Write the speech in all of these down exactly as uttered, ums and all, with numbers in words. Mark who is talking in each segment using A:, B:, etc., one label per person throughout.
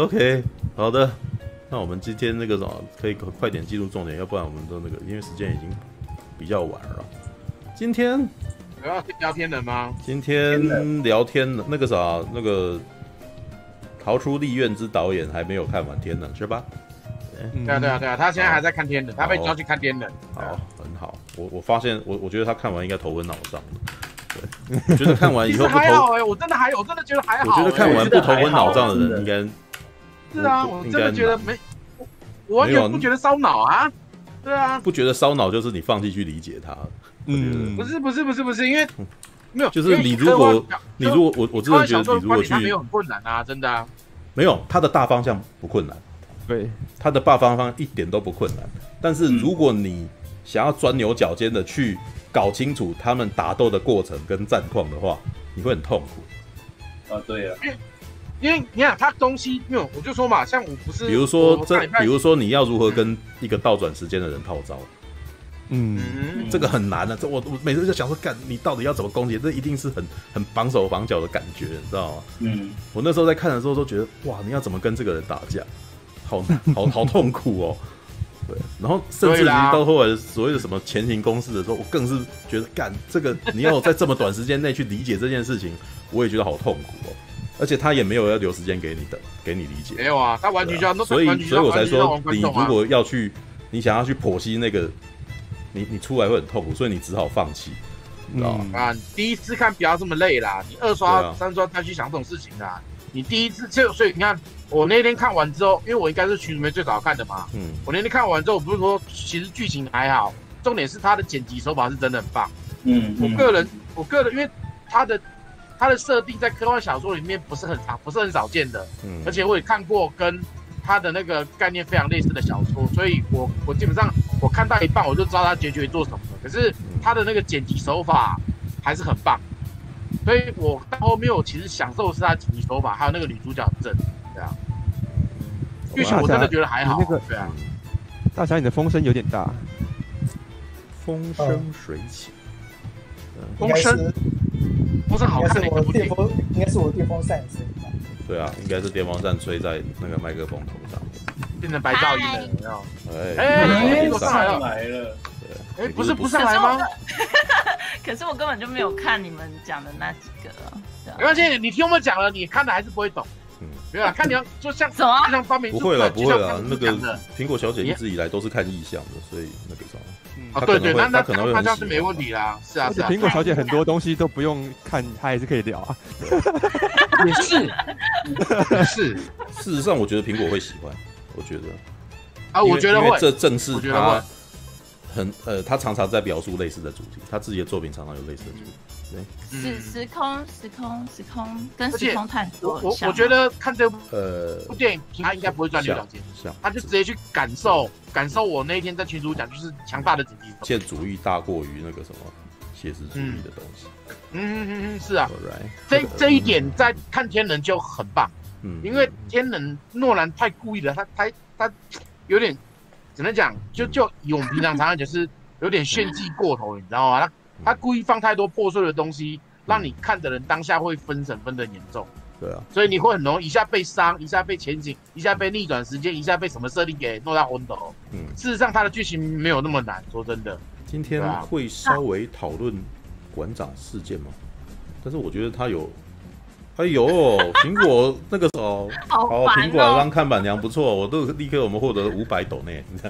A: OK， 好的，那我们今天那个什么，可以快点进入重点，要不然我们都那个，因为时间已经比较晚了。今天
B: 有要聊天的吗？
A: 今天聊天的那个啥，那个逃出立院之导演还没有看完《天能》是吧？
B: 对啊对啊对啊，他现在还在看《天能》，他被抓去看《天能》。
A: 好，很好。我我发现我我觉得他看完应该头昏脑胀的。对，我觉得看完以后不头，
B: 还好哎、欸，我真的还有，我真的觉得还好、欸。
A: 我觉得看完不头昏脑胀的人应该
B: 是啊，我真的觉得没，我完全不觉得烧脑啊。对啊，
A: 不觉得烧脑就是你放弃去理解它。
B: 嗯，不是不是不是不是，因为没有，
A: 就是你如果你如果我我真的觉得你如果去，
B: 没有很困难啊，真的啊。
A: 没有，他的大方向不困难。
C: 对，
A: 他的大方向一点都不困难。但是如果你想要钻牛角尖的去搞清楚他们打斗的过程跟战况的话，你会很痛苦。
D: 啊，对啊，
B: 因为你看他东西，因为我就说嘛，像我不是，
A: 比如说这，比如说你要如何跟一个倒转时间的人套招，
C: 嗯，
A: 这个很难的、啊。这我我每次就想说，干你到底要怎么攻击？这一定是很很绑手绑脚的感觉，你知道吗？
D: 嗯，
A: 我那时候在看的时候都觉得，哇，你要怎么跟这个人打架，好好好痛苦哦。对，然后甚至于到后来所谓的什么前庭公式的时候，我更是觉得干这个你要在这么短时间内去理解这件事情，我也觉得好痛苦哦。而且他也没有要留时间给你的，给你理解。
B: 没有啊，他完全就要，
A: 所以所以我才说，你如果要去，你想要去剖析那个，你你出来会很痛苦，所以你只好放弃，知道吗？
B: 啊，第一次看不要这么累啦，你二刷、三刷再去想这种事情啦。你第一次就所以你看。我那天看完之后，因为我应该是群里面最早看的嘛，嗯，我那天看完之后，我不是说其实剧情还好，重点是他的剪辑手法是真的很棒，嗯，我个人，我个人，因为他的他的设定在科幻小说里面不是很常，不是很少见的，嗯，而且我也看过跟他的那个概念非常类似的小说，所以我我基本上我看到一半我就知道他结局做什么了，可是他的那个剪辑手法还是很棒，所以我到后面我其实享受的是他的剪辑手法，还有那个女主角的正。对啊，剧情我真的觉得还好。那个对啊，
C: 大侠你的风声有点大，
A: 风生水起。
B: 风声，风声好看的一部电
E: 风，应该是我电风扇声吧？
A: 对啊，应该是电风扇吹在那个麦克风头上，
B: 变成白噪音了，有没有？
A: 哎，
B: 苹果上
D: 来了。
B: 哎，不是不上来吗？
F: 可是我根本就没有看你们讲的那几个。
B: 没关系，你听我们讲了，你看的还是不会懂。嗯，没有啦，看你要就像
F: 什么，
B: 就像发明
A: 不会了，不会了。那个苹果小姐一直以来都是看意象的，所以那个啥，
B: 啊，对对，那那
A: 可能
B: 那这样是没问题啦，是啊，是啊。
C: 苹果小姐很多东西都不用看，她还是可以聊啊。
B: 也是，是。
A: 事实上，我觉得苹果会喜欢，我觉得
B: 啊，我觉得会，
A: 这正是他很呃，他常常在描述类似的主题，他自己的作品常常有类似的主题。
F: 时时空时空时空跟时空探索，
B: 我我觉得看这部
A: 呃
B: 部电影，他应该不会钻牛角尖，他就直接去感受感受我那一天在群组讲，就是强大的主题，
A: 现主义大过于那个什么写实主义的东西。
B: 嗯嗯嗯嗯，是啊，这这一点在看天能就很棒，嗯，因为天能诺兰太故意了，他他他有点只能讲，就就以我们平常常讲就是有点炫技过头，你知道吗？他他故意放太多破碎的东西，让你看的人当下会分神分得严重。
A: 对啊，
B: 所以你会很容易一下被伤，一下被前景，一下被逆转时间，一下被什么设定给弄到昏头。嗯，事实上它的剧情没有那么难，说真的。
A: 今天会稍微讨论馆长事件吗？但是我觉得他有。哎呦，苹果那个时候，
F: 好
A: 苹果让看板娘不错，我都立刻我们获得五百斗内，你看。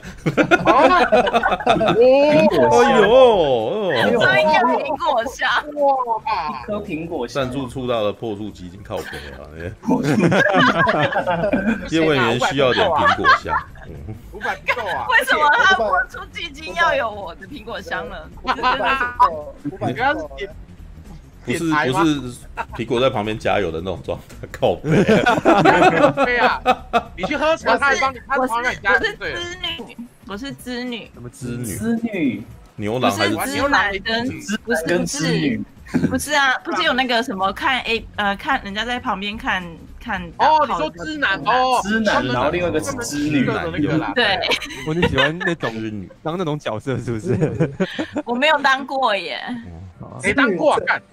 D: 哎
A: 呦，
F: 这应该苹果香，
D: 哇，一颗苹果香。
A: 赞助出到了破处基金靠北啊，叶问员需要点苹果香。
B: 五百够啊？
F: 为什么他破处基金要有我的苹果香呢？
E: 五百够，五百够。
A: 不是不是，苹果在旁边加油的那种状态，靠背。
B: 对啊，你去喝茶，他还帮你，他帮你加。
F: 我是织女，我是织女。
A: 什么织女？
D: 织女，
A: 牛郎还是
F: 织男跟不是
D: 跟织女？
F: 不是啊，不是有那个什么看 A 呃看人家在旁边看看。
B: 哦，你说织男哦，
D: 织男，然后另外一个是织女
B: 的那个啦。
F: 对，
C: 我你喜欢那种当那种角色是不是？
F: 我没有当过耶。
B: 没当过啊，干。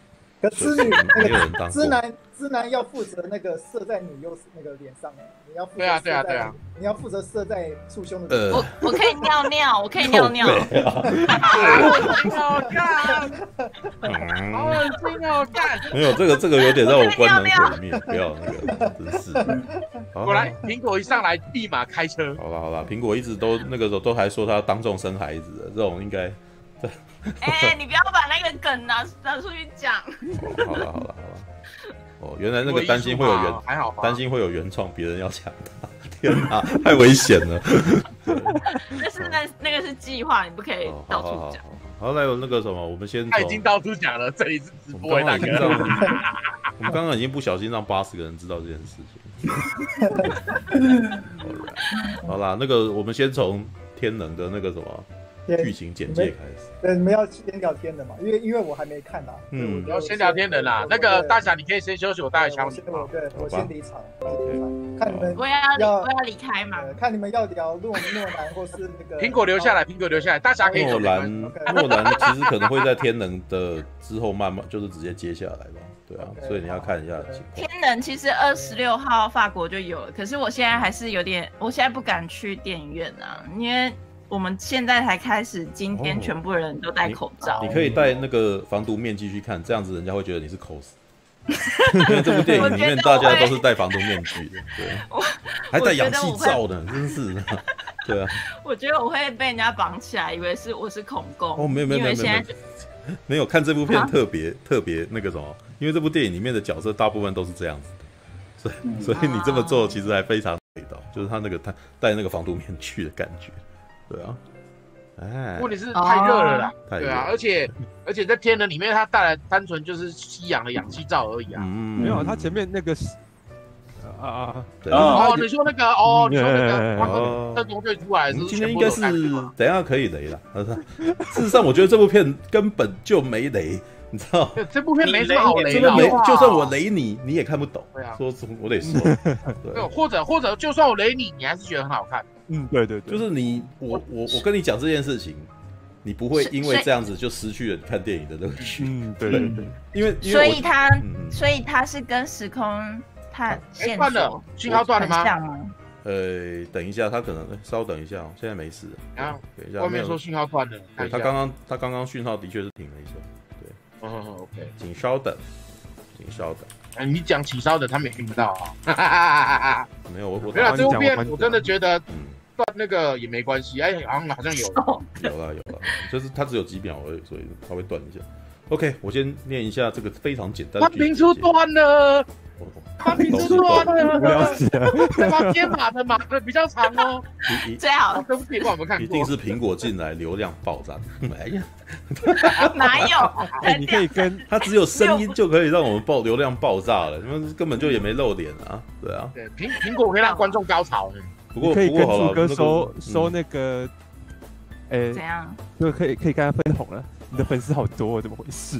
E: 可织女那
A: 没有人当过
E: 个织男织男要负责那个射在女优那个脸上哎，你要负责
B: 对啊对啊对啊，
E: 你要负责射在束胸的。
F: 我我可以尿尿，我可以尿尿。
B: 好干，好恶心哦，干！
A: 没有这个这个有点让我关能毁灭，不要那个，真是。
B: 果然苹果一上来立马开车。
A: 好了好了，苹果一直都那个时候都还说他当众生孩子的，这种应该。
F: 哎、欸，你不要把那个梗拿拿出去讲。
A: 哦、好了好了好了。哦，原来那个担心会有原
B: 还好
A: 担心会有原创，别人要抢他，天哪，太危险了。
F: 那是那那个是计划，你不可以到处讲。
A: 好，好，来有那个什么，我们先
B: 他已经到处讲了，这里是直播那个。
A: 我们刚刚已经不小心让八十个人知道这件事情。好啦，那个我们先从天能的那个什么。剧情简介开始，
E: 对，你们要先聊天的嘛，因为因为我还没看啦。
A: 嗯，
B: 你要先聊天的啦。那个大侠，你可以先休息，我待会敲你。
E: 我对我先离场，看你们
F: 我要我要离开嘛？
E: 看你们要聊诺诺兰或是那个
B: 苹果留下来，苹果留下来，大侠可以走。
A: 诺兰诺兰其实可能会在天能的之后慢慢就是直接接下来吧，对啊，所以你要看一下情况。
F: 天能其实二十六号法国就有了，可是我现在还是有点，我现在不敢去电影院啊，因为。我们现在才开始，今天全部人都戴口罩。
A: 哦、你, 你可以戴那个防毒面具去看，这样子人家会觉得你是 cos。因为这部电影里面大家都是戴防毒面具的，对，还戴氧气罩呢，真是的。对啊。我觉得我会被人家绑起来，以为是我是恐攻。哦，没有没有没有没有。没有看这部片特别、啊、特别那个什么，因为这部电影里面的角色大部分都是这样子的，所以、嗯、所以你这么做其实还非常味道，就是他那个他戴那个防毒面具的感觉。对啊，哎，
B: 问题是太热了啦，对啊，而且而且在天能里面，它带来单纯就是吸氧的氧气罩而已啊，
C: 嗯，没有，它前面那个啊啊，
B: 哦，你说那个哦，你说那个特工队出来，
A: 今天应该是等一下可以雷了，事实上，我觉得这部片根本就没雷。你知道
B: 这部片没什么好雷的，
A: 就算我雷你，你也看不懂。对啊，说我得说，
B: 对，或者或者就算我雷你，你还是觉得很好看。
C: 嗯，对对对，
A: 就是你我我我跟你讲这件事情，你不会因为这样子就失去了看电影的乐趣。
C: 嗯，对对对，
A: 因为
F: 所以它所以它是跟时空它线
B: 断了，信号断了吗？
A: 呃，等一下，他可能稍等一下，现在没事。
B: 啊，等一下，外面说信号断了。
A: 对，他刚刚他刚刚讯号的确是停了一下。
B: 哦 ，OK，
A: 请稍等，请稍等。
B: 哎，你讲请稍等，他们也听不到啊。
A: 没有，我我
B: 没有这部片，我真的觉得断那个也没关系。哎，好像好像有，
A: 有啦有啦，就是它只有几秒而已，所以它会断一下。OK， 我先念一下这个非常简单的。
B: 他评出断了。他评出断了，
C: 无聊死了。
B: 对吧？天马的马的比较长哦。
F: 最好，
B: 对不起，我没看过。
A: 一定是苹果进来，流量爆炸。哎呀，
F: 哪有？
C: 哎，你可以跟
A: 它只有声音就可以让我们爆流量爆炸了，你们根本就也没露脸啊，对啊。
B: 对，苹苹果可以让观众高潮。
A: 不过
C: 可以跟
A: 副
C: 歌收收那个，哎，
F: 怎样？
C: 就可以可以跟他分红了。你的粉丝好多，怎么回事？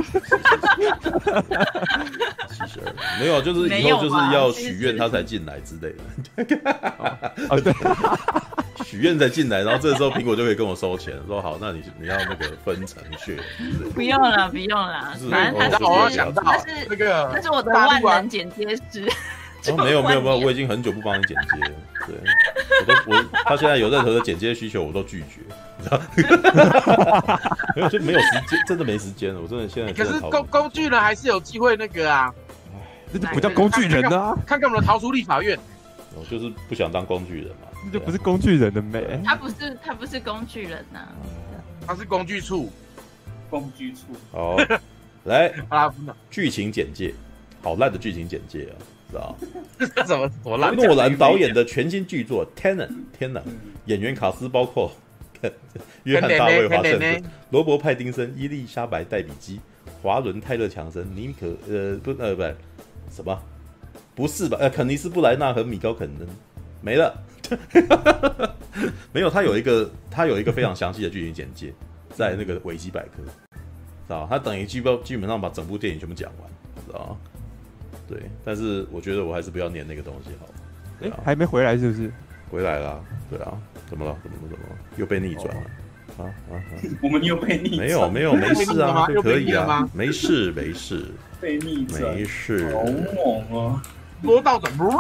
A: 七十二没有，就是以后就是要许愿他才进来之类的。
C: 哦，对，
A: 许愿才进来，然后这时候苹果就可以跟我收钱，说好，那你你要那个分成血。
F: 不用了，不用了，反正他是
B: 我想到，
F: 他是
B: 那个，
F: 那是我的万能剪接师。
A: 哦，没有没有没有，我已经很久不帮你剪接了。对，我都我他现在有任何的剪接需求，我都拒绝，你知道？没有就没有时间，真的没时间了。我真的现在。
B: 可是工工具人还是有机会那个啊，
C: 这就不叫工具人啊！
B: 看看我们逃出立法院。
A: 我就是不想当工具人嘛。
C: 这就不是工具人的美。
F: 他不是他不是工具人呐，
B: 他是工具处。
D: 工具处。
A: 好，来剧情简介，好烂的剧情简介啊！知道？
B: 怎么多烂？
A: 诺兰导演的全新巨作《Tenet》天能，演员卡司包括约翰大卫华盛顿、罗伯派丁森、伊丽莎白戴比基、华伦泰勒强森、尼可呃不呃不什么不是吧？呃肯尼斯布莱纳和米高肯恩没了，没有。他有一个他有一个非常详细的剧情简介，在那个维基百科，知道？他等于基本基本上把整部电影全部讲完，知道？对，但是我觉得我还是不要念那个东西好了。哎、
C: 啊欸，还没回来是不是？
A: 回来啦，对啊，怎么了？怎么了？怎么了？又被逆转了。 啊啊！
D: 我们又被逆转。
A: 没有没有没事啊，就可以啊，没事没事。
D: 被逆转，
A: 没事。
D: 好猛哦！
B: 说到怎么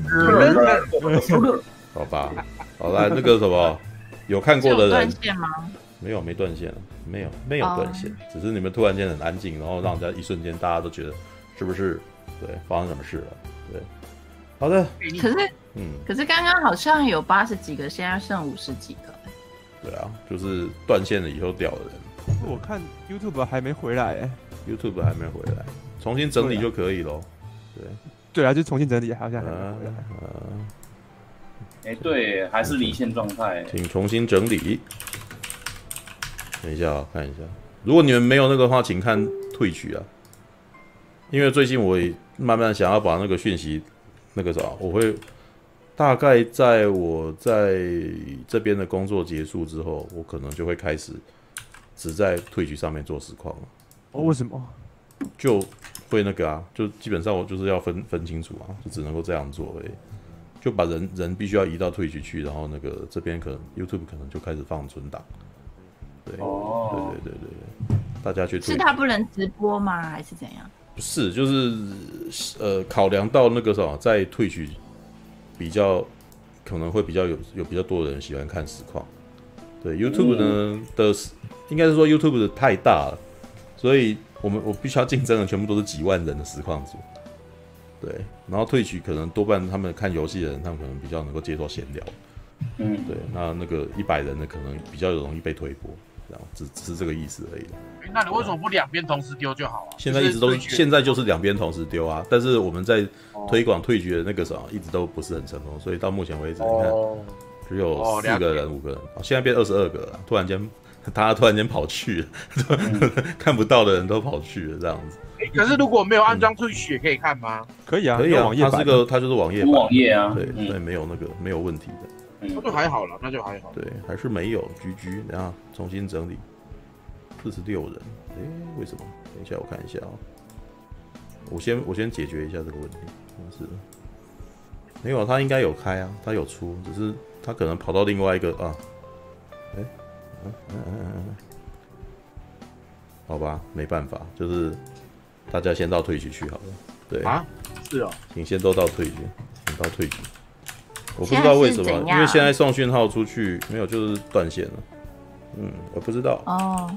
A: 好吧，好来那个什么，有看过的人
F: 断线吗？
A: 没有，没断线了，没有没有断线，只是你们突然间很安静，然后让人家一瞬间大家都觉得是不是对发生什么事了？对，好的。
F: 可是，嗯，可是刚刚好像有八十几个，现在剩五十几个。
A: 对啊，就是断线了以后掉的人。
C: 我看 YouTube 还没回来哎
A: ，YouTube 还没回来，重新整理就可以咯。对，
C: 对啊，就重新整理，好像还没回来。
D: 哎、欸，对，还是离线状态，
A: 请重新整理。等一下啊，看一下，如果你们没有那个的话，请看退取啊。因为最近我也慢慢想要把那个讯息，那个啥，我会大概在我在这边的工作结束之后，我可能就会开始只在退取上面做实况了。
C: 哦，为什么？
A: 就会那个啊，就基本上我就是要分分清楚啊，就只能够这样做而已。就把人人必须要移到退取去，然后那个这边可能 YouTube 可能就开始放存档。对，哦、对对对对对，大家去。
F: 是他不能直播吗？还是怎样？
A: 不是，就是呃，考量到那个什么，在退取比较可能会比较有有比较多的人喜欢看实况。对 YouTube 呢、嗯、的，应该是说 YouTube 的太大了，所以我们我必须要竞争的全部都是几万人的实况组。对，然后退取可能多半他们看游戏的人，他们可能比较能够接受闲聊。嗯，对，那那个一百人的可能比较容易被推播，这样只只是这个意思而已。
B: 那你为什么不两边同时丢就好啊？
A: 现在一直都现在就是两边同时丢啊，但是我们在推广退取的那个时候一直都不是很成功，所以到目前为止，你看只有四个人、五个人，现在变二十二个了，突然间大家突然间跑去了，看不到的人都跑去了，这样子。
B: 可是如果没有安装退取也可以看吗？
C: 可以啊，
A: 可以啊，它是个它就是网页版，
D: 网页啊，
A: 对，所以没有那个没有问题的。
B: 那就还好了，那就还好。
A: 对，还是没有。G G， 然后重新整理，四十六人。哎、欸，为什么？等一下我看一下哦、喔。我先我先解决一下这个问题。是，没有，他应该有开啊，他有出，只是他可能跑到另外一个啊。哎、欸，嗯嗯嗯嗯，好吧，没办法，就是大家先到退取去好了。对
B: 啊，是哦，
A: 请先都到退取，请到退取。我不知道为什么，因为现在送讯号出去没有，就是断线了。嗯，我不知道。
F: 哦，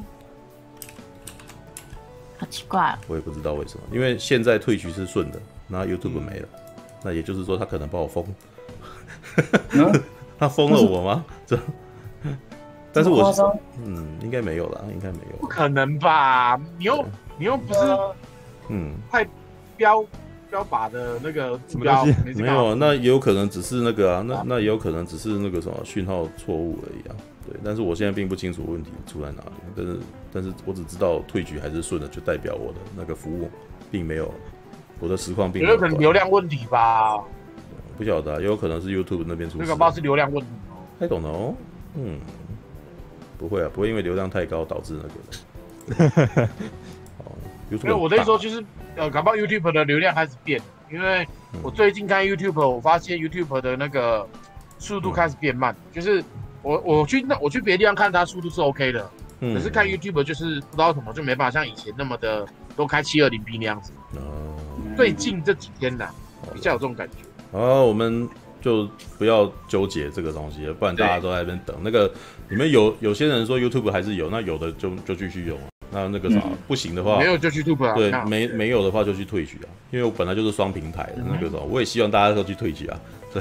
F: 好奇怪、哦。
A: 我也不知道为什么，因为现在退取是顺的，那 YouTube 没了，嗯、那也就是说他可能把我封。嗯、他封了我吗？这，但是我嗯，应该没有啦，应该没有。
B: 不可能吧？你又你又不是嗯太标。标靶的那个目标
A: 没有，那也有可能只是那个啊，那那也有可能只是那个什么讯号错误而已啊。对，但是我现在并不清楚问题出在哪里，但是但是我只知道退取还是顺的，就代表我的那个服务并没有我的实况并没有。
B: 有可能流量问题吧？
A: 不晓得、啊，也有可能是 YouTube 那边出事。
B: 那个不知道是流量问题哦。
A: I don't know， 嗯，不会啊，不会因为流量太高导致那个的。
B: 因为我的意思说就是，呃，搞不好 YouTube 的流量开始变，因为我最近看 YouTube， 我发现 YouTube 的那个速度开始变慢，嗯、就是我我去那我去别的地方看它速度是 OK 的，嗯、可是看 YouTube 就是不知道怎么就没办法像以前那么的都开 七二零 P 那样子。哦、最近这几天呐，比较有这种感觉。
A: 好，我们就不要纠结这个东西了，不然大家都在那边等。那个你们有有些人说 YouTube 还是有，那有的就就继续用。那那个啥、嗯、不行的话，
B: 没有就去 YouTube 啊。
A: 对，没没有的话就去退取啊，因为我本来就是双平台的、嗯、那个啥，我也希望大家都去退取啊。对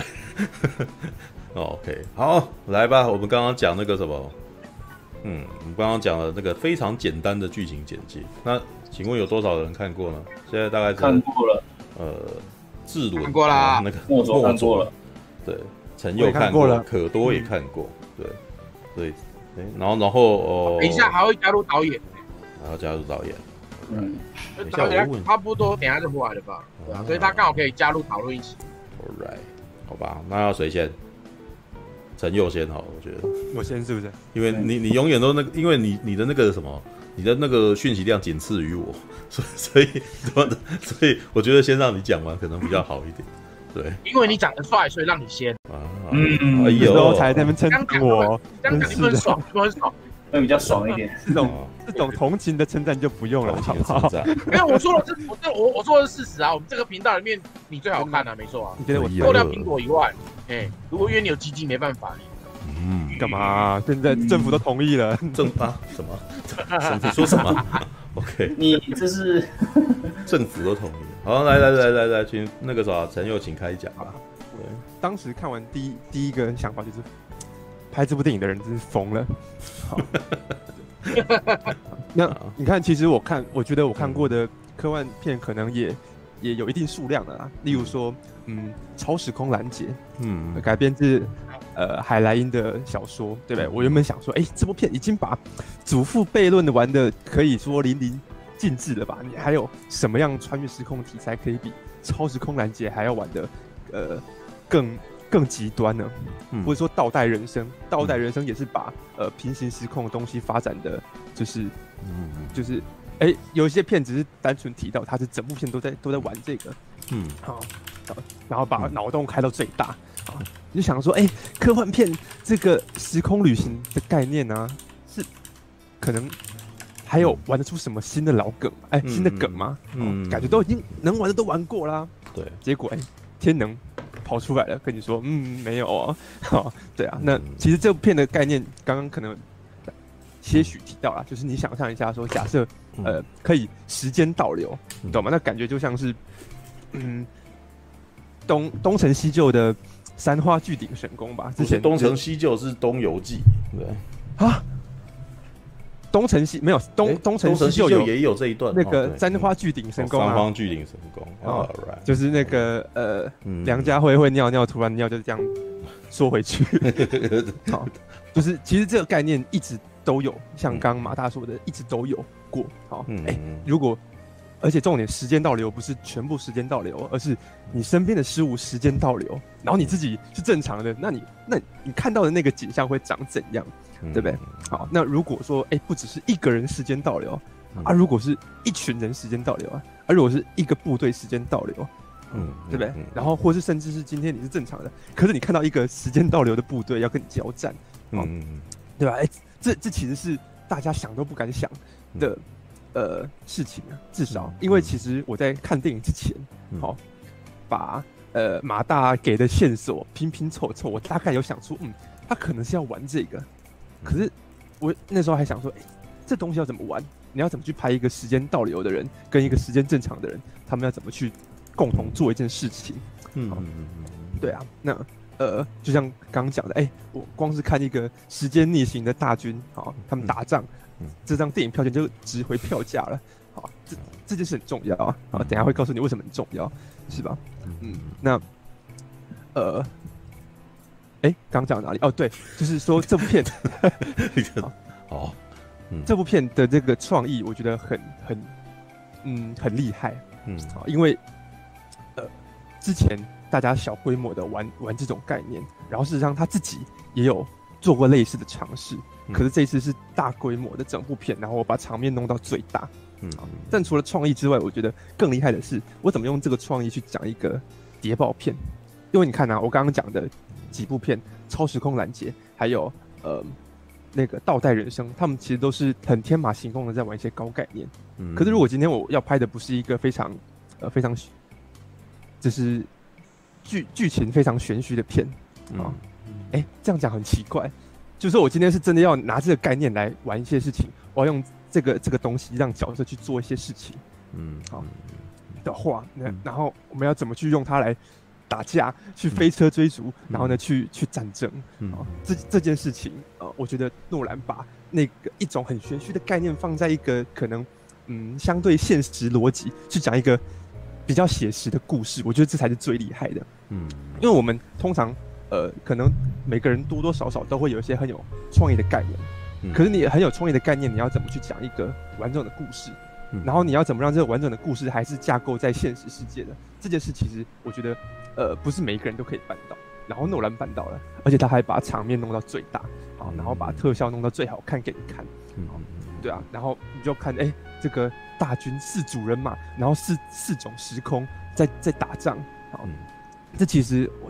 A: ，OK， 好，来吧，我们刚刚讲那个什么，嗯，我们刚刚讲了那个非常简单的剧情简介。那请问有多少人看过呢？现在大概
D: 看过了，
A: 呃，智伦
B: 看过啦，
A: 那个
D: 莫佐看过了，
A: 对，陈佑看过了，可多也看过，对，所以，然后然后哦，
B: 等一下还会加入导演。
A: 然后加入导演，嗯，
B: 导演差不多，等一下就过来了吧？对啊，所以他刚好可以加入讨论一起。
A: All right， 好吧，那要谁先？陈佑先好了，我觉得。
C: 我先是不是？
A: 因为你你永远都那个，因为你你的那个什么，你的那个讯息量仅次于我，所以所以所以我觉得先让你讲完可能比较好一点。对，
B: 因为你长得帅，所以让你先。
A: 啊，嗯，哎呦，
C: 才在那边称我，
B: 这样讲你们很爽，你们很爽。
D: 会比较爽一点。
C: 这种这种同情的称赞就不用了，好不好？
B: 没有，我说的是我这我我说的是事实啊。我们这个频道里面你最好看啊，没错啊。
C: 你觉得我
B: 脱掉苹果以外，哎、欸，如果因为你有鸡鸡没办法，
C: 嗯，干嘛？现在政府都同意了，
A: 政啊什么？你说什么 ？OK，
D: 你这是
A: 政府都同意。好，来来来来来，请那个啥陈佑请开讲吧。对，
C: 当时看完第一第一个想法就是，拍这部电影的人真是疯了。好，那你看，其实我看，我觉得我看过的科幻片可能也也有一定数量的啦。例如说，嗯，《超时空拦截》，嗯，改编自呃海莱因的小说，对不对？我原本想说，哎、欸，这部片已经把祖父悖论的玩的可以说淋漓尽致了吧？你还有什么样穿越时空题材可以比《超时空拦截》还要玩的呃更更极端呢？嗯、或者说倒带人生，倒带人生也是把呃平行时空的东西发展的，就是嗯就是哎、欸，有一些片只是单纯提到，它是整部片都在都在玩这个，嗯好，然后把脑洞开到最大，啊，你就想说，哎、欸，科幻片这个时空旅行的概念呢、啊，是可能还有玩得出什么新的老梗，哎、欸，新的梗吗？嗯，哦、感觉都已经能玩的都玩过啦，
A: 对，
C: 结果哎、欸，天能跑出来了，跟你说，嗯，没有哦，哦对啊，那其实这部片的概念，刚刚可能些许提到啦，就是你想象一下说，假设呃可以时间倒流，你懂吗？那感觉就像是，嗯，东东成西就的三花聚顶神功吧。之前
A: 东成西就，是《东游记》对
C: 啊，东成西没有东东成西就
A: 也有这一段
C: 那个三花聚顶神功啊，
A: 三花聚顶神功，哦，
C: 就是那个呃梁家辉会尿尿，突然尿就这样缩回去，好，就是其实这个概念一直都有，像刚刚马大说的，一直都有过。好，哎、欸，如果而且重点时间倒流不是全部时间倒流，而是你身边的事物时间倒流，然后你自己是正常的，那你那你看到的那个景象会长怎样，对不对？好，那如果说哎、欸，不只是一个人时间倒流啊，如果是一群人时间倒流啊，啊，如果是一个部队时间倒流。嗯，对不对？然后或是甚至是今天你是正常的，可是你看到一个时间倒流的部队要跟你交战，嗯，对吧？哎、欸，这这其实是大家想都不敢想的、嗯、呃事情啊。至少，因为其实我在看电影之前，好、嗯，把呃马大给的线索拼拼凑凑，我大概有想出，嗯，他可能是要玩这个。可是我那时候还想说，哎、欸，这东西要怎么玩？你要怎么去拍一个时间倒流的人跟一个时间正常的人，他们要怎么去共同做一件事情？嗯嗯嗯，对啊，那呃，就像刚刚讲的，哎、欸，我光是看一个时间逆行的大军，好，他们打仗，嗯、这张电影票钱就值回票价了，好，这这件事很重要啊，好，等一下会告诉你为什么很重要，是吧？嗯，那呃，哎、欸，刚讲哪里？哦，对，就是说这部片，
A: 哦，嗯、
C: 这部片的这个创意，我觉得很很嗯很厉害。嗯，好，因为，呃，之前大家小规模的玩玩这种概念，然后事实上他自己也有做过类似的尝试，嗯、可是这一次是大规模的整部片，然后我把场面弄到最大。嗯，但除了创意之外，我觉得更厉害的是，我怎么用这个创意去讲一个谍报片？因为你看啊，我刚刚讲的几部片，《超时空拦截》，还有呃那个《倒带人生》，他们其实都是很天马行空的在玩一些高概念。嗯、可是如果今天我要拍的不是一个非常呃非常就是剧剧情非常玄虚的片啊，哎、嗯欸，这样讲很奇怪。就是说我今天是真的要拿这个概念来玩一些事情，我要用这个这个东西让角色去做一些事情，嗯，好的话，那然后我们要怎么去用它来打架，去飞车追逐，嗯、然后呢去去战争，嗯，啊，这这件事情啊，呃，我觉得诺兰把那个一种很玄虚的概念放在一个可能嗯相对现实逻辑去讲一个比较写实的故事，我觉得这才是最厉害的，嗯，因为我们通常呃可能每个人多多少少都会有一些很有创意的概念，嗯，可是你很有创意的概念，你要怎么去讲一个完整的故事？嗯，然后你要怎么让这个完整的故事还是架构在现实世界的这件事，其实我觉得，呃，不是每一个人都可以办到。然后诺兰办到了，而且他还把场面弄到最大，好，然后把特效弄到最好看给你看，嗯，对啊，然后你就看，哎，这个大军四组人马，然后四四种时空在在打仗，好，嗯，这其实我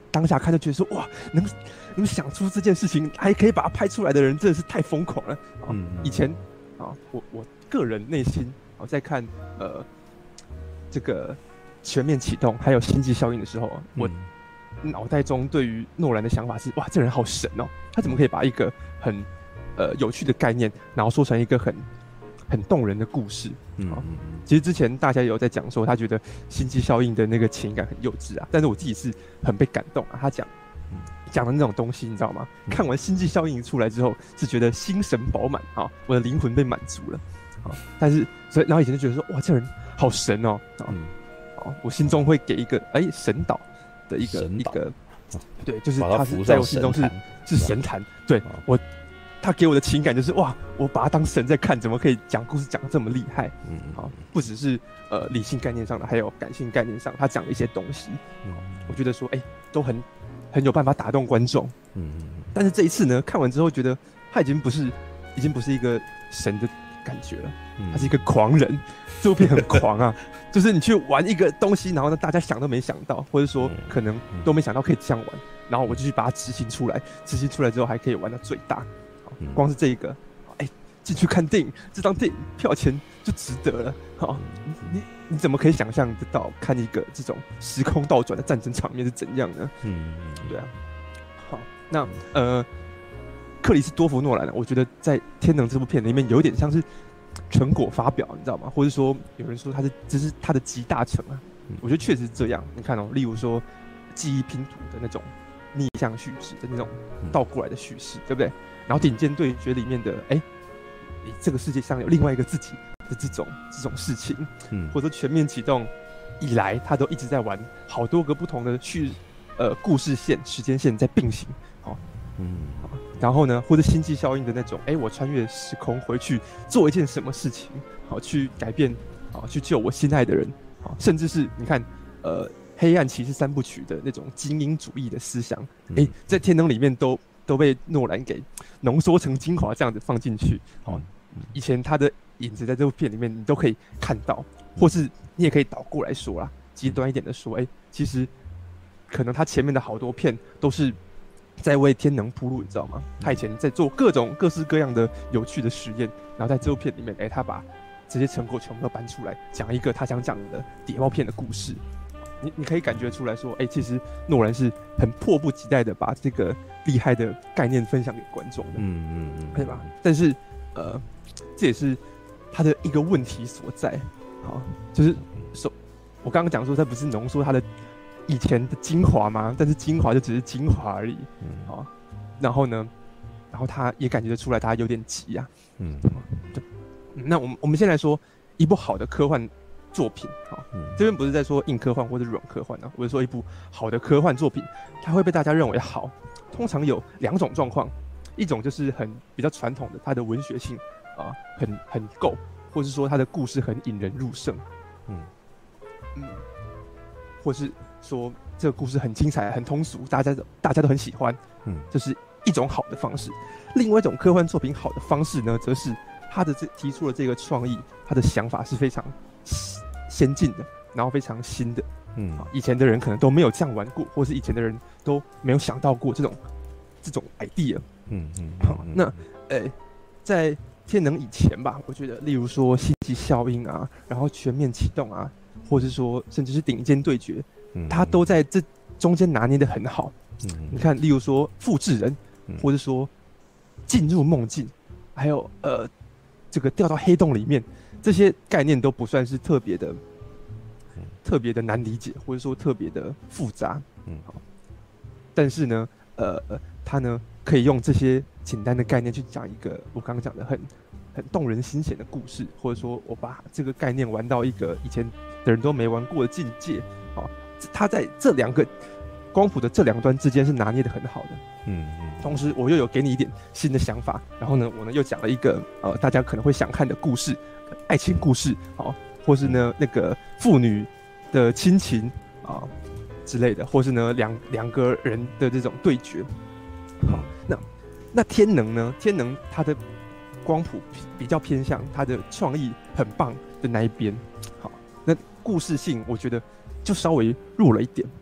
C: 当下看就觉得说哇，能能想出这件事情，还可以把它拍出来的人，真的是太疯狂了。嗯，以前啊，我我个人内心啊，在看呃这个全面启动还有星际效应的时候啊，我脑袋中对于诺兰的想法是哇，这人好神哦，他怎么可以把一个很呃有趣的概念，然后说成一个很很动人的故事。嗯，其实之前大家也有在讲说，他觉得星际效应的那个情感很幼稚啊，但是我自己是很被感动啊。他讲讲的那种东西，你知道吗？看完星际效应出来之后，是觉得心神饱满啊，我的灵魂被满足了啊。但是所以然后以前就觉得说，哇，这人好神哦，嗯，哦，我心中会给一个哎、欸、神导的一个一个，对，就是他是在我心中是是神坛，对我。他给我的情感就是哇，我把他当神在看，怎么可以讲故事讲得这么厉害？嗯，好，不只是呃理性概念上的，还有感性概念上，他讲了一些东西，嗯，我觉得说哎、欸，都很很有办法打动观众。嗯，但是这一次呢，看完之后觉得他已经不是已经不是一个神的感觉了，他是一个狂人，这部片很狂啊，就是你去玩一个东西，然后呢大家想都没想到，或者说可能都没想到可以这样玩，然后我就去把它执行出来，执行出来之后还可以玩到最大。光是这一个，哎、欸，进去看电影，这张电影票钱就值得了。好，你你怎么可以想象得到看一个这种时空倒转的战争场面是怎样呢？嗯，对啊。好，那呃，克里斯多弗诺兰呢？我觉得在《天能》这部片里面有点像是成果发表，你知道吗？或者说有人说他是这是他的集大成啊。我觉得确实是这样。你看哦，例如说记忆拼图的那种逆向叙事的那种倒过来的叙事，对不对？然后顶尖对决里面的，哎、欸，这个世界上有另外一个自己的这种这种事情，嗯，或者说全面启动以来，他都一直在玩好多个不同的叙呃故事线、时间线在并行，好、哦，嗯，然后呢，或者星际效应的那种，哎、欸，我穿越时空回去做一件什么事情，好、哦，去改变，好、哦，去救我心爱的人，好、哦，甚至是你看，呃，黑暗骑士三部曲的那种精英主义的思想，哎、欸，在天能里面都。都被诺兰给浓缩成精华，这样子放进去。好，以前他的影子在这部片里面你都可以看到，或是你也可以倒过来说啦，极端一点的说，哎、欸，其实可能他前面的好多片都是在为天能铺路，你知道吗？他以前在做各种各式各样的有趣的实验，然后在这部片里面，哎、欸，他把这些成果全部都搬出来，讲一个他想讲的谍报片的故事。你你可以感觉出来说，哎、欸，其实诺兰是很迫不及待的把这个厉害的概念分享给观众的，嗯嗯嗯，对吧？但是，呃，这也是他的一个问题所在，好，就是说，我刚刚讲说他不是浓缩他的以前的精华吗？但是精华就只是精华而已，嗯，好，然后呢，然后他也感觉得出来他有点急啊，嗯，对，那我们我们先来说一部好的科幻作品，好，嗯，这边不是在说硬科幻或者软科幻啊，我是说一部好的科幻作品，它会被大家认为好，通常有两种状况，一种就是很比较传统的，它的文学性啊很很够，或是说它的故事很引人入胜，嗯嗯，或是说这个故事很精彩、很通俗，大家大家都很喜欢，嗯，这是一种好的方式。另外一种科幻作品好的方式呢，则是他的这提出了这个创意，他的想法是非常先进的，然后非常新的，嗯，以前的人可能都没有这样玩过，或是以前的人都没有想到过这种这种 idea， 嗯嗯，好，那呃、欸，在天能以前吧，我觉得，例如说星际效应啊，然后全面启动啊，或是说甚至是顶尖对决，嗯，他都在这中间拿捏得很好，嗯，你看，例如说复制人，或者说进入梦境，还有呃这个掉到黑洞里面。这些概念都不算是特别的、特别的难理解，或者说特别的复杂，嗯，好。但是呢，呃，他呢可以用这些简单的概念去讲一个我刚刚讲的很、很动人心弦的故事，或者说我把这个概念玩到一个以前的人都没玩过的境界，好，他在这两个光谱的这两端之间是拿捏得很好的，嗯嗯。同时，我又有给你一点新的想法，然后呢，我呢又讲了一个呃大家可能会想看的故事。爱情故事，好，或是呢那个父女的亲情啊之类的，或是呢两两个人的这种对决，好，那那天能呢？天能它的光谱比较偏向它的创意很棒的那一边，好，那故事性我觉得就稍微弱了一点，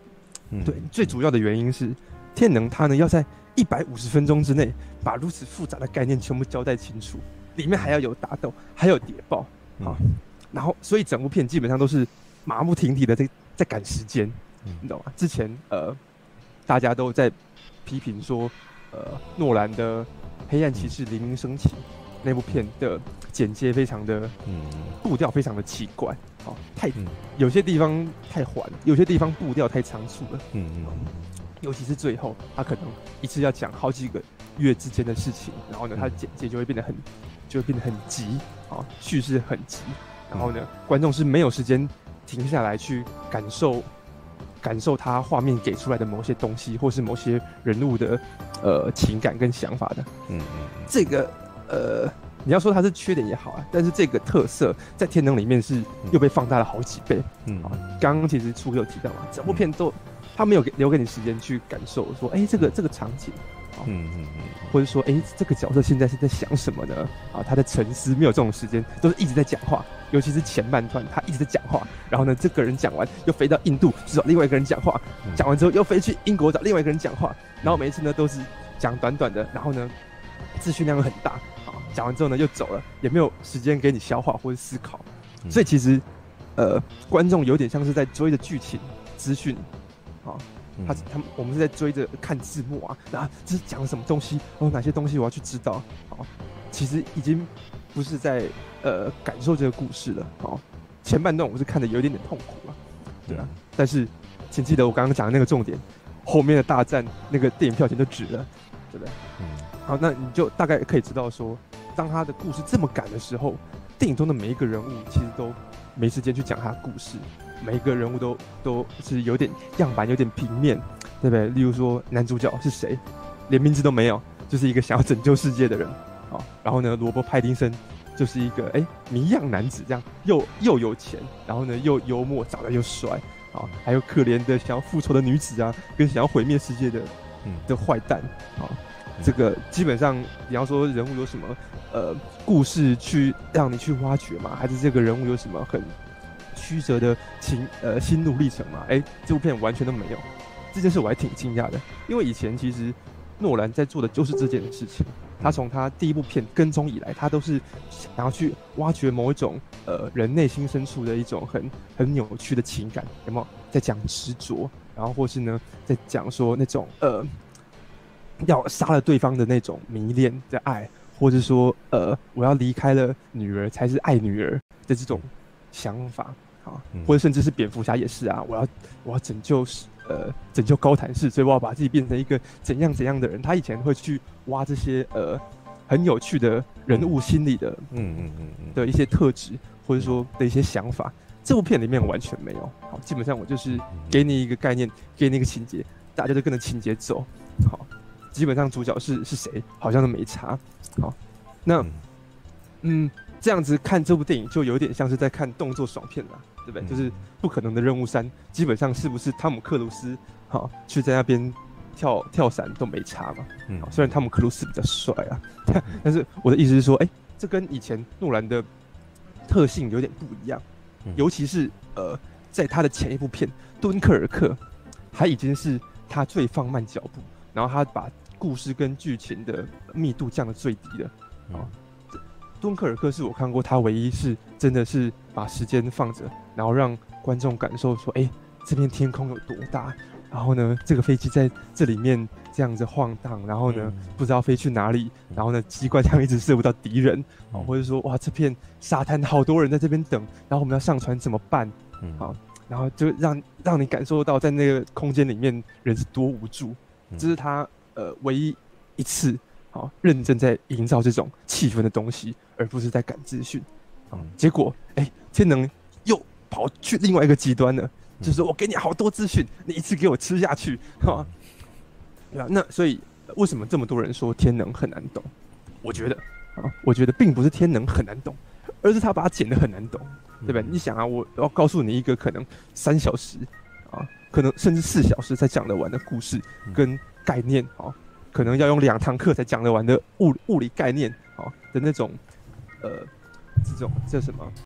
C: 嗯、对，最主要的原因是天能它呢要在一百五十分钟之内把如此复杂的概念全部交代清楚，里面还要有打斗，还有谍报啊，嗯、然后所以整部片基本上都是马不停蹄的在在赶时间，嗯、你懂吗？之前呃大家都在批评说，呃诺兰的《黑暗骑士：黎明升起》那部片的剪接非常的，嗯，步调非常的奇怪，哦，太、嗯、有些地方太缓，有些地方步调太仓促了，嗯嗯，尤其是最后，他可能一次要讲好几个月之间的事情，然后呢，他剪接就会变得很，就会变得很急，啊、哦，叙事很急，然后呢，观众是没有时间停下来去感受。感受他画面给出来的某些东西，或是某些人物的呃情感跟想法的，嗯嗯，这个呃你要说它是缺点也好啊，但是这个特色在天能里面是又被放大了好几倍，嗯啊，刚刚其实初有提到嘛，整部片都他没有给留给你时间去感受，说哎、欸、这个这个场景，嗯嗯嗯，或者说哎、欸、这个角色现在是在想什么呢？啊，他在沉思，没有这种时间，都是一直在讲话。尤其是前半段，他一直在讲话，然后呢，这个人讲完又飞到印度去找另外一个人讲话，讲完之后又飞去英国找另外一个人讲话，然后每一次呢都是讲短短的，然后呢资讯量又很大，啊，讲完之后呢又走了，也没有时间给你消化或者思考，所以其实呃观众有点像是在追着剧情资讯，啊，他他们我们是在追着看字幕啊，啊这是讲了什么东西，哦哪些东西我要去知道，啊，其实已经不是在。呃，感受这个故事了，哦，前半段我是看得有一点点痛苦啊，对啊，但是请记得我刚刚讲的那个重点，后面的大战那个电影票钱就值了，对不对？嗯，好，那你就大概可以知道说，当他的故事这么赶的时候，电影中的每一个人物其实都没时间去讲他的故事，每一个人物都都是有点样板，有点平面，对不对？例如说男主角是谁，连名字都没有，就是一个想要拯救世界的人，啊，然后呢，罗伯·派丁森。就是一个哎谜样男子，这样又又有钱，然后呢又幽默，长得又帅啊，还有可怜的想要复仇的女子啊，跟想要毁灭世界的、嗯、的坏蛋啊，这个基本上你要说人物有什么呃故事去让你去挖掘嘛，还是这个人物有什么很曲折的情呃心路历程嘛？哎，这部片完全都没有，这件事我还挺惊讶的，因为以前其实诺兰在做的就是这件事情。他从他第一部片跟踪以来，他都是想要去挖掘某一种呃人内心深处的一种很很扭曲的情感，有没有？在讲执着，然后或是呢，在讲说那种呃要杀了对方的那种迷恋的爱，或者说呃我要离开了女儿才是爱女儿的这种想法啊，或者甚至是蝙蝠侠也是啊，我要我要拯救呃拯救高谭市，所以我要把自己变成一个怎样怎样的人。他以前会去挖这些呃很有趣的人物心理的嗯嗯嗯嗯的一些特质，或者说的一些想法。这部片里面完全没有。好，基本上我就是给你一个概念，给你一个情节，大家就跟着情节走。好，基本上主角是是谁，好像都没差。好，那嗯这样子看这部电影就有点像是在看动作爽片啦，对不对？就是不可能的任务三，基本上是不是汤姆克鲁斯好去在那边跳跳伞都没差嘛。嗯，虽然汤姆克鲁斯比较帅啊，但是我的意思是说，哎、欸，这跟以前诺兰的特性有点不一样。尤其是呃，在他的前一部片《敦刻尔克》，他已经是他最放慢脚步，然后他把故事跟剧情的密度降得最低的。啊，敦刻尔克是我看过他唯一是真的是把时间放着，然后让观众感受说，哎、欸，这片天空有多大，然后呢，这个飞机在这里面这样子晃荡，然后呢，嗯、不知道飞去哪里，然后呢，机关枪一直射不到敌人，嗯、或者说哇，这片沙滩好多人在这边等，然后我们要上船怎么办？嗯，好，然后就让让你感受到在那个空间里面人是多无助，嗯、这是他呃唯一一次好认真在营造这种气氛的东西，而不是在赶资讯。嗯，结果哎、欸，天能又跑去另外一个极端了。就是我给你好多资讯，你一次给我吃下去，哈，对吧？那所以为什么这么多人说天能很难懂？我觉得啊，我觉得并不是天能很难懂，而是他把它剪得很难懂，对吧？你想啊，我要告诉你一个可能三小时啊，可能甚至四小时才讲得完的故事跟概念啊，可能要用两堂课才讲得完的物物理概念啊的那种呃，这种叫什么？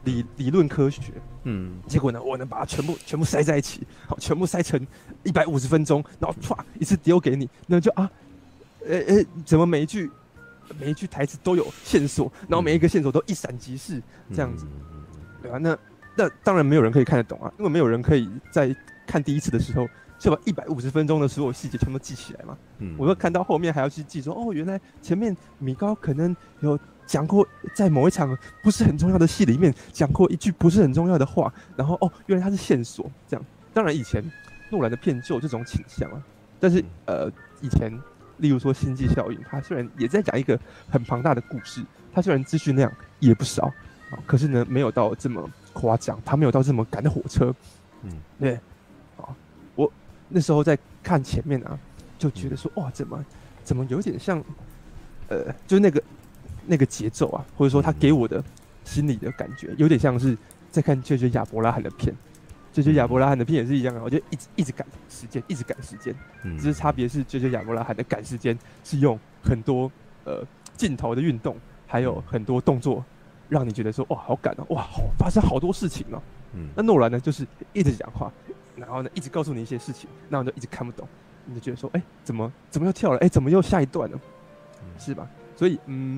C: 理理论科学，
A: 嗯，
C: 结果呢，我能把它全部全部塞在一起，好，全部塞成一百五十分钟，然后唰一次丢给你，那就啊，呃呃，怎么每一句每一句台词都有线索，然后每一个线索都一闪即逝，这样子，对吧？那那当然没有人可以看得懂啊，因为没有人可以在看第一次的时候就把一百五十分钟的所有细节全部记起来嘛。嗯，我要看到后面还要去记说，哦，原来前面米高可能有讲过，在某一场不是很重要的戏里面讲过一句不是很重要的话，然后哦，原来它是线索，这样。当然以前诺兰的片就有这种倾向啊，但是呃，以前例如说《星际效应》，它虽然也在讲一个很庞大的故事，它虽然资讯量也不少，可是呢，没有到这么夸张，它没有到这么赶的火车。嗯，对，啊，我那时候在看前面啊，就觉得说，哇，怎么怎么有点像，呃，就是那个那个节奏啊，或者说他给我的心理的感觉，有点像是在看 J J 亚伯拉罕的片。J J 亚伯拉罕的片也是一样啊，我就一直一直赶时间，一直赶时间，嗯，只是差别是 J J 亚伯拉罕的赶时间是用很多呃镜头的运动，还有很多动作，让你觉得说，哇，好赶哦，哇，好发生好多事情哦。嗯，那诺兰呢，就是一直讲话，然后呢，一直告诉你一些事情，然后你就一直看不懂，你就觉得说，哎、欸，怎么怎么又跳了？哎、欸，怎么又下一段了？是吧？所以，嗯，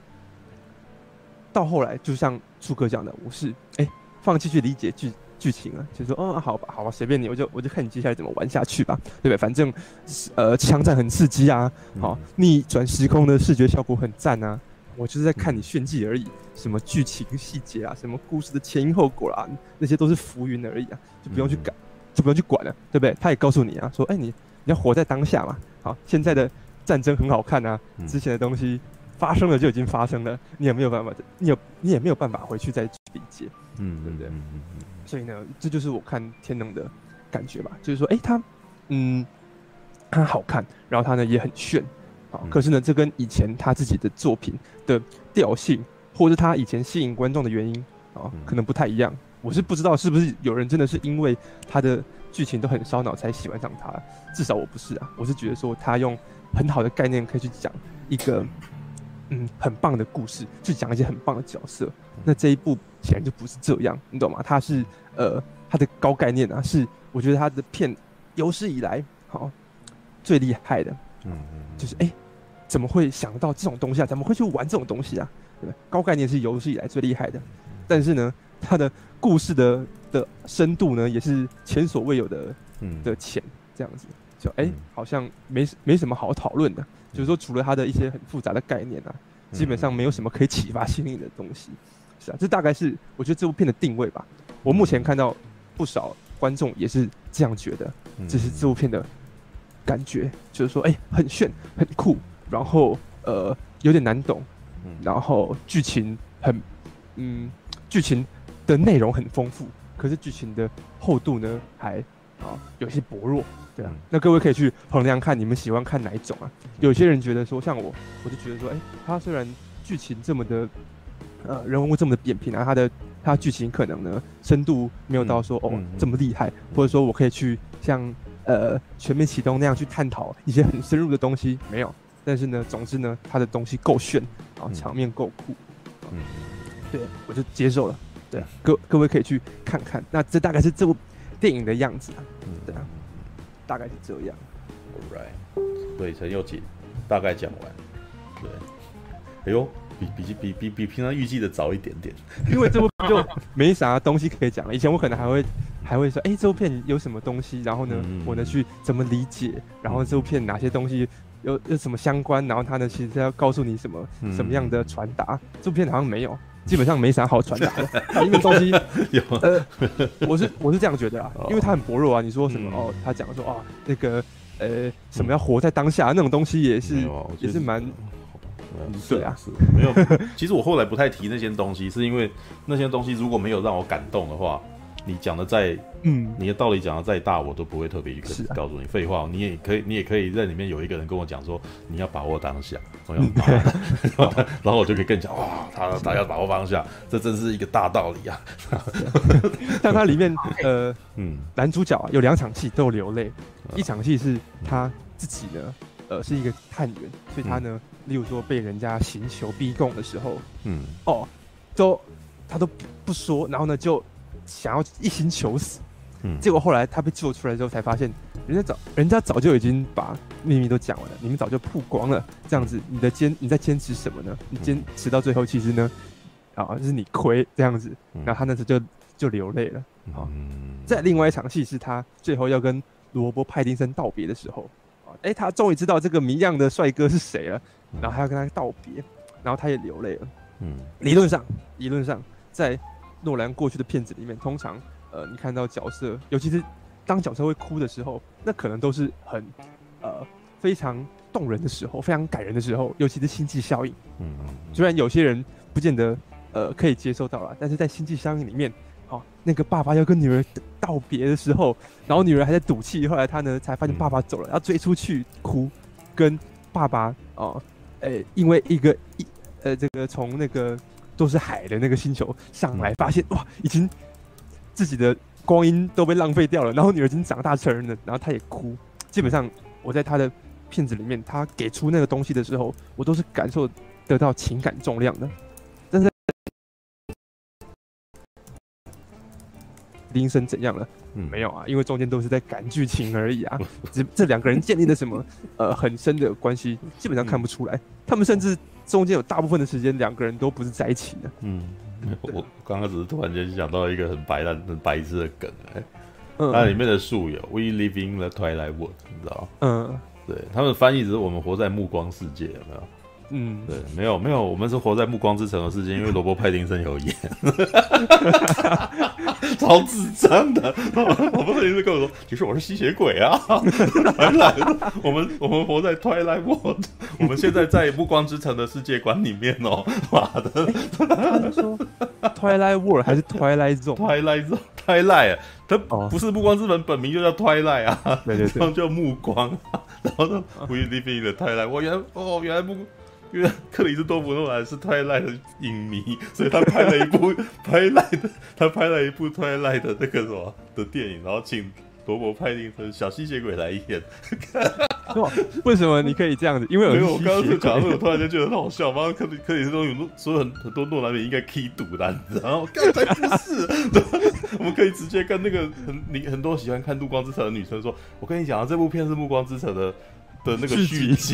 C: 到后来，就像楚哥讲的，我是哎、欸、放弃去理解剧剧情了，就说，哦，好吧，好吧，随便你，我就我就看你接下来怎么玩下去吧，对不对？反正，呃，枪战很刺激啊，好、哦，逆转时空的视觉效果很赞啊。我就是在看你炫技而已，什么剧情细节啊，什么故事的前因后果啊，那些都是浮云而已啊，就不用去改，就不用去管了，对不对？他也告诉你啊，说，哎、欸，你你要活在当下嘛。好，现在的战争很好看啊，之前的东西发生了就已经发生了，你也没有办法，你有你也没有办法回去再理解，嗯，对不对？嗯嗯嗯。所以呢，这就是我看天能的感觉吧，就是说，哎、欸，他，嗯，他好看，然后他呢也很炫。好，可是呢，这跟以前他自己的作品的调性，或者他以前吸引观众的原因啊，可能不太一样。我是不知道是不是有人真的是因为他的剧情都很烧脑才喜欢上他，至少我不是啊。我是觉得说他用很好的概念可以去讲一个嗯很棒的故事，去讲一些很棒的角色。那这一部显然就不是这样，你懂吗？他是呃他的高概念啊，是我觉得他的片有史以来好最厉害的。嗯嗯，就是哎、欸，怎么会想到这种东西啊？怎么会去玩这种东西啊？对吧？高概念是有史以来最厉害的，但是呢，它的故事的的深度呢，也是前所未有的的浅，这样子，就哎、欸，好像没没什么好讨论的。就是说，除了它的一些很复杂的概念啊，基本上没有什么可以启发心灵的东西。是啊，这大概是我觉得这部片的定位吧。我目前看到不少观众也是这样觉得，这是这部片的感觉，就是说，哎、欸，很炫，很酷，然后呃有点难懂，然后剧情很，嗯，剧情的内容很丰富，可是剧情的厚度呢还啊有些薄弱，对啊。那各位可以去衡量看你们喜欢看哪一种啊？有些人觉得说，像我，我就觉得说，哎、欸，他虽然剧情这么的，呃，人物这么的扁平啊，他的他剧情可能呢深度没有到说哦这么厉害，或者说我可以去像。呃，全面启动那样去探讨一些很深入的东西没有，但是呢，总之呢，他的东西够炫，然后场面够酷，嗯，对，我就接受了。对，各各位可以去看看。那这大概是这部电影的样子啊，嗯，对啊，大概是这样。
A: All right， 对，陈佑杰大概讲完，对，哎呦，比比比比比平常预计的早一点点，
C: 因为这部就没啥东西可以讲了。以前我可能还会。还会说，哎、欸，这部片有什么东西？然后呢，嗯、我呢去怎么理解？然后这部片哪些东西有有什么相关？然后他呢，其实要告诉你什么、嗯、什么样的传达？这部片好像没有，基本上没啥好传达的。因为东西有，呃，我是我是这样觉得啊，因为它很薄弱啊。你说什么、嗯、哦？他讲说哦，那个呃，什么要活在当下、嗯、那种东西也是、啊、也是蛮。
A: 嗯，对啊，是没有。其实我后来不太提那些东西，是因为那些东西如果没有让我感动的话。你讲的再，嗯，你的道理讲的再大，我都不会特别去告诉你。废话，你也可以，你也可以在里面有一个人跟我讲说，你要把握当下，我要把握，然后我就可以跟你讲，哇，他他要把握当下，这真是一个大道理啊。
C: 像它里面，呃，嗯，男主角啊有两场戏都有流泪，一场戏是他自己呢，呃，是一个探员，所以他呢，嗯、例如说被人家刑求逼供的时候，嗯，哦，都。他都不不说，然后呢就想要一心求死。嗯，结果后来他被救出来之后，才发现人家早人家早就已经把秘密都讲完了，你们早就曝光了。这样子，你的坚你在坚持什么呢？你坚持到最后，其实呢，啊，就是你亏这样子。然后他那时候就就流泪了。啊，在另外一场戏是他最后要跟罗伯·派丁森道别的时候，啊，哎，他终于知道这个谜样的帅哥是谁了，然后他要跟他道别，然后他也流泪了。嗯，理论上，理论上，在诺兰过去的片子里面，通常。呃，你看到角色，尤其是当角色会哭的时候，那可能都是很呃非常动人的时候，非常感人的时候，尤其是星际效应。嗯，虽然有些人不见得呃可以接受到啦，但是在星际效应里面，哦，那个爸爸要跟女儿道别的时候，然后女儿还在赌气，后来他呢才发现爸爸走了，要追出去哭，跟爸爸哦，呃，因为一个一呃这个从那个都是海的那个星球上来，发现哇，已经。自己的光阴都被浪费掉了，然后女儿已经长大成人了，然后她也哭。基本上我在她的片子里面，她给出那个东西的时候，我都是感受得到情感重量的。但是林森怎样了？嗯，没有啊，因为中间都是在赶剧情而已啊。这这两个人建立了什么呃很深的关系，基本上看不出来。他们甚至中间有大部分的时间，两个人都不是在一起的。嗯。
A: 我刚刚只是突然间想到一个很白烂、很白痴的梗，哎、欸，嗯、它里面的术有 "We live in the twilight world"， 你知道吗？嗯，对，他们翻译只是我们活在暮光世界，有没有？嗯，对，没有没有，我们是活在暮光之城的世界，因为罗伯·派丁森有演，超智障的。罗伯·派丁森跟我说：“其实我是吸血鬼啊，来来，我们我们活在 Twilight World， 我们现在在暮光之城的世界观里面哦。”妈的，
C: 他说 Twilight World 还是 Twilight
A: Zone？Twilight Zone，Twilight， 它不是暮光之城本名就叫 Twilight 啊，
C: 对对对，
A: 然后叫暮光，然后呢 ，We live in the Twilight， 我原来哦原来暮。因为克里斯多弗诺兰是 Twilight 的影迷，所以他拍了一部 Twilight， 他拍了一部 Twilight 的那个什么的电影，然后请罗伯·派丁森小吸血鬼来演。
C: 为什么你可以这样子？因为有
A: 没有我刚刚就讲的，我突然间觉得很好笑。妈，克里克里斯多弗说很很多诺兰片应该 key 赌的，你知道吗？刚才不是，我们可以直接跟那个很你很多喜欢看《暮光之城》的女生说，我跟你讲啊，这部片是《暮光之城》的。的那个续集，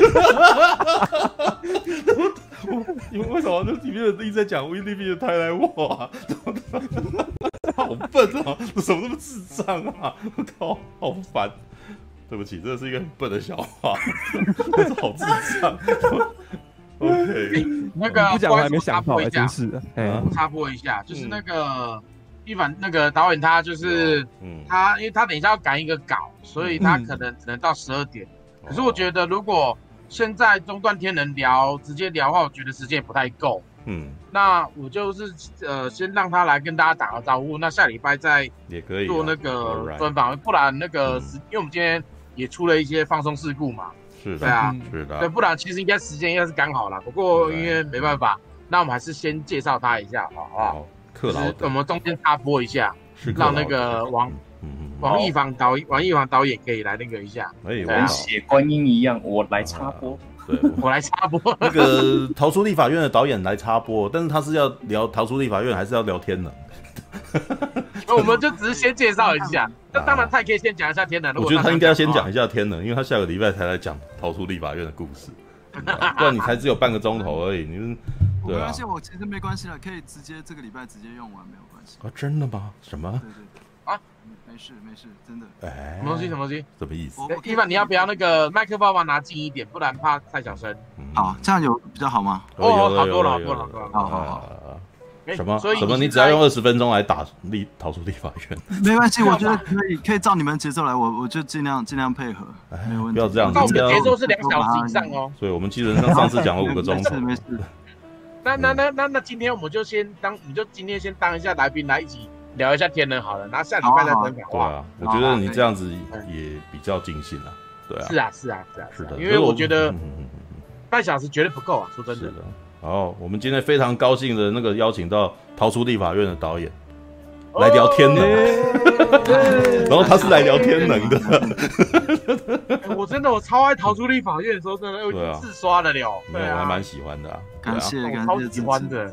A: 因为为什么那里面的一直在讲 "We live in the Twilight World" 啊？好笨啊！怎么那么智障啊？我靠，好烦！对不起，这是一个很笨的笑话，但是好智障。OK，
B: 那个
C: 不讲我还没想到，真是的。
B: 插播一下，就是那个一凡那个导演他就是，他因为他等一下要赶一个稿，所以他可能只能到十二点。可是我觉得，如果现在中断天能聊直接聊的话，我觉得时间也不太够。嗯，那我就是呃，先让他来跟大家打个招呼。那下礼拜再
A: 也可以
B: 做那个专访，不然那个、嗯、因为我们今天也出了一些放松事故嘛。
A: 是的，
B: 对啊，
A: 是的。
B: 对，不然其实应该时间应该是刚好啦。不过因为没办法，那我们还是先介绍他一下，好不好？
A: 克劳德，
B: 我们中间插播一下，让那个王。王一凡导演，王一凡导演可以来那个一下，
D: 跟写观音一样，我来插播，
A: 对，
B: 我来插播。
A: 那个逃出立法院的导演来插播，但是他是要聊逃出立法院，还是要聊天能？
B: 我们就只是先介绍一下，那当然他也可以先讲一下天能。
A: 我觉得他应该要先讲一下天能，因为他下个礼拜才来讲逃出立法院的故事，不然你才只有半个钟头而已，你们。
G: 没关系，我其实没关系了，可以直接这个礼拜直接用完，没有关系。
A: 啊，真的吗？什么？
G: 对对对。啊，没事没事，真的。
A: 哎，
B: 什么东西？什么东西？
A: 什么意思？
B: 一凡，你要不要那个麦克风把它拿近一点，不然怕太小声。
G: 好，这样有比较好吗？
B: 哦，好多了，好多了，
G: 好好好。
A: 什么？什么？你只要用二十分钟来打立逃出立法院？
G: 没关系，我觉得可以，可以照你们节奏来，我我就尽量尽量配合，没有问题。
A: 不要这样子，
B: 那我们的节奏是两小时以上哦。
A: 所以我们基本上上次讲了五个钟头。
G: 没事没事。
B: 那那那那那今天我们就先当，你就今天先当一下来宾来一起。聊一下天能好了，然后下礼拜再分享。
A: 对啊，我觉得你这样子也比较尽兴啊。对啊，
B: 是啊，是啊，是啊，
A: 是的。
B: 因为我觉得半小时绝对不够啊，说真的。
A: 是的。好，我们今天非常高兴的那个邀请到逃出立法院的导演来聊天能，然后他是来聊天能的。
B: 我真的我超爱逃出立法院的时候，真的又四刷了了。
A: 对啊，我还蛮喜欢的啊。
G: 感谢感谢，
B: 超喜欢的。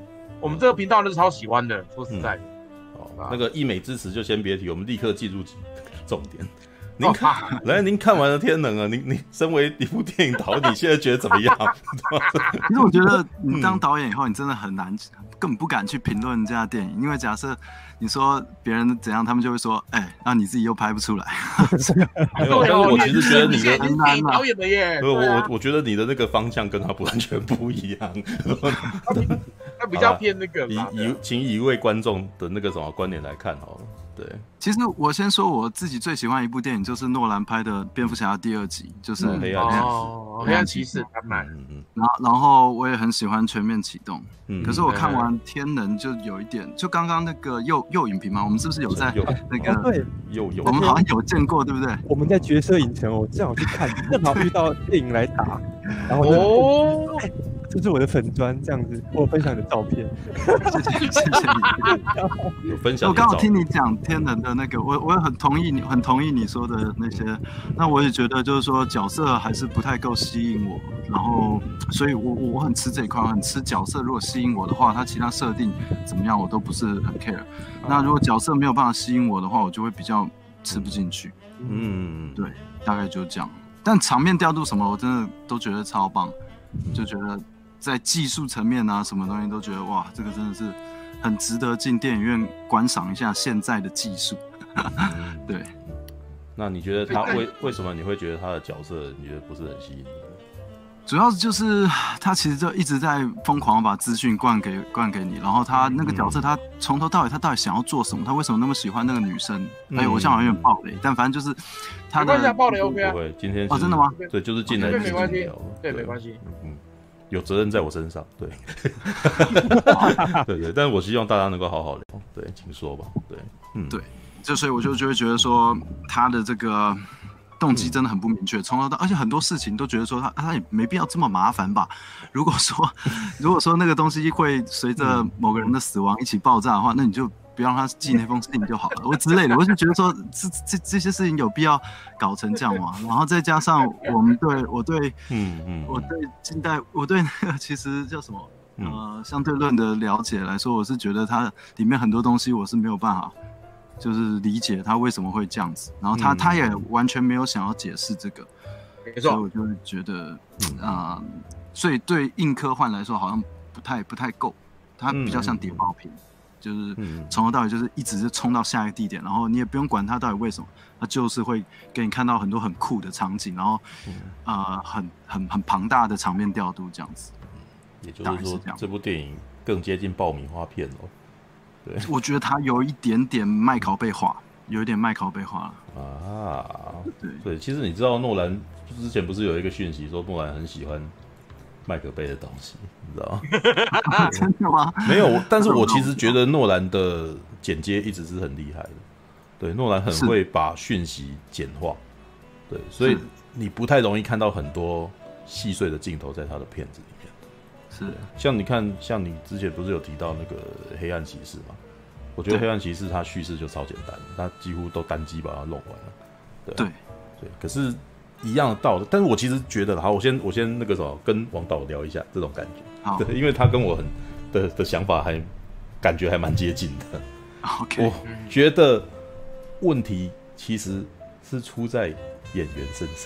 B: 我们这个频道是超喜欢的，说实在的。
A: 哦，那个溢美之词就先别提，我们立刻进入重点。您看，来，您看完了《天能》啊，您您身为一部电影导演，你现在觉得怎么样？
G: 其实我觉得你当导演以后，你真的很难，根本不敢去评论这家电影，因为假设你说别人怎样，他们就会说，哎、欸，那你自己又拍不出来。
A: 没有，但是我其实觉得你的
B: 很难导演的耶。
A: 我我我觉得你的那个方向跟他不完全不一样。
B: 他比较偏那个。
A: 以以请以一位观众的那个什么观点来看好了。对，
G: 其实我先说我自己最喜欢一部电影，就是诺兰拍的《蝙蝠侠》第二集，就是《
A: 黑暗骑士》。
B: 哦，黑暗骑士，当然。
G: 然后，然后我也很喜欢《全面启动》。嗯。可是我看完《天能》就有一点，就刚刚那个右右影评嘛，我们是不是有在那个？
C: 对，
A: 右右。
G: 我们好像有见过，对不对？
C: 我们在角色影城，我正好去看，正好遇到电影来打，然后
B: 哦，
C: 这是我的粉专，这样子，我分享你的照片。
G: 谢谢谢谢你。
A: 有分享。
G: 我刚好听你讲天能的那个，我我也很同意你，很同意你说的那些。那我也觉得就是说角色还是不太够吸引我，然后所以我我很吃这一块，很吃角色。如果吸引我的话，他其他设定怎么样我都不是很 care。那如果角色没有办法吸引我的话，我就会比较吃不进去。嗯，对，大概就这样。但场面调度什么，我真的都觉得超棒，就觉得在技术层面啊，什么东西都觉得哇，这个真的是很值得进电影院观赏一下现在的技术。对。
A: 那你觉得他为为什么你会觉得他的角色你觉得不是很吸引你？
G: 主要就是他其实就一直在疯狂把资讯灌给灌给你，然后他那个角色他从头到尾他到底想要做什么？他为什么那么喜欢那个女生？嗯、哎，我想好像有点爆雷，但反正就是他的。
B: 没关系，爆雷 OK 啊。
A: 不会，今天
G: 哦真的吗？
A: 对，就是进来
B: 对，没关系，对，没关系。
A: 嗯，有责任在我身上，对。对对，但是我希望大家能够好好聊。对，请说吧。对，嗯，
G: 对，就所以我就就会觉得说他的这个。动机真的很不明确，从头到，而且很多事情都觉得说他他也没必要这么麻烦吧。如果说如果说那个东西会随着某个人的死亡一起爆炸的话，那你就不要让他寄那封信就好了，我之类的。我就觉得说这这这些事情有必要搞成这样吗？然后再加上我们对我对嗯嗯我对近代我对那个其实叫什么呃相对论的了解来说，我是觉得它里面很多东西我是没有办法。就是理解他为什么会这样子，然后他、嗯、他也完全没有想要解释这个，
B: 没错，
G: 所以我就会觉得，啊、呃，所以对硬科幻来说好像不太不太够，它比较像谍报片，嗯、就是从头到尾就是一直是冲到下一个地点，然后你也不用管它到底为什么，它就是会给你看到很多很酷的场景，然后、嗯、呃很很很庞大的场面调度这样子，
A: 也就是说这部电影更接近爆米花片哦。对，
G: 我觉得他有一点点麦考贝化，有一点麦考贝化了
A: 啊。
G: 对
A: 对，其实你知道诺兰之前不是有一个讯息说诺兰很喜欢麦可贝的东西，你知道吗？
G: 真的吗？
A: 没有，但是我其实觉得诺兰的剪接一直是很厉害的。对，诺兰很会把讯息简化，对，所以你不太容易看到很多细碎的镜头在他的片子里面。
G: 是，
A: 像你看，像你之前不是有提到那个黑暗骑士吗？我觉得黑暗骑士它叙事就超简单，它几乎都单机把它弄完了。对、啊、
G: 对
A: 对，可是一样的道理。但是我其实觉得，好，我先我先那个什么，跟王导聊一下这种感觉。
G: 好，
A: 对，因为他跟我很的的想法还感觉还蛮接近的。
G: OK，
A: 我觉得问题其实是出在演员身上。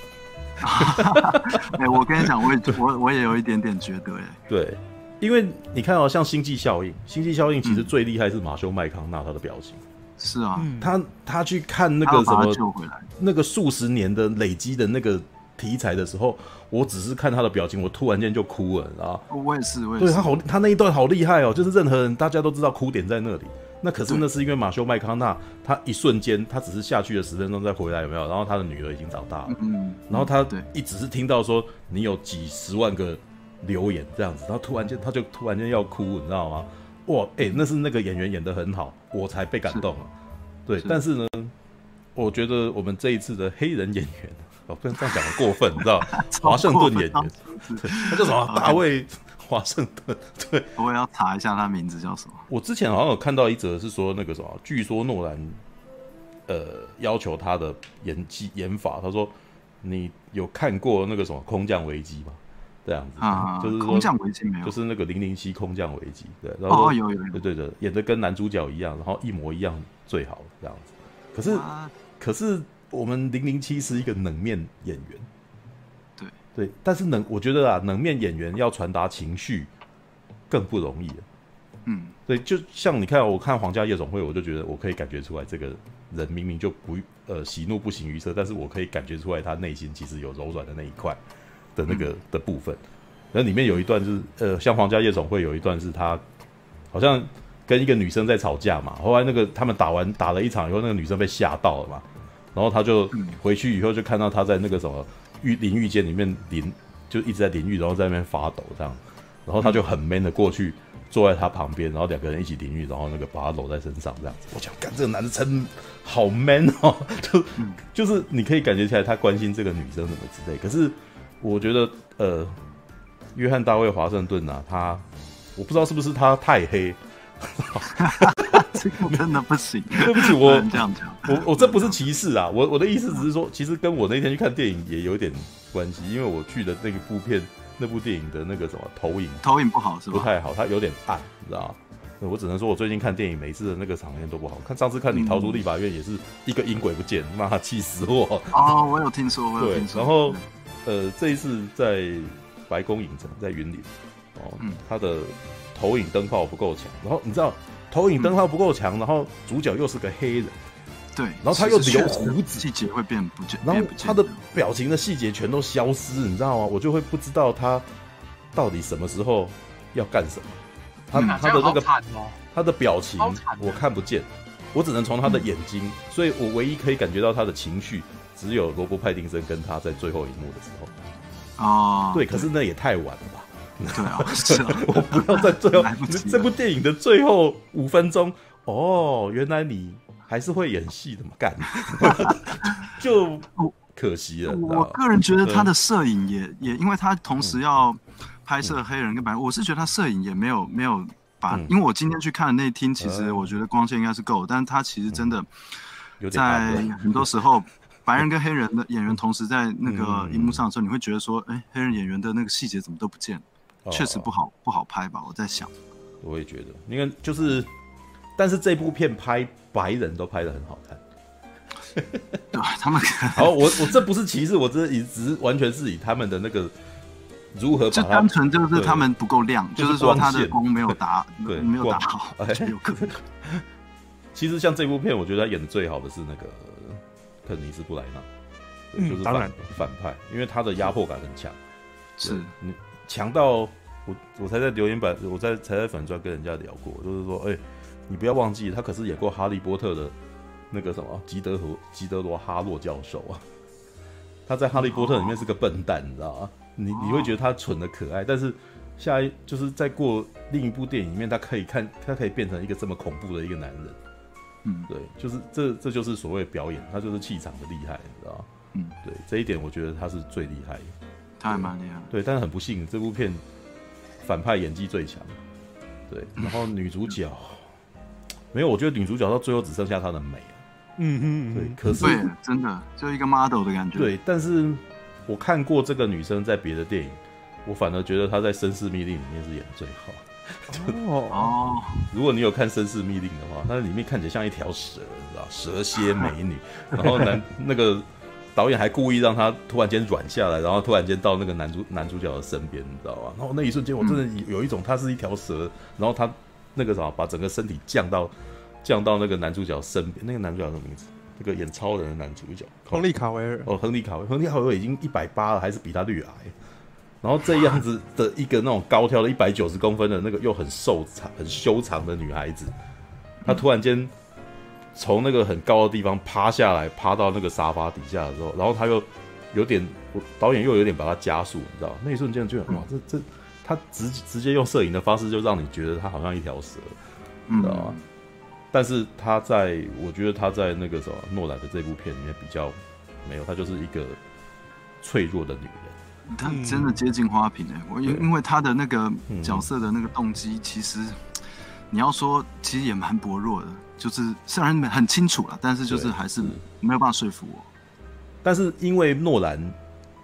G: 哎，我跟你讲，我也我我也有一点点觉得，哎，
A: 对，因为你看哦，像星际效应，星际效应其实最厉害是马修麦康纳他的表情。
G: 是啊，
A: 他他去看那个什么那个数十年的累积的那个题材的时候，我只是看他的表情，我突然间就哭了，啊！
G: 我也是，我也是。
A: 对他好，他那一段好厉害哦，就是任何人大家都知道哭点在那里。那可是那是因为马修麦康纳他一瞬间，他只是下去了十分钟再回来，有没有？然后他的女儿已经长大了，嗯，然后他一只是听到说你有几十万个留言这样子，然后突然间他就突然间要哭，你知道吗？哇，哎、欸，那是那个演员演得很好，我才被感动了。对，但是呢，我觉得我们这一次的黑人演员，我不能这样讲很过分，你知道吗？华盛顿演员，对，他叫什么？大卫。华盛顿，对，
G: 我也要查一下他名字叫什么。
A: 我之前好像有看到一则是说那个什么，据说诺兰，呃，要求他的演技演法，他说你有看过那个什么空降危机吗？ 这样子
G: 啊，
A: 就是
G: 空降危机没有，
A: 就是那个零零七空降危机，对，然后
G: 哦有有有，
A: 对对对，演的跟男主角一样，然后一模一样最好这样子。可是可是我们零零七是一个冷面演员，
G: 对
A: 对，但是冷我觉得啊，冷面演员要传达情绪更不容易了。嗯，对，就像你看，我看《皇家夜总会》，我就觉得我可以感觉出来，这个人明明就不呃喜怒不形于色，但是我可以感觉出来他内心其实有柔软的那一块的那个、嗯、的部分。然后里面有一段就是呃，像《皇家夜总会》有一段是他好像跟一个女生在吵架嘛，后来那个他们打完打了一场以后，那个女生被吓到了嘛，然后他就回去以后就看到他在那个什么浴淋浴间里面淋，就一直在淋浴，然后在那边发抖这样，然后他就很 man 的过去。坐在他旁边，然后两个人一起淋浴，然后那个把他搂在身上，这样子。我想，干这个男的真好 man 哦，就、嗯、就是你可以感觉起来他关心这个女生什么之类。可是我觉得，呃，约翰大卫华盛顿啊，他我不知道是不是他太黑，
G: 这个真的不行。
A: 对不起，我
G: 这样讲，
A: 我我这不是歧视啊，我我的意思只是说，其实跟我那天去看电影也有点关系，因为我去的那个部片。那部电影的那个什么投影，
G: 投影不好是吧？
A: 不太好，它有点暗，你知道吗？我只能说，我最近看电影，每次的那个场面都不好看。上次看你逃出立法院，也是一个音轨不见，妈气死我！
G: 哦，我有听说，我有听说。
A: 然后，呃，这一次在白宫影城，在云林，哦，嗯、它的投影灯泡不够强。然后你知道，投影灯泡不够强，然后主角又是个黑人。
G: 对，
A: 然后他又留胡子，
G: 细节会变不见，
A: 然后他的表情的细节全都消失，你知道吗？我就会不知道他到底什么时候要干什么。他、嗯、他的那个、哦、他的表情我看不见，我只能从他的眼睛，嗯、所以我唯一可以感觉到他的情绪，只有罗伯·派丁森跟他在最后一幕的时候。哦，对，可是那也太晚了吧？
G: 对啊，是啊，
A: 我不要在最后这部电影的最后五分钟，哦，原来你。还是会演戏的嘛，干就可惜了。
G: 我个人觉得他的摄影也也，因为他同时要拍摄黑人跟白人，我是觉得他摄影也没有没有把，嗯、因为我今天去看的那厅，其实我觉得光线应该是够，但是他其实真的在很多时候，白人跟黑人的演员同时在那个荧幕上的时候，你会觉得说，哎、欸，黑人演员的那个细节怎么都不见，确实不好不好拍吧？我在想，
A: 我也觉得，因为就是，但是这部片拍。白人都拍得很好看，
G: 对他们。
A: 好，我我这不是歧视，我这只是完全是以他们的那个如何把它，
G: 就单纯就是他们不够亮，就, 就是说他的光没有打，对，没有打好，就有可能。
A: 其实像这部片，我觉得他演的最好的是那个肯尼斯布莱纳，嗯、就是反反派，因为他的压迫感很强，
G: 是
A: 你强到我我才在留言板，我在才在粉专跟人家聊过，就是说，哎、欸。你不要忘记，他可是演过《哈利波特》的那个什么吉德和吉德罗哈洛教授啊。他在《哈利波特》里面是个笨蛋，你知道吗？你你会觉得他蠢的可爱，但是下一就是在过另一部电影里面，他可以看，他可以变成一个这么恐怖的一个男人。嗯，对，就是这这就是所谓表演，他就是气场的厉害，你知道吗？嗯，对，这一点我觉得他是最厉害的。
G: 他还蛮厉害。
A: 对，但是很不幸，这部片反派演技最强。对，然后女主角。没有，我觉得女主角到最后只剩下她的美了。嗯嗯，对，可是
G: 对，真的就一个 model 的感觉。
A: 对，但是我看过这个女生在别的电影，我反而觉得她在《绅士密令》里面是演最好。哦，如果你有看《绅士密令》的话，那里面看起来像一条蛇，你知道，蛇蝎美女。然后男那个导演还故意让她突然间软下来，然后突然间到那个男主男主角的身边，你知道吧？然后那一瞬间，我真的有一种她是一条蛇，然后她。那个啥，把整个身体降到降到那个男主角身边。那个男主角什么名字？那个演超人的男主角，
C: 亨利卡维尔。
A: 哦，亨利卡维，亨利卡维尔已经一百八了，还是比他略矮。然后这样子的一个那种高挑的一百九十公分的那个又很瘦长、很修长的女孩子，她突然间从那个很高的地方趴下来，趴到那个沙发底下的时候，然后她又有点，导演又有点把它加速，你知道吗？那一瞬间就哇，这这。他直直接用摄影的方式就让你觉得他好像一条蛇，你知道吗？嗯、但是他在，我觉得他在那个什么诺兰的这部片里面比较没有，他就是一个脆弱的女人。
G: 他真的接近花瓶哎、欸，我因因为他的那个角色的那个动机，其实你要说其实也蛮薄弱的，就是虽然很清楚了，但是就是还是没有办法说服我。
A: 但是因为诺兰。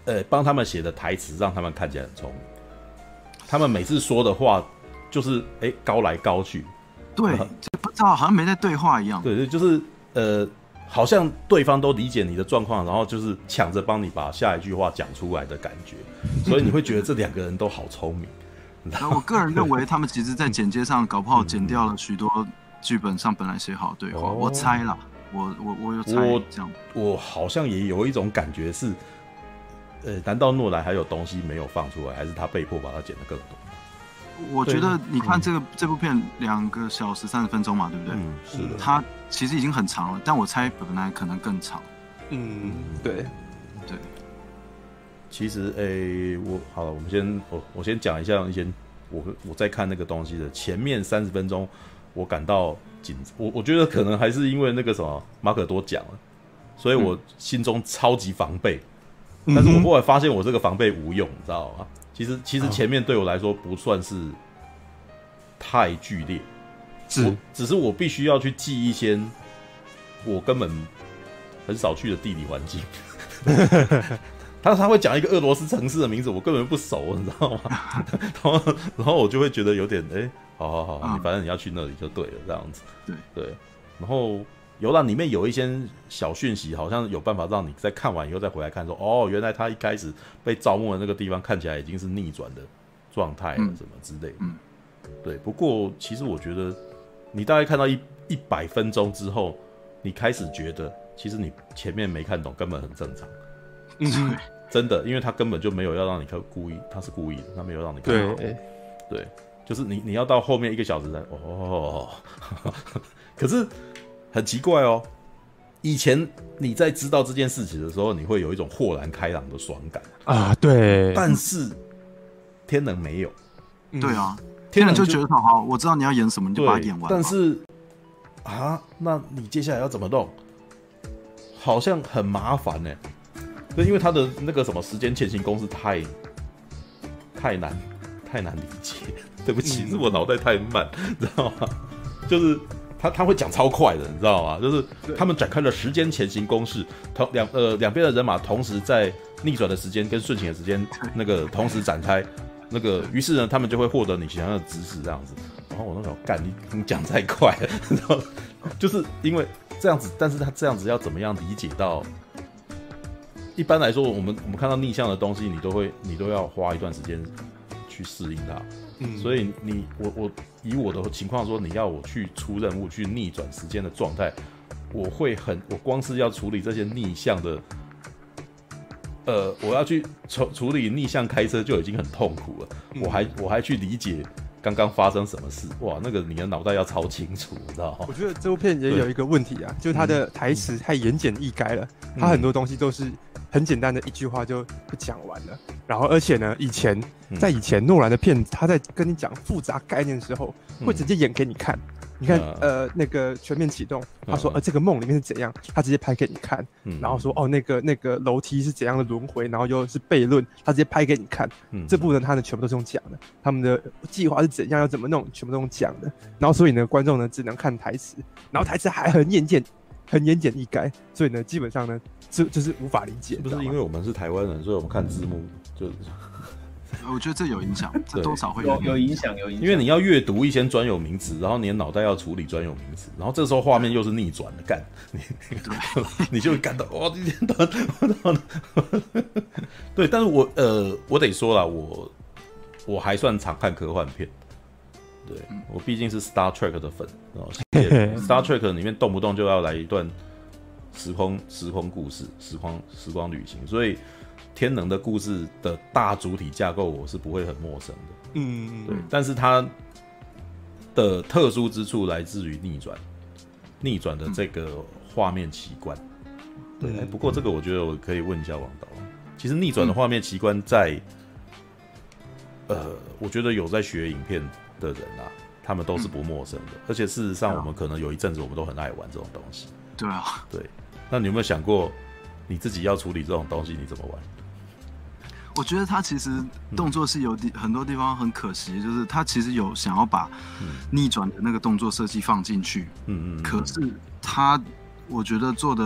A: 呃帮他们写的台词让他们看起来很聪明，他们每次说的话就是哎、欸、高来高去，
G: 对，就不知道好像没在对话一样。
A: 对，就是呃好像对方都理解你的状况，然后就是抢着帮你把下一句话讲出来的感觉，所以你会觉得这两个人都好聪明。
G: 然后我个人认为，他们其实在剪接上搞不好剪掉了许多剧本上本来写好的对话。哦、我猜啦，我我我有猜这样。
A: 我好像也有一种感觉是，呃，难道诺兰还有东西没有放出来，还是他被迫把它剪得更多？
G: 我觉得你看这个、嗯、这部片两个小时三十分钟嘛，对不对？
A: 嗯，是的。
G: 它其实已经很长了，但我猜本来可能更长。
C: 嗯，对
G: 对。
A: 其实，诶、欸，我好了，我们先我我先讲一下一些我我在看那个东西的前面三十分钟，我感到紧，我我觉得可能还是因为那个什么马可多讲了，所以我心中超级防备。嗯、但是我后来发现我这个防备无用，你知道吗？其实其实前面对我来说不算是太剧烈，
C: 是
A: 只是我必须要去记一些我根本很少去的地理环境。他他会讲一个俄罗斯城市的名字，我根本不熟，你知道吗？然后然后我就会觉得有点哎、欸，好好好，你反正你要去那里就对了，这样子。
G: 对
A: 对，然后游览里面有一些小讯息，好像有办法让你在看完以后再回来看说，哦，原来他一开始被招募的那个地方看起来已经是逆转的状态了，什么之类的。
G: 嗯，
A: 对。不过其实我觉得，你大概看到一一百分钟之后，你开始觉得，其实你前面没看懂，根本很正常。
G: 嗯。
A: 真的，因为他根本就没有要让你看故意，他是故意的，他没有让你看懂。
C: 对，
A: 对，就是你你要到后面一个小时才哦，可是很奇怪哦，以前你在知道这件事情的时候，你会有一种豁然开朗的爽感
C: 啊，对。
A: 但是天能没有，
G: 对啊，天能就觉得好，我知道你要演什么，你就把它演完。
A: 但是啊，那你接下来要怎么弄？好像很麻烦呢、欸。对，因为他的那个什么时间前行公式太太难太难理解，对不起，是我脑袋太慢，你知道吗？就是他他会讲超快的，你知道吗？就是他们展开了时间前行公式，同两呃两边的人马同时在逆转的时间跟顺行的时间那个同时展开，那个于是呢，他们就会获得你想要的知识这样子。然后我那时候干你你讲太快了，然后就是因为这样子，但是他这样子要怎么样理解到？一般来说，我们我们看到逆向的东西，你都会你都要花一段时间去适应它。嗯，所以你我我以我的情况说，你要我去出任务去逆转时间的状态，我会很我光是要处理这些逆向的，呃，我要去处处理逆向开车就已经很痛苦了，嗯、我还我还去理解刚刚发生什么事，哇，那个你的脑袋要超清楚，你知道吗？
C: 我觉得这部片也有一个问题啊，就是它的台词太言简意赅了，嗯、它很多东西都是很简单的一句话就就讲完了。然后而且呢，以前在以前诺兰的片子，他在跟你讲复杂概念的时候，会直接演给你看。你看，呃，那个全面启动，他说，呃，这个梦里面是怎样，他直接拍给你看，然后说，哦，那个那个楼梯是怎样的轮回，然后又是悖论，他直接拍给你看。这部呢，他呢全部都是用讲的，他们的计划是怎样，要怎么弄，全部都用讲的。然后所以呢，观众呢只能看台词，然后台词还很言简，很言简意赅，所以呢，基本上呢，就就是无法理解。
A: 不是因为我们是台湾人，所以我们看字幕就。
G: 我觉得这有影响，这多少会
D: 有有影响，有影响。
A: 因为你要阅读一些专有名词，然后你的脑袋要处理专有名词，然后这时候画面又是逆转的，干你，你就会感到哇，一天到晚。对，但是我呃，我得说啦，我我还算常看科幻片，对我毕竟是 Star Trek 的粉，然后 Star Trek 里面动不动就要来一段时空时空故事、时光时光旅行，所以。天能的故事的大主体架构，我是不会很陌生的。
C: 嗯，
A: 对。但是它的特殊之处来自于逆转，逆转的这个画面奇观。对、嗯欸，不过这个我觉得我可以问一下王导。其实逆转的画面奇观在，嗯、呃，我觉得有在学影片的人啊，他们都是不陌生的。嗯、而且事实上，我们可能有一阵子我们都很爱玩这种东西。
G: 对啊，
A: 对。那你有没有想过，你自己要处理这种东西，你怎么玩？
G: 我觉得他其实动作是有地很多地方很可惜，就是他其实有想要把逆转的那个动作设计放进去，嗯嗯，可是他我觉得做的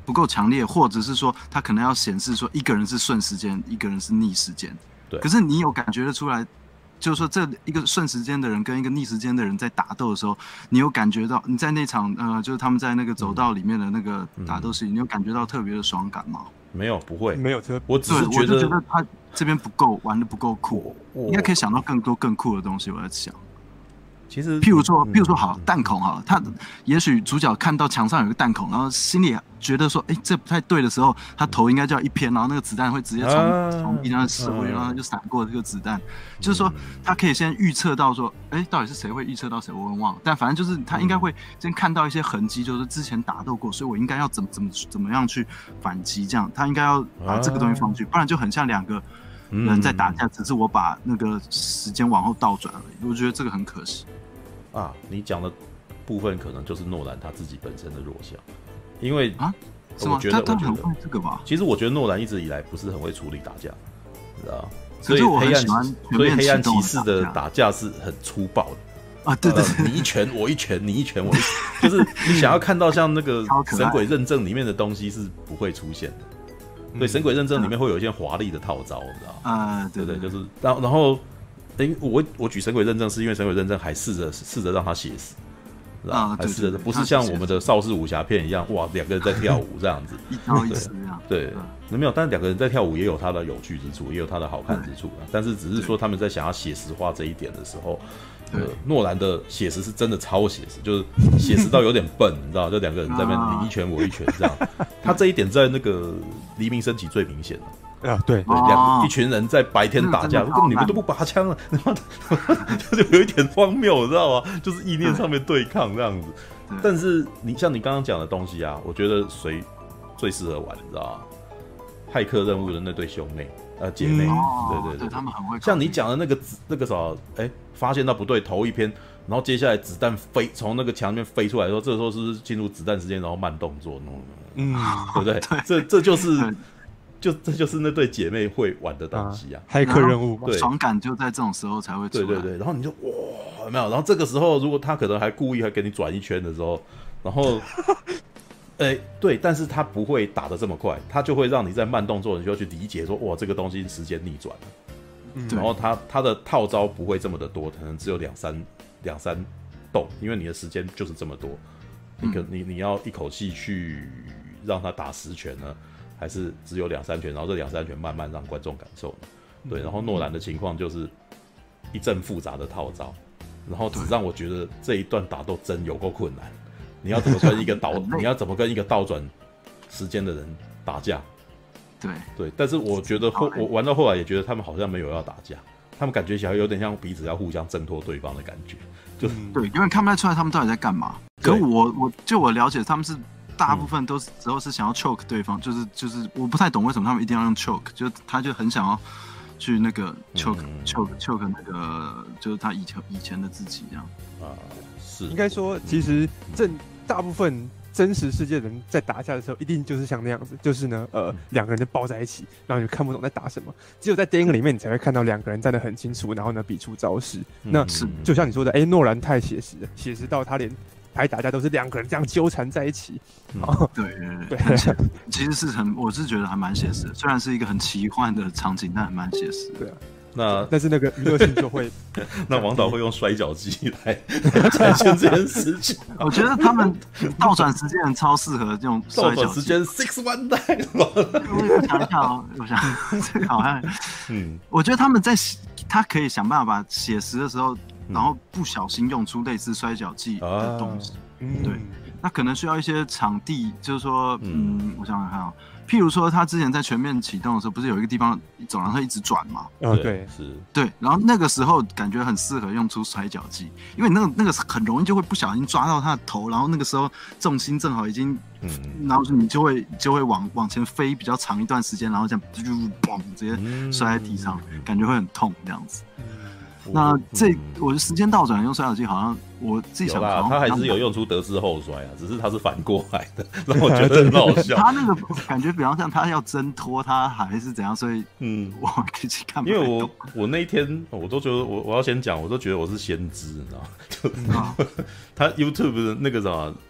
G: 不够强烈，或者是说他可能要显示说一个人是顺时间，一个人是逆时间。
A: 对。
G: 可是你有感觉得出来，就是说这一个顺时间的人跟一个逆时间的人在打斗的时候，你有感觉到你在那场呃，就是他们在那个走道里面的那个打斗戏，嗯、你有感觉到特别的爽感吗？
A: 没有，不会，
C: 没有这，
A: 我只是觉得，
G: 我就觉得他这边不够玩的不够酷，应该可以想到更多更酷的东西。我在想。
A: 其实，
G: 譬如说，譬如说，好弹孔好了，他也许主角看到墙上有个弹孔，然后心里觉得说，哎、欸，这不太对的时候，他头应该就要一偏，然后那个子弹会直接从从壁上射回，然后他就闪过这个子弹。就是说，他可以先预测到说，哎、欸，到底是谁会预测到谁，我忘了。但反正就是他应该会先看到一些痕迹，就是之前打斗过，所以我应该要怎么怎么怎么样去反击，这样他应该要把这个东西放进去，不然就很像两个人在打架，只是我把那个时间往后倒转而已。我觉得这个很可惜。
A: 啊，你讲的部分可能就是诺兰他自己本身的弱项，因为
G: 啊，
A: 我觉得
G: 他很会这个吧？
A: 其实我觉得诺兰一直以来不是很会处理打架，你知道？所
G: 以
A: 黑暗，所以黑暗骑士的打架是很粗暴的
G: 啊，对对对，
A: 你一拳我一拳，你一拳我一拳，就是你想要看到像那个神鬼认证里面的东西是不会出现的。对，神鬼认证里面会有一些华丽的套招，你知道？
G: 啊，
A: 对对，就是然后然后。欸、我我举神鬼认证是因为神鬼认证还试着试着让他写实，啊，还试着不是像我们的邵氏武侠片一样，哇，两个人在跳舞这样子，
G: 一刀一式这样。
A: 对，没有，但是两个人在跳舞也有它的有趣之处，也有它的好看之处啊。但是只是说他们在想要写实化这一点的时候，呃，诺兰的写实是真的超写实，就是写实到有点笨，你知道，就两个人在那边你一拳我一拳这样。他这一点在那个黎明升起最明显了。
C: 啊，对，
A: 对，两一群人在白天打架，你们都不拔枪了，然后就有一点荒谬，你知道吗？就是意念上面对抗这样子。但是你像你刚刚讲的东西啊，我觉得谁最适合玩，你知道吗？骇客任务的那对兄妹，呃，姐妹，
G: 嗯、
A: 对对 对, 对，
G: 他们很会。
A: 像你讲的那个那个啥，哎、欸，发现到不对，头一偏，然后接下来子弹飞从那个墙里面飞出来的时候，这个时候是不是进入子弹时间，然后慢动作弄？嗯，对不对？
G: 对
A: 这这就是。就这就是那对姐妹会玩的东西啊，
C: 骇客任务嘛，
A: 对，
G: 爽感就在这种时候才会出来。
A: 对对对，然后你就哇，有没有？然后这个时候，如果他可能还故意还给你转一圈的时候，然后，哎、欸，对，但是他不会打得这么快，他就会让你在慢动作，你就要去理解说，哇，这个东西时间逆转了，嗯、然后他他的套招不会这么的多，可能只有两三两三动，因为你的时间就是这么多，你可你你要一口气去让他打十拳呢？还是只有两三拳，然后这两三拳慢慢让观众感受，对。然后诺兰的情况就是一阵复杂的套招，然后只让我觉得这一段打斗真有够困难。你要怎么跟一个倒，你要怎么跟一个倒转时间的人打架？
G: 对
A: 对。但是我觉得后我玩到后来也觉得他们好像没有要打架，他们感觉起来有点像彼此要互相挣脱对方的感觉，就、
G: 嗯、对，因为看不太出来他们到底在干嘛。可我我就我了解他们是。大部分都是之后是想要 choke 对方，就是就是我不太懂为什么他们一定要用 choke， 就他就很想要去那个 choke、嗯、choke choke 那个就是他以前以前的自己这样
A: 啊，是
C: 应该说其实正大部分真实世界的人在打架的时候，一定就是像那样子，就是呢呃两个人就抱在一起，然后你看不懂在打什么，只有在电影里面你才会看到两个人站得很清楚，然后呢比出招式。嗯、那是就像你说的，哎、欸，诺兰太写实了，写实到他连。拍打架都是两个人这样纠缠在一起，
G: 嗯、对对对，其实是很，我是觉得还蛮写实的，虽然是一个很奇幻的场景，但还蛮写实的。
C: 对啊，
A: 那
C: 但是那个娱乐性就会，
A: 那王导会用摔角机来展现这件事情。
G: 我觉得他们倒转时间超适合用摔角机。
A: 倒转时间 six one nine。
G: 我想一下哦，我想这个好像，嗯，我觉得他们在他可以想办法把写实的时候。然后不小心用出类似摔角技的东西，啊、对，那可能需要一些场地，就是说，嗯，嗯我想想看啊、哦，譬如说他之前在全面启动的时候，不是有一个地方走廊会一直转嘛？
C: 哦，对，
A: 是，
G: 对，然后那个时候感觉很适合用出摔角技，因为那个那个很容易就会不小心抓到他的头，然后那个时候重心正好已经，嗯，然后你就会就会往往前飞比较长一段时间，然后这样就嘣直接摔在地上，嗯、感觉会很痛这样子。那这我的时间倒转用摔角机，好像我自己想
A: 啦，他还是有用出德式后摔啊，只是他是反过来的，让我觉得很好笑。
G: 他那个感觉比方像他要挣脱他还是怎样，所以嗯，我可以去看不太懂。
A: 因为我我那一天我都觉得我我要先讲，我都觉得我是先知，你知道吗？就、嗯、他 YouTube 的那个什么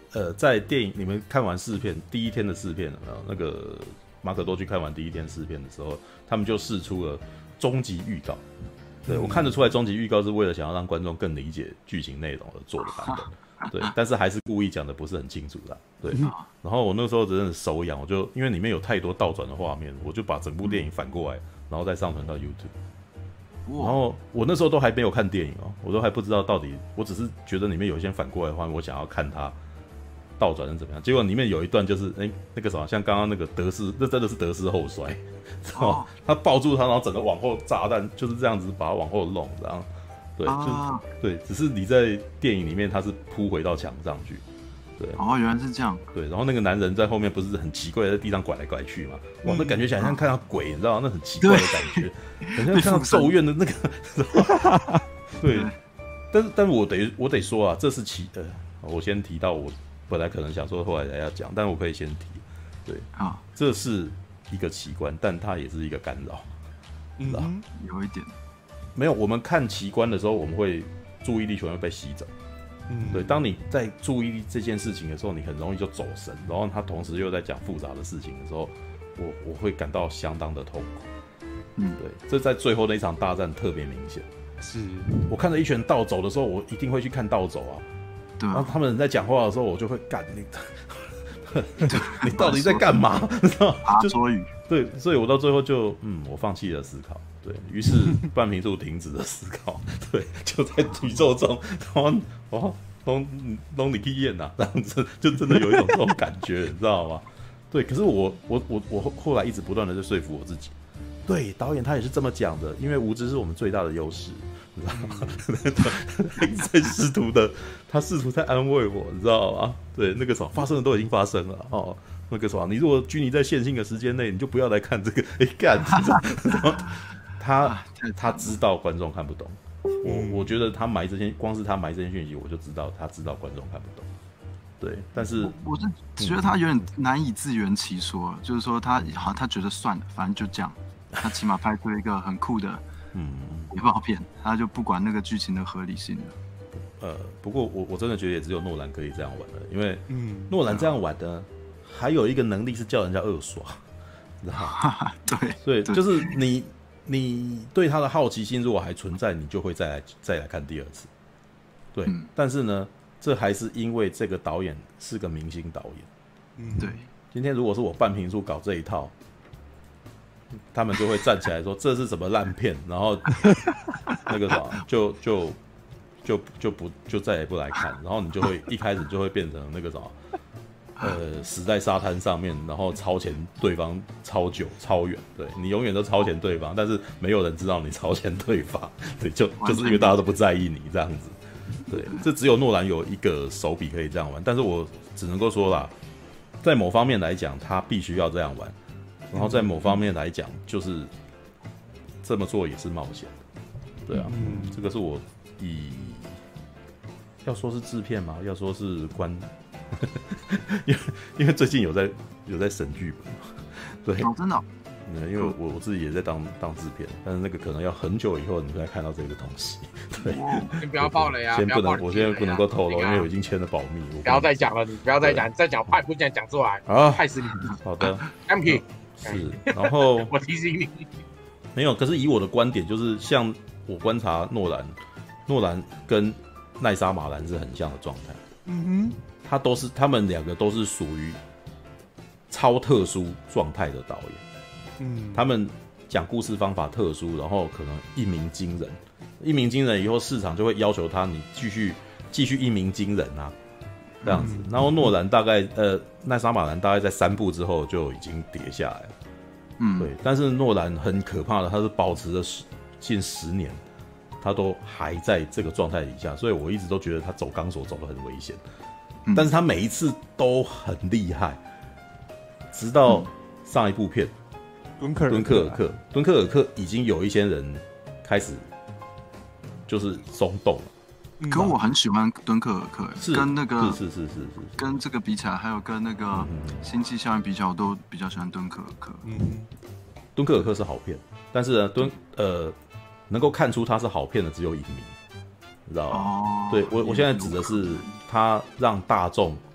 A: 呃，在电影你们看完试片第一天的试片，呃，那个马可多去看完第一天试片的时候，他们就释出了终极预告。对、嗯、我看得出来，终极预告是为了想要让观众更理解剧情内容而做的版本。对，但是还是故意讲的不是很清楚啦。对，然后我那时候真的手痒，我就因为里面有太多倒转的画面，我就把整部电影反过来，然后再上传到 YouTube。然后我那时候都还没有看电影哦，我都还不知道到底，我只是觉得里面有一些反过来的画面，我想要看它倒转是怎么样。结果里面有一段就是，哎、欸，那个什么，像刚刚那个德斯，那真的是德斯后摔，知道吗？他抱住他，然后整个往后炸弹就是这样子把它往后弄，然后对，就对，只是你在电影里面他是扑回到墙上去。对，
G: 哦，原来是这样。
A: 对，然后那个男人在后面不是很奇怪，在地上拐来拐去嘛？哇，那感觉想像看到鬼，你知道吗？那很奇怪的感觉，很像看到咒怨的那个。对，但是但是我得我得说啊，这是其呃，我先提到我本来可能想说后来才要讲，但我可以先提。对啊，这是一个奇观，但它也是一个干扰，知道、嗯、
G: 有一点。
A: 没有，我们看奇观的时候，我们会注意力全会被吸走。嗯，对，当你在注意这件事情的时候，你很容易就走神，然后他同时又在讲复杂的事情的时候，我我会感到相当的痛苦。嗯，对，这在最后那一场大战特别明显。
C: 是
A: 我看着一拳倒走的时候，我一定会去看倒走啊。
G: 对啊。
A: 然后他们在讲话的时候，我就会干你，你到底在干嘛？你知道吗？
G: 就说语。
A: 对，所以我到最后就嗯，我放弃了思考。对，于是半瓶醋停止了思考，对，就在宇宙中，然后哦，弄弄你去演呐，这样子就真的有一种这种感觉，你知道吗？对，可是我我我我后来一直不断的在说服我自己，对，导演他也是这么讲的，因为无知是我们最大的优势，你知道吗？他一直在试图的，他试图在安慰我，你知道吗？对，那个什么发生的都已经发生了哦。那个什么，你如果拘泥在线性的时间内，你就不要来看这个。哎、欸，干！他他知道观众看不懂，我我觉得他埋这些，光是他埋这些讯息，我就知道他知道观众看不懂。对，但是
G: 我, 我是觉得他有点难以自圆其说，嗯、就是说他好像他觉得算了，反正就这样，他起码拍出一个很酷的嗯谍报片，他就不管那个剧情的合理性了。
A: 呃，不过我我真的觉得也只有诺兰可以这样玩了，因为诺兰这样玩的。还有一个能力是叫人家二刷，知道吗？
G: 对，
A: 所以就是你你对他的好奇心如果还存在，你就会再来再来看第二次。对，嗯、但是呢，这还是因为这个导演是个明星导演。
G: 嗯，对。
A: 今天如果是我半瓶醋搞这一套，他们就会站起来说这是什么烂片，然后那个啥就就就就不就再也不来看，然后你就会一开始就会变成那个啥。呃，死在沙滩上面，然后超前对方超久、超远，对你永远都超前对方，但是没有人知道你超前对方，对，就就是因为大家都不在意你这样子，对，这只有诺兰有一个手笔可以这样玩，但是我只能够说啦，在某方面来讲，他必须要这样玩，然后在某方面来讲，就是这么做也是冒险的，对啊，嗯、这个是我以要说是制片吗？要说是观。因为因为最近有在有在审剧本，对，
G: 哦，真的、哦，
A: 因为我我自己也在当当制片，但是那个可能要很久以后你才看到这个东西，对，
B: 先不要爆了呀，
A: 先不能，我现在不能够透露，因为我已经签了保密，
B: 不要再讲了，你不要再讲，再讲怕不讲讲出来啊，害死你。
A: 好的
B: ，M P
A: 是，然后
B: 我提醒你，
A: 没有，可是以我的观点，就是像我观察诺兰，诺兰跟奈莎马兰是很像的状态，嗯哼。他都是，他们两个都是属于超特殊状态的导演，嗯，他们讲故事方法特殊，然后可能一鸣惊人，一鸣惊人以后市场就会要求他你继续继续一鸣惊人啊，这样子。嗯、然后诺兰大概呃奈莎马兰大概在三部之后就已经跌下来了，嗯，对。但是诺兰很可怕的，他是保持了十近十年，他都还在这个状态底下，所以我一直都觉得他走钢索走得很危险。但是他每一次都很厉害，直到上一部片《
C: 敦刻
A: 敦刻尔克》，敦刻尔克已经有一些人开始就是松动了。
G: 可我很喜欢敦刻尔克，
A: 是
G: 跟那个
A: 是是是是是
G: 跟这个比起来，还有跟那个《星际效应》比起来，我都比较喜欢敦刻尔克。嗯，
A: 敦刻尔克是好片，但是呢，敦呃能够看出它是好片的只有影迷。你知道吗？哦、对我，我现在指的是他让大众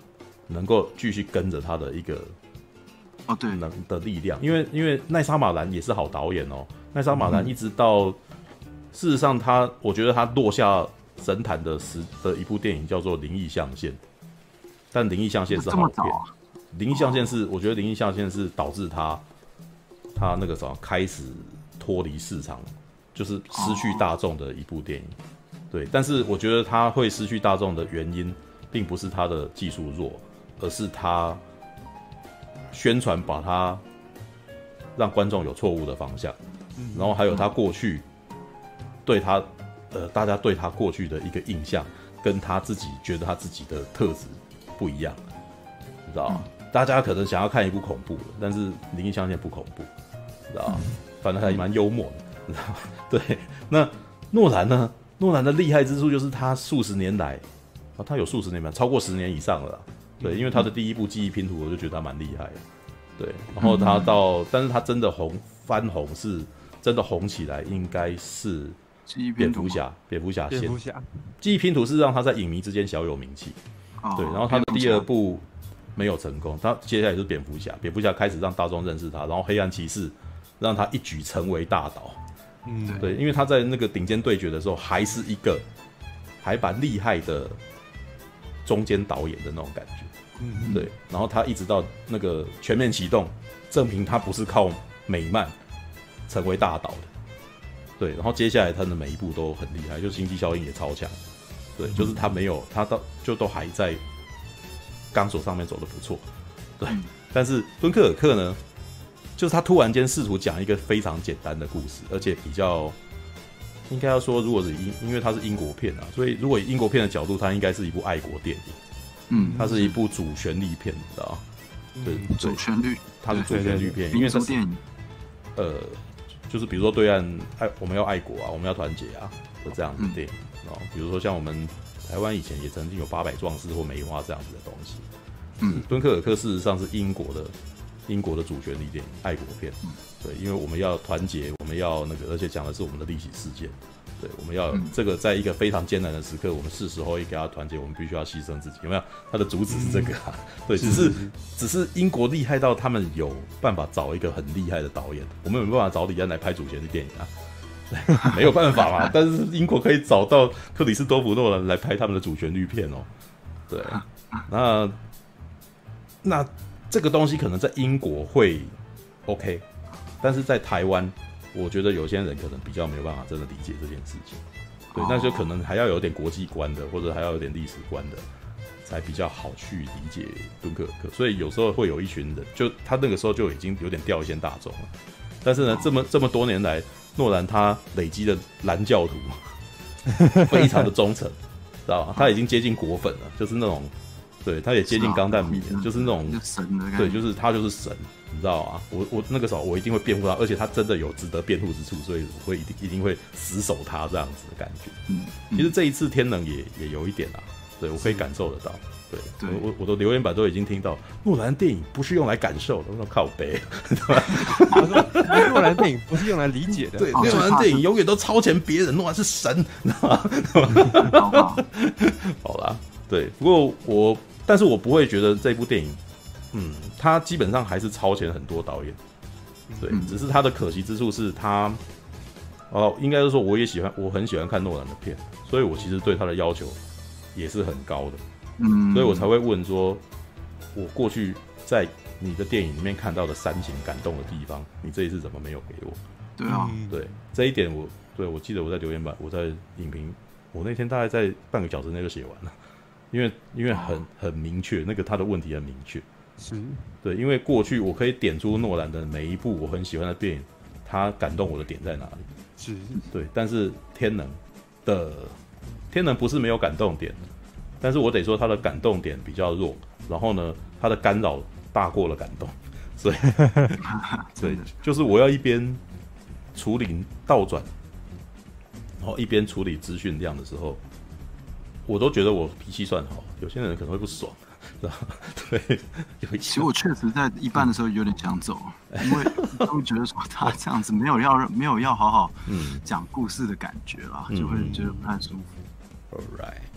A: 能够继续跟着他的一个
G: 哦对
A: 能的力量，因为因为奈莎马兰也是好导演哦，奈莎马兰一直到、嗯、事实上他我觉得他落下神坛的时的一部电影叫做《灵异象限》，但《灵异象限》是好片，《灵异象限》是我觉得《灵异象限》是导致他他那个什么开始脱离市场，就是失去大众的一部电影。对，但是我觉得他会失去大众的原因，并不是他的技术弱，而是他宣传把他让观众有错误的方向，然后还有他过去对他呃大家对他过去的一个印象，跟他自己觉得他自己的特质不一样，你知道吗？大家可能想要看一部恐怖的，但是《灵异象限》不恐怖，知道吗？反正还蛮幽默的，你知道吗？对，那诺兰呢？诺兰的厉害之处就是他数十年来，啊，他有数十年吧，超过十年以上了啦。对，因为他的第一部《记忆拼图》，我就觉得他蛮厉害的。对，然后他到，嗯、但是他真的红翻红是真的红起来，应该是蝙蝠侠，蝙蝠侠先。
C: 蝙蝠侠，
A: 记忆拼图是让他在影迷之间小有名气。哦、对，然后他的第二部没有成功，他接下来就是蝙蝠侠，蝙蝠侠开始让大众认识他，然后黑暗骑士让他一举成为大导。嗯，对，因为他在那个顶尖对决的时候，还是一个还蛮厉害的中间导演的那种感觉。嗯，对，然后他一直到那个全面启动，证明他不是靠美漫成为大导的。对，然后接下来他的每一部都很厉害，就是星际效应也超强。对，就是他没有，他到就都还在钢索上面走得不错。对，但是敦刻尔克呢？就是他突然间试图讲一个非常简单的故事，而且比较应该要说，如果是英，因为它是英国片啊，所以如果以英国片的角度，它应该是一部爱国电影。嗯，它是一部主旋律片，你知道吗？对，
G: 嗯、主旋律，
A: 它是主旋律片，因为它是
G: 电影。
A: 呃，就是比如说对岸爱我们要爱国啊，我们要团结啊，有这样的电影。然后、嗯、比如说像我们台湾以前也曾经有八百壮士或梅花这样子的东西。嗯，敦刻尔克事实上是英国的。英国的主旋律电影，爱国片，对，因为我们要团结，我们要那个，而且讲的是我们的历史事件，对，我们要、嗯、这个在一个非常艰难的时刻，我们是时候也给他团结，我们必须要牺牲自己，有没有？他的主旨是这个啊，嗯、对，只是只是英国厉害到他们有办法找一个很厉害的导演，我们有没有办法找李安来拍主旋律电影啊？没有办法嘛，但是英国可以找到克里斯多弗诺兰来拍他们的主旋律片哦，对，那那。这个东西可能在英国会 OK， 但是在台湾，我觉得有些人可能比较没有办法真的理解这件事情。对，那就可能还要有点国际观的，或者还要有点历史观的，才比较好去理解敦刻尔克。所以有时候会有一群人，就他那个时候就已经有点掉一线大众了。但是呢，这么这么多年来，诺兰他累积的蓝教徒非常的忠诚，知道吗？他已经接近果粉了，就是那种。对，他也接近钢弹迷了，就是那种
G: 神的感觉。
A: 对，就是他就是神，你知道吗？我我那个时候我一定会辩护他，而且他真的有值得辩护之处，所以我会一定一定会死守他这样子的感觉。嗯，其实这一次天能也也有一点啊，对我可以感受得到。对，对我我的留言板都已经听到，诺兰电影不是用来感受的，我说靠北，对吧？
C: 他说诺兰电影不是用来理解的，
A: 对，诺兰电影永远都超前别人，诺兰是神，你知道吗？好啦，对，不过我。但是我不会觉得这部电影，嗯，他基本上还是超前很多导演，对，嗯、只是他的可惜之处是他，哦，应该是说我也喜欢，我很喜欢看诺兰的片，所以我其实对他的要求也是很高的，嗯，所以我才会问说，我过去在你的电影里面看到的煽情感动的地方，你这一次怎么没有给我？
G: 对啊，
A: 对，这一点我，对我记得我在留言板，我在影评，我那天大概在半个小时内就写完了。因为因为很很明确，那个他的问题很明确，是对，因为过去我可以点出诺兰的每一部我很喜欢的电影，他感动我的点在哪里？是，对，但是天能的天能不是没有感动点，但是我得说他的感动点比较弱，然后呢，他的干扰大过了感动，所以对，就是我要一边处理倒转，然后一边处理资讯量的时候。我都觉得我脾气算好，有些人可能会不爽，知道吗？对，有一
G: 其实我确实在一半的时候有点想走，因为会觉得说他这样子没有要没有要好好讲故事的感觉啦，嗯、就会觉得不太舒服。
A: All right，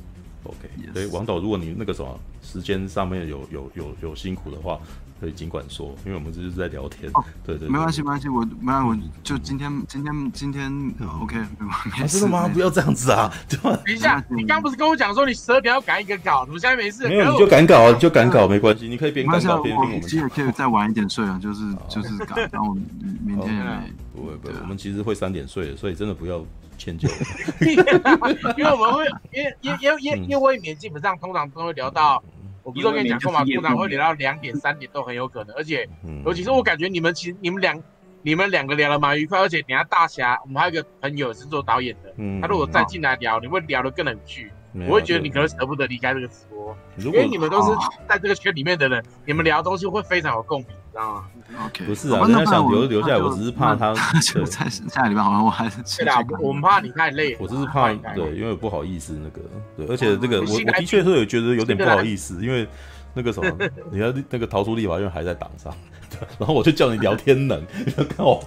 A: OK， 所以王导，如果你那个什么时间上面有有有有辛苦的话，可以尽管说，因为我们这是在聊天。哦、对, 对对，
G: 没关系没关系，我没有，我就今天今天今天、嗯、OK， 没
A: 事。真的吗？不要这样子啊！
B: 等一下，你刚不是跟我讲说你十二点要赶一个稿，怎么现在没事？
A: 没有，你就赶稿，你就赶稿，没关系，你可以边赶稿边听我们。
G: 其实可以再晚一点睡啊，就是就是赶，然后我明天也没。
A: 不会不会，我们其实会三点睡的，所以真的不要。迁就，
B: 因为我们会，因为因因因因为年基本上通常都会聊到，我不是跟你讲过吗？通常会聊到两点、三点都很有可能，而且尤其是我感觉你们其实你们两你们两个聊得蛮愉快，而且等下大侠，我们还有一个朋友是做导演的，他如果再进来聊，你会聊得更有趣，我会觉得你可能舍不得离开这个直播，因为你们都是在这个圈里面的人，你们聊的东西会非常有共鸣，知道吗？
G: OK，
A: 不是啊，人家想留留下来，我只是怕他
G: 就在下礼拜好像我还是
B: 对啦，我们怕你太累，
A: 我只是怕对，因为不好意思那个对，而且这个我我的确是有觉得有点不好意思，因为那个什么，你看那个逃出立法院还在档上，然后我就叫你聊天能，你看我，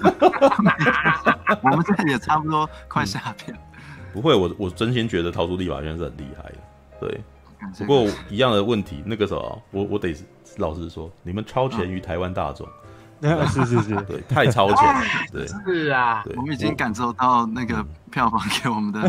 G: 我们这也差不多快下片，
A: 不会，我我真心觉得逃出立法院是很厉害的，对。不过一样的问题，那个时候我我得老实说，你们超前于台湾大众，
C: 是是是，
A: 对，太超前了，对，
B: 是啊，
G: 我们已经感受到那个票房给我们的。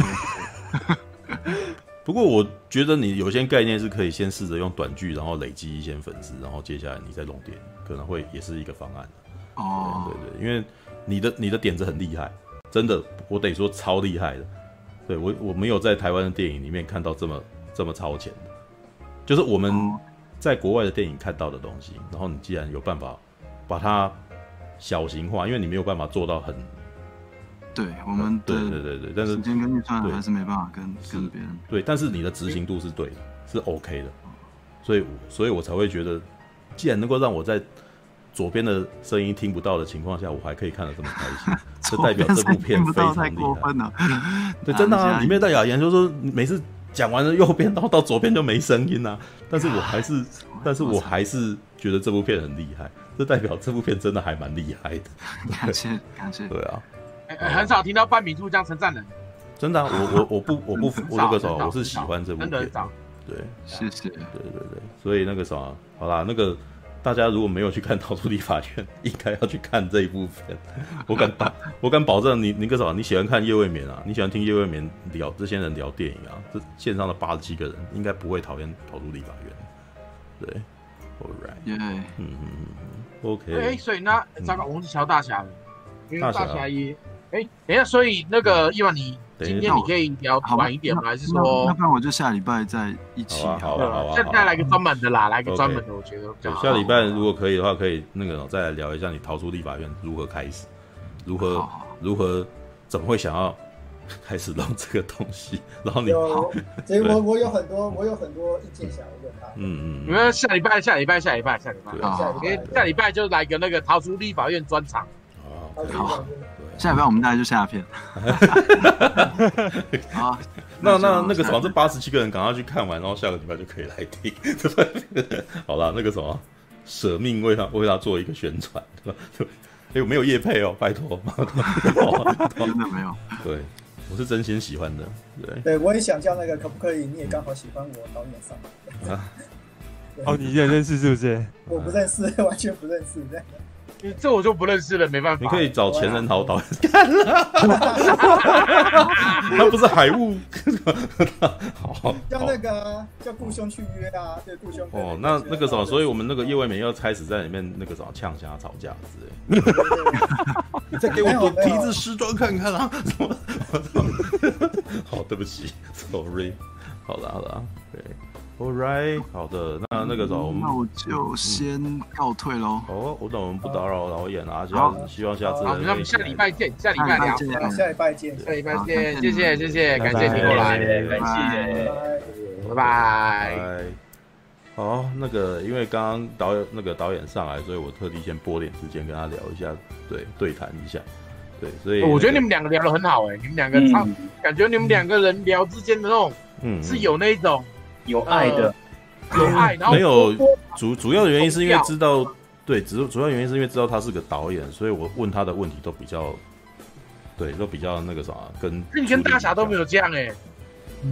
A: 不过我觉得你有些概念是可以先试着用短剧，然后累积一些粉丝，然后接下来你再弄电影，可能会也是一个方案。哦，对 对, 对，因为你的你的点子很厉害，真的，我得说超厉害的。对我我没有在台湾的电影里面看到这么。这么超前的，就是我们在国外的电影看到的东西，然后你既然有办法把它小型化，因为你没有办法做到很，
G: 对我们
A: 对对对对，但是
G: 时间跟预算还是没办法跟跟别人
A: 对，但是你的执行度是对的，是 OK 的，所以所以我才会觉得，既然能够让我在左边的声音听不到的情况下，我还可以看得这么开心，这代表这部片非常厉害。对，真的啊，里面的雅言就说每次。讲完了右边，然后到左边就没声音啊！但是我还是，但是我还是觉得这部片很厉害，这代表这部片真的还蛮厉害的。
G: 感谢感谢。
A: 对啊，
B: 欸、很少听到半米柱这样称赞人。
A: 真的、啊，我我我不我不我那个时候我是喜欢这部片，对，
G: 谢谢，对
A: 对对，所以那个什么，好啦，那个。大家如果没有去看《逃出立法院》，应该要去看这一部片。我敢保，我敢保证你，你个啥？你喜欢看叶未眠啊？你喜欢听叶未眠聊这些人聊电影啊？这线上的八十七个人应该不会讨厌《逃出立法院》。对 ，All right，
G: 耶、yeah.
A: 嗯嗯嗯 ，OK。
B: 哎、欸，所以那糟糕，我们是乔大侠了，因为大侠也，哎、欸，等一下，所以那个伊万，你今天你可以聊晚一点吗？还是说？
G: 那不然我就下礼拜再一起。
A: 好啊，好啊，好啊。
B: 再再来个专门的啦，来个专门的，我觉得。
A: 对，下礼拜如果可以的话，可以那个再来聊一下你逃出立法院如何开始，如何如何怎么会想要开始弄这个东西，然后你。
E: 有，所以我我有很多我有很多意见想要问他。
A: 嗯嗯。
B: 你们下礼拜下礼拜下礼拜下礼拜，
E: 下礼拜
B: 下礼拜就来个那个逃出立法院专场。
G: 好。下礼拜我们大概就下片。好，
A: 那那那个什么，这八十七个人赶快去看完，然后下个礼拜就可以来听。好啦，那个什么，舍命为他为他做一个宣传。哎，没有业配哦，拜托。
G: 真的没有。
A: 对，我是真心喜欢的。对，
E: 对我也想叫那个，可不可以？你也刚好喜欢我导演上。
C: 啊。哦，你也认识是不是？
E: 我不认识，完全不认识。
B: 这我就不认识了，没办法。
A: 你可以找钱人豪导演看了，他不是海雾。
E: 好，叫那个、啊、叫顾兄去约啊，对，顾兄。
A: 哦，那那个什么，所以我们那个叶未眠要开始在里面那个什么呛虾吵架之类。你再给我多提子试装看看啊！好，对不起 ，sorry。好了好了，对。All right， 好的，那那个时候我们
G: 那我就先告退喽。
A: 哦，我等我们不打扰导演啊，希望希望下次。
B: 好，那我们下礼拜见，下礼拜聊，
E: 下礼拜见，
B: 下礼拜见，谢谢谢谢，感谢你过来，感谢，拜拜。
A: 好，那个因为刚刚导演那个导演上来，所以我特地先拨点时间跟他聊一下，对，对谈一下，对，所以
B: 我觉得你们两个聊得很好哎，你们两个唱，感觉你们两个人聊之间的那种，嗯，是有那种。
D: 有爱的，
B: 有爱，然后
A: 没有主主要的原因是因为知道，对，主主要原因是因为知道他是个导演，所以我问他的问题都比较，对，都比较那个啥，跟
B: 你跟大侠都没有这样哎、欸，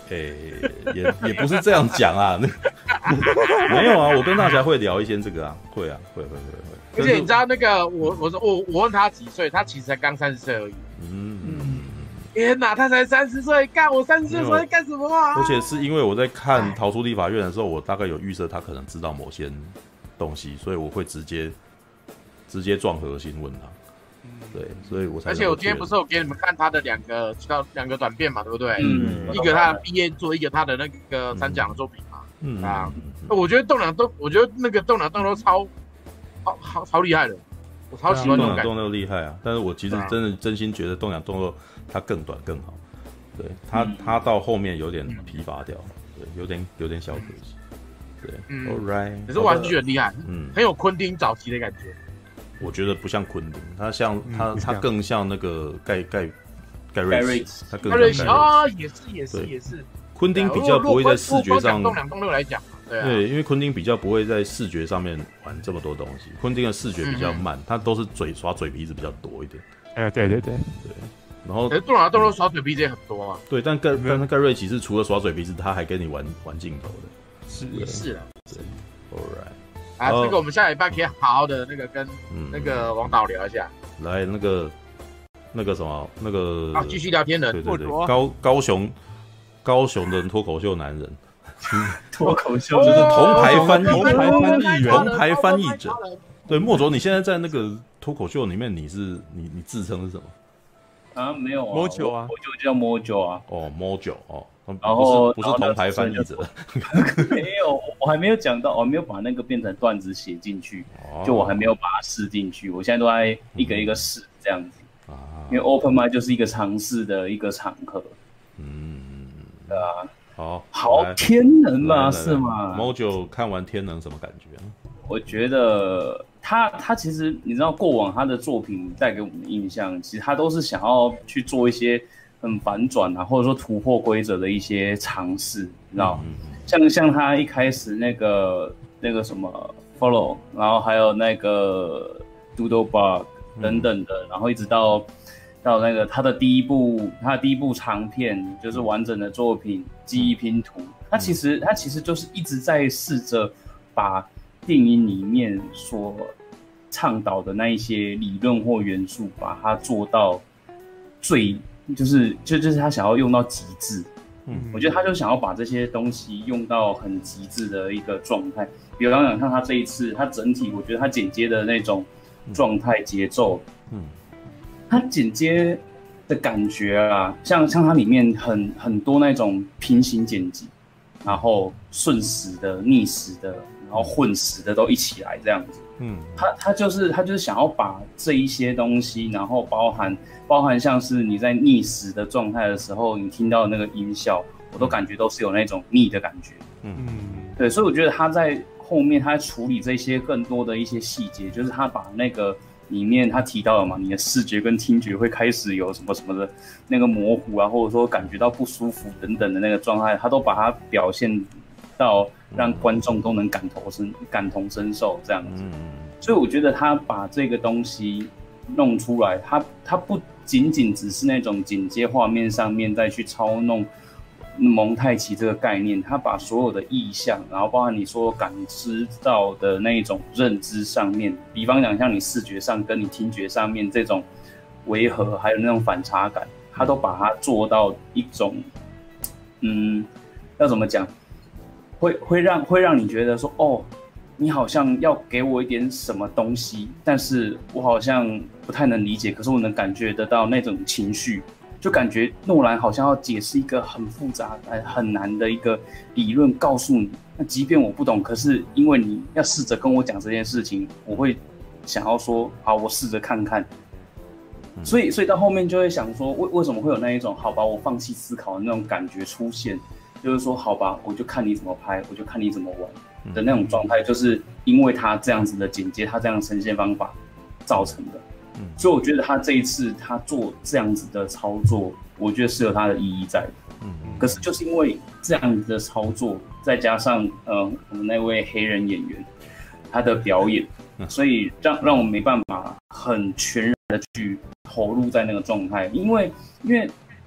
A: 诶、欸，也也不是这样讲啊，没有啊，我跟大侠会聊一些这个啊，会啊，会会会会。
B: 而且你知道那个，我我说我我问他几岁，他其实才刚三十岁而已。嗯嗯。天哪，他才三十岁，干我三十岁的时候在干什么啊？
A: 而且是因为我在看《逃出立法院》的时候，我大概有预设他可能知道某些东西，所以我会直接直接撞核心问他。对，所以我才。
B: 而且我今天不是有给你们看他的两个两个短片嘛，对不对？嗯。一个他的毕业作，一个他的那个三奖的作品嘛。嗯啊，我觉得栋梁都，我觉得那个栋梁栋都超超超超厉害的。我超喜欢
A: 栋梁栋都厉害啊！但是我其实真的真心觉得栋梁栋都他更短更好，对他、嗯、他到后面有点疲乏掉，对，有点有点小可惜，对、嗯、，All right，
B: 可是我还是觉得很厉害，嗯，很有昆汀早期的感觉。
A: 我觉得不像昆汀，他像他、嗯、他更像那个盖盖盖瑞奇，他更像盖瑞奇
B: 啊，也是也是也是。
A: 昆汀比较不会在视觉上，
B: 栋梁栋六来讲。对, 啊、
A: 对，因为昆汀比较不会在视觉上面玩这么多东西，昆汀的视觉比较慢，他、嗯、都是嘴耍嘴皮子比较多一点。
C: 哎、呃，对对对对。
A: 然后，
B: 可是栋梁栋六耍嘴皮子也很多啊。
A: 对，但盖但是盖瑞奇是除了耍嘴皮子，他还跟你玩玩镜头的。
C: 是
B: 也是啊。
A: 对 ，All right。
B: 啊，这个我们下礼拜可以好好的那个跟那个王导聊一下。
A: 来，那个那个什么那个
B: 啊，继续聊天人。
A: 对对对，高高雄高雄的脱口秀男人。
D: 脱口秀
A: 就是铜牌翻译，
C: 铜牌翻译员，
A: 铜牌翻译者。对，莫卓，你现在在那个脱口秀里面，你是你你自称是什么？
D: 啊，没有啊，
C: 摸酒啊，
D: 我就叫摸酒啊。
A: 哦，摸酒哦，
D: 然后
A: 不是不是铜牌翻译者。
D: 没有，我还没有讲到，我还没有把那个变成段子写进去，就我还没有把它试进去，我现在都在一个一个试这样子。啊，因为 open mic 就是一个尝试的一个场合。嗯，对啊。
A: 好，
D: 好天能嘛，是吗
A: ？Mojo 看完天能什么感觉？
D: 我觉得他他其实你知道，过往他的作品带给我们的印象，其实他都是想要去做一些很反转啊，或者说突破规则的一些尝试，你知道？嗯、像像他一开始那个那个什么 Follow， 然后还有那个 Doodlebug 等等的，嗯、然后一直到。到那个他的第一部，他的第一部长片就是完整的作品《记忆拼图》，他其实他其实就是一直在试着把电影里面所倡导的那一些理论或元素，把它做到最，就是就就是他想要用到极致。嗯，我觉得他就想要把这些东西用到很极致的一个状态。比方讲，像他这一次，他整体我觉得他剪接的那种状态节奏，嗯。它剪接的感觉啊，像像它里面很很多那种平行剪辑，然后顺时的、逆时的，然后混时的都一起来这样子。嗯，它它就是它就是想要把这一些东西，然后包含包含像是你在逆时的状态的时候，你听到的那个音效，我都感觉都是有那种逆的感觉。嗯，对，所以我觉得他在后面他在处理这些更多的一些细节，就是他把那个。里面他提到了嘛，你的视觉跟听觉会开始有什么什么的那个模糊啊，或者说感觉到不舒服等等的那个状态，他都把它表现到让观众都能感同身感同身受这样子。所以我觉得他把这个东西弄出来，他他不仅仅只是那种剪接画面上面再去操弄蒙太奇这个概念，他把所有的意象，然后包含你说感知到的那一种认知上面，比方讲像你视觉上跟你听觉上面这种违和，还有那种反差感，他都把它做到一种，嗯，要怎么讲，会会让会让你觉得说，哦，你好像要给我一点什么东西，但是我好像不太能理解，可是我能感觉得到那种情绪。就感觉诺兰好像要解释一个很复杂、很难的一个理论，告诉你。那即便我不懂，可是因为你要试着跟我讲这件事情，我会想要说，好，我试着看看。所以，所以到后面就会想说，为为什么会有那一种好吧，我放弃思考的那种感觉出现？就是说，好吧，我就看你怎么拍，我就看你怎么玩的那种状态，就是因为他这样子的剪接，他这样的呈现方法造成的。所以我觉得他这一次他做这样子的操作，我觉得是有他的意义在的。嗯，可是就是因为这样子的操作，再加上呃我们那位黑人演员他的表演，所以让让我们没办法很全然的去投入在那个状态，因为因为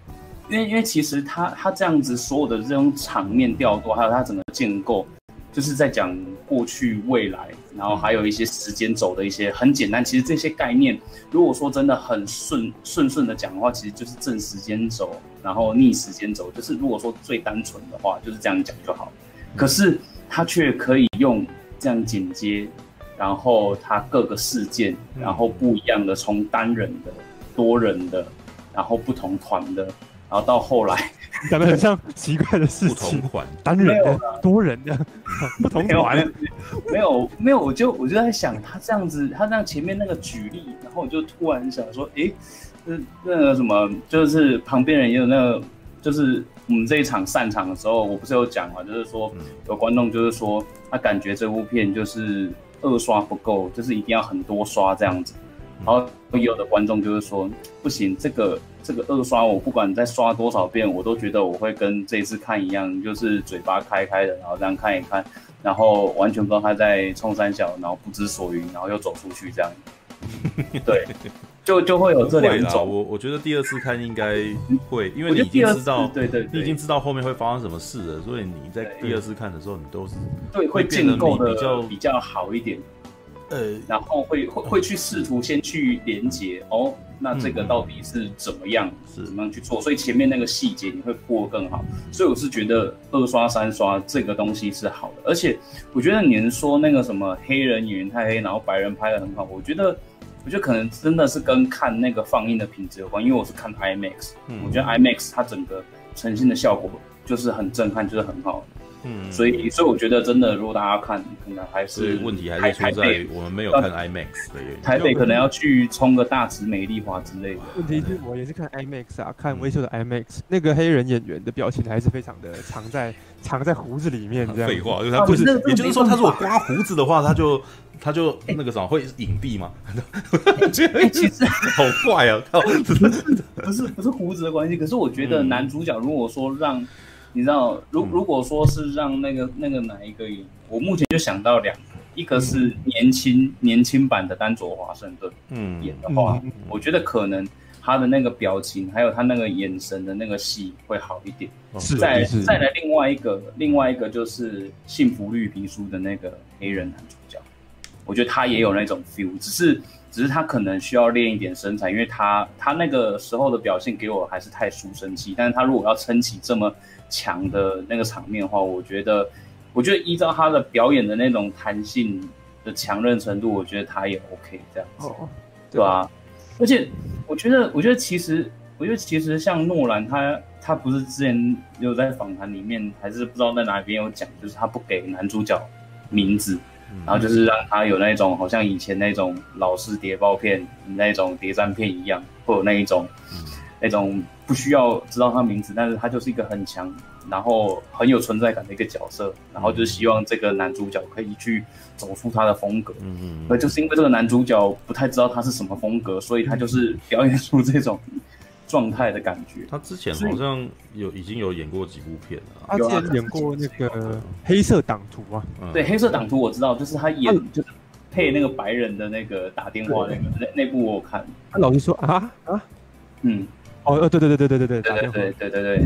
D: 因为因为其实他他这样子所有的这种场面调度，还有他整个建构，就是在讲过去未来，然后还有一些时间轴的一些很简单。其实这些概念，如果说真的很顺顺顺的讲的话，其实就是正时间轴，然后逆时间轴，就是如果说最单纯的话，就是这样讲就好。可是他却可以用这样剪接，然后他各个事件，然后不一样的，从单人的、多人的，然后不同团的。然后到后来，
C: 讲得很像奇怪的事情。
A: 不同款，
C: 单人的、多人的，不同款。
D: 没有没有，我就我就在想，他这样子，他这样前面那个举例，然后我就突然想说，诶，那那个什么，就是旁边人也有那个，就是我们这一场散场的时候，我不是有讲嘛，就是说有观众就是说，他感觉这部片就是二刷不够，就是一定要很多刷这样子。然后有的观众就是说，不行，这个这个二刷我不管再刷多少遍，我都觉得我会跟这次看一样，就是嘴巴开开的，然后这样看一看，然后完全不知道他在冲三小，然后不知所云，然后又走出去这样。对，就就会有这两种。
A: 我我觉得第二次看应该会，因为你已经知道，
D: 对 对, 对，
A: 你已经知道后面会发生什么事了，所以你在第二次看的时候，你都是
D: 对会建构的
A: 比较
D: 比较好一点。
A: 呃，
D: 然后会会会去试图先去连结哦，那这个到底是怎么样，是、嗯、怎么样去做？所以前面那个细节你会过得更好。所以我是觉得二刷三刷这个东西是好的，而且我觉得你能说那个什么黑人演员太黑，然后白人拍得很好，我觉得我觉得可能真的是跟看那个放映的品质有关，因为我是看 IMAX，、嗯、我觉得 IMAX 它整个呈现的效果就是很震撼，就是很好。嗯，所以所以我觉得真的，如果大家看，可能还是
A: 问题还是出在我们没有看 IMAX 的原因。
D: 台北可能要去冲个大直美丽华之类的。
C: 问题是我也是看 IMAX 啊，看威秀的 IMAX， 那个黑人演员的表情还是非常的藏在藏在胡子里面这样。
A: 废话，就是他不是，也就是说，他如果刮胡子的话，他就他就那个什么会影帝吗？
D: 其实
A: 好坏啊！靠，
D: 不是不是不是胡子的关系，可是我觉得男主角如果说让。你知道，如如果说是让那个那个哪一个演，我目前就想到两个，一个是年轻、嗯、年轻版的丹佐华盛顿演的话、嗯，我觉得可能他的那个表情还有他那个眼神的那个戏会好一点。
C: 是
D: 再再来另外一个，另外一个就是《幸福绿皮书》的那个黑人男主角，我觉得他也有那种 feel， 只是只是他可能需要练一点身材，因为他他那个时候的表现给我还是太书生气，但是他如果要撑起这么强的那个场面的话，我觉得，我觉得依照他的表演的那种弹性的强韧程度，我觉得他也 OK 这样子，哦、对吧、啊？而且我觉得，我觉得其实，我觉得其实像诺兰他，他不是之前有在访谈里面，还是不知道在哪边有讲，就是他不给男主角名字，然后就是让他有那种好像以前那种老式谍报片、那种谍战片一样，会有那一种。那种不需要知道他名字，但是他就是一个很强，然后很有存在感的一个角色，然后就是希望这个男主角可以去走出他的风格。嗯嗯。而就是因为这个男主角不太知道他是什么风格，所以他就是表演出这种状态的感觉。
A: 他之前好像有已经有演过几部片了、
C: 啊，他之前演过那个《黑色党徒》啊。
D: 嗯、对，《黑色党徒》我知道，就是他演就是配那个白人的那个打电话那个那那部我有看。
C: 他老是说啊啊，
D: 嗯。
C: 哦，对对对对对对对，
D: 对对对对对对，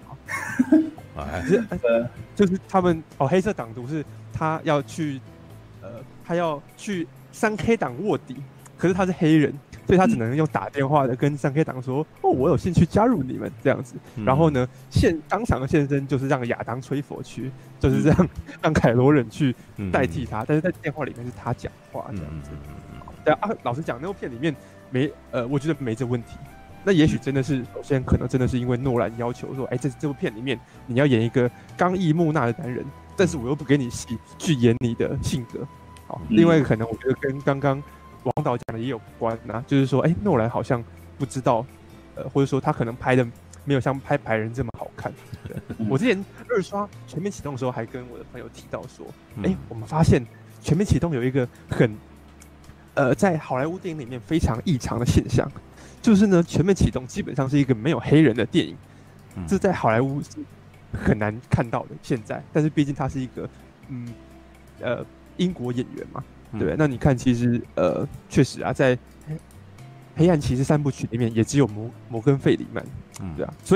C: 呃，就是他们哦，黑色党徒是他要去，呃，他要去三 K 党卧底，可是他是黑人，所以他只能用打电话的跟三 K 党说，哦，我有兴趣加入你们这样子。然后呢，现当场现身就是让亚当吹佛去，就是这样让凯罗人去代替他，但是在电话里面是他讲话这样子。对啊，老实讲，那部片里面没呃，我觉得没这问题。那也许真的是，首先可能真的是因为诺兰要求说，哎，这这部片里面你要演一个刚毅木讷的男人，但是我又不给你戏去演你的性格。好，另外一个可能我觉得跟刚刚王导讲的也有关啊，就是说，哎，诺兰好像不知道，呃，或者说他可能拍的没有像拍白人这么好看。对，我之前二刷全面启动的时候，还跟我的朋友提到说，哎，我们发现全面启动有一个很，呃，在好莱坞电影里面非常异常的现象。就是呢，全面启动基本上是一个没有黑人的电影，这在好莱坞是很难看到的。现在，但是毕竟他是一个，嗯，呃，英国演员嘛，对不对？那你看，其实呃，确实啊，在《黑暗骑士》三部曲里面，也只有摩摩根·费里曼，对啊。所以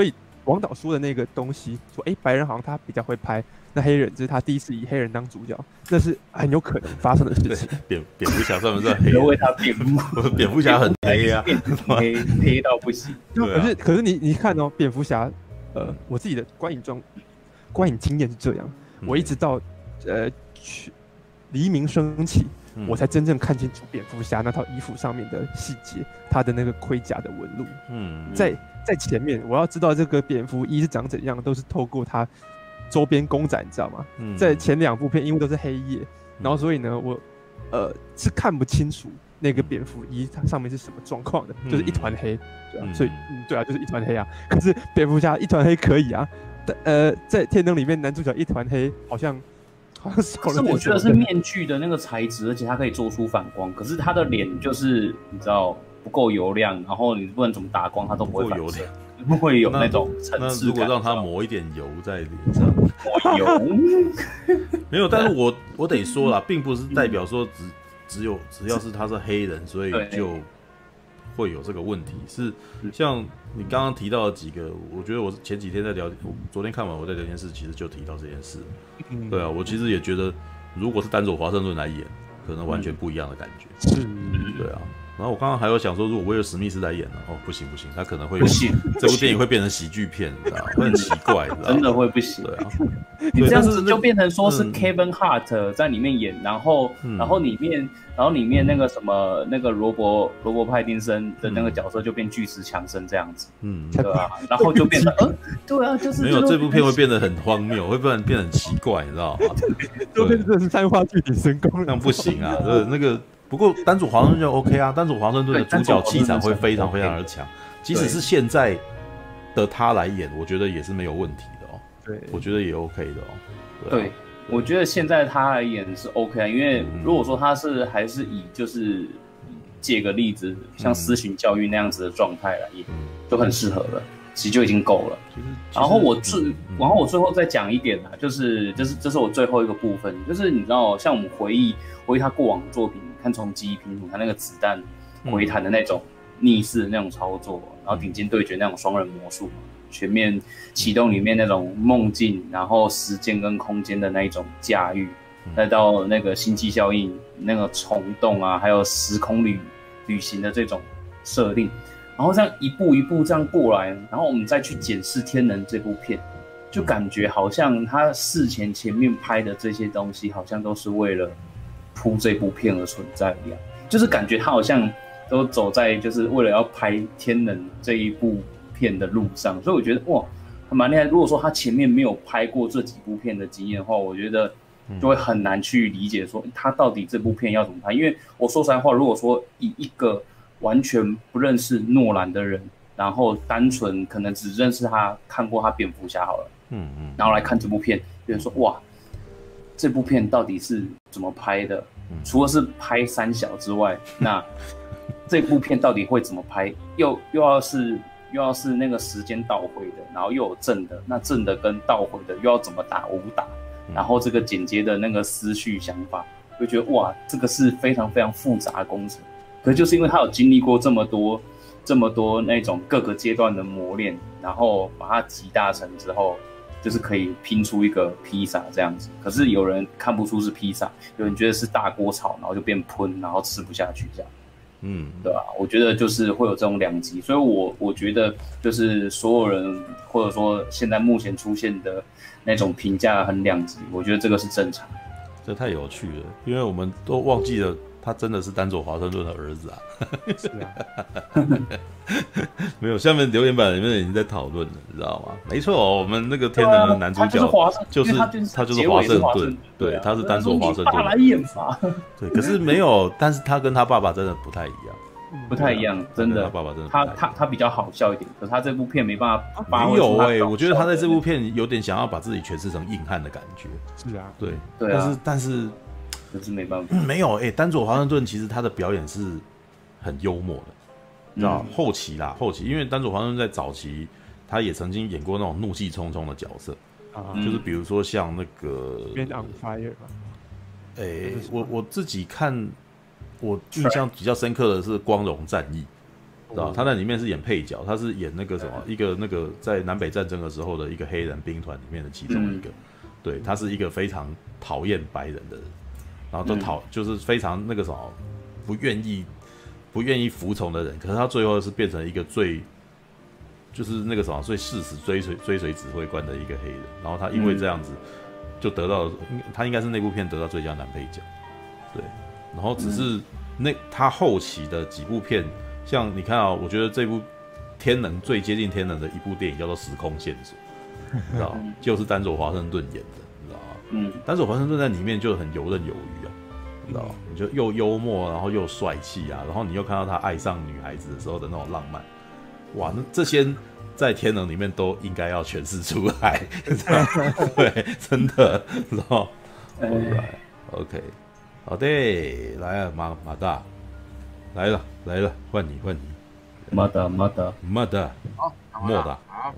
C: 王导说的那个东西，说哎、欸、白人好像他比较会拍，那黑人这是他第一次以黑人当主角，那是很有可能发生的事情。
A: 蝙蝙蝠侠算不算黑？
D: 为他辩护，
A: 蝙蝠侠很黑啊，
D: 黑黑到不行。
C: 可是可是你你看哦，蝙蝠侠，呃，我自己的观影状观影经验是这样，嗯、我一直到呃去黎明升起。我才真正看清楚蝙蝠侠那套衣服上面的细节，他的那个盔甲的纹路。嗯，在在前面，我要知道这个蝙蝠衣是长怎样，都是透过他周边公仔，你知道吗？嗯，在前两部片，因为都是黑夜，然后所以呢，我呃是看不清楚那个蝙蝠衣它上面是什么状况的，就是一团黑，对啊，所以嗯，对啊，就是一团黑啊。可是蝙蝠侠一团黑可以啊，但呃，在天能里面，男主角一团黑好像。
D: 可是我觉得是面具的那个材质，而且它可以做出反光。可是他的脸就是你知道不够油亮，然后你不管怎么打光，它都不会反射，不会有那种层次感。
A: 那如果让他抹一点油在脸上，
D: 抹油
A: 没有。但是我我得说啦，并不是代表说只只有只要是他是黑人，所以就会有这个问题。是像你刚刚提到的几个，我觉得我前几天在聊，我昨天看完我在聊天室，其实就提到这件事。嗯、对啊，我其实也觉得，如果是丹佐华盛顿来演，可能完全不一样的感觉。是、嗯，对啊。然后我刚刚还有想说，如果威尔史密斯来演呢？哦，不行不行，他可能会
D: 不行，
A: 这部电影会变成喜剧片，你知道吗？会很奇怪，
D: 真的会不行。
A: 对啊，
D: 你这样子就变成说是 Kevin Hart 在里面演，嗯、然后、嗯、然后里面然后里面那个什么那个罗伯罗伯派丁森的那个角色就变巨石强森这样子，嗯，对啊，然后就变成，呃，对啊，就是
A: 没有这部片会变得很荒谬，会变得变得很奇怪，你知道吗？
C: 就变成是三花具体神功，
A: 那不行啊，对那个。不过丹佐华盛顿就 OK 啊，丹佐华盛顿的主角气场会非常非常的强，即使是现在的他来演，我觉得也是没有问题的哦。对，我觉得也 OK 的哦。
D: 对，对我觉得现在他来演是 OK 啊，因为如果说他是还是以就是借个例子，像私刑教育那样子的状态来演，就很适合了。其实就已经够了。然后我最，然后我最后再讲一点啊，就是这是这是我最后一个部分，就是你知道，像我们回忆回忆他过往的作品，看从记忆拼图，他那个子弹回弹的那种逆势的那种操作，然后顶尖对决那种双人魔术，全面启动里面那种梦境，然后时间跟空间的那一种驾驭，再到那个星际效应那个虫洞啊，还有时空旅旅行的这种设定。然后这样一步一步这样过来，然后我们再去检视《天能》这部片，就感觉好像他事前前面拍的这些东西，好像都是为了铺这部片而存在一样，就是感觉他好像都走在就是为了要拍《天能》这一部片的路上，所以我觉得哇，还蛮厉害。如果说他前面没有拍过这几部片的经验的话，我觉得就会很难去理解说他到底这部片要怎么拍。因为我说实在话，如果说以一个完全不认识诺兰的人，然后单纯可能只认识他看过他蝙蝠侠好了，嗯嗯，然后来看这部片，有人说哇，这部片到底是怎么拍的？嗯、除了是拍三小之外，那这部片到底会怎么拍？又又要是又要是那个时间倒回的，然后又有正的，那正的跟倒回的又要怎么打武打？然后这个剪接的那个思绪想法，就觉得哇，这个是非常非常复杂的工程。可是就是因为他有经历过这么多、这么多那种各个阶段的磨练，然后把它集大成之后，就是可以拼出一个披萨这样子。可是有人看不出是披萨，有人觉得是大锅炒，然后就变喷，然后吃不下去这样。嗯，对吧？我觉得就是会有这种两极，所以我我觉得就是所有人或者说现在目前出现的那种评价很两极，我觉得这个是正常。
A: 这太有趣了，因为我们都忘记了。他真的是丹佐华盛顿的儿子啊！是啊，没有，下面留言板里面已经在讨论了，你知道吗？没错，我们那个天能的男主角就是他就是华盛顿，对，他是丹佐华盛顿
D: 来演法，
A: 对，可是没有，但是他跟他爸爸真的不太一样，
D: 不太一样，真的，
A: 他爸爸真的
D: 他他他比较好笑一点，可是他这部片没办法发挥。
A: 没有哎，我觉得他在这部片有点想要把自己诠释成硬汉的感觉，
C: 是啊，
A: 对，
D: 对，
A: 但是但是。
D: 可是没办法，
A: 嗯、没有哎、欸，丹佐华盛顿其实他的表演是很幽默的，你知道、嗯、后期啦，后期因为丹佐华盛顿在早期，他也曾经演过那种怒气冲冲的角色，啊、就是比如说像那个《
C: Man on Fire》吧。
A: 哎、欸，我我自己看，我印象比较深刻的是《光荣战役》， 知道他在里面是演配角，他是演那个什么一个那个在南北战争的时候的一个黑人兵团里面的其中一个，嗯、对他是一个非常讨厌白人的人，然后都讨、嗯、就是非常那个什么不愿意不愿意服从的人，可是他最后是变成一个最就是那个什么最誓死追随追随指挥官的一个黑人，然后他因为这样子就得到了，他应该是那部片得到最佳男配角，对，然后只是那他后期的几部片。像你看啊、哦，我觉得这部《天能》最接近《天能》的一部电影叫做《时空线索》，你知道吗？就是丹佐华盛顿演的，你知道吗？嗯，丹佐华盛顿在里面就很游刃有余啊，你知道吗？你就又幽默，然后又帅气啊，然后你又看到他爱上女孩子的时候的那种浪漫，哇，那这些在《天能》里面都应该要诠释出来，你知道吗？对，真的，然后 ，OK， 好的，来啊，马马大。来了来了，换你换你，
D: 马达马达
A: 马达，
B: 好，
A: 莫达，
B: 好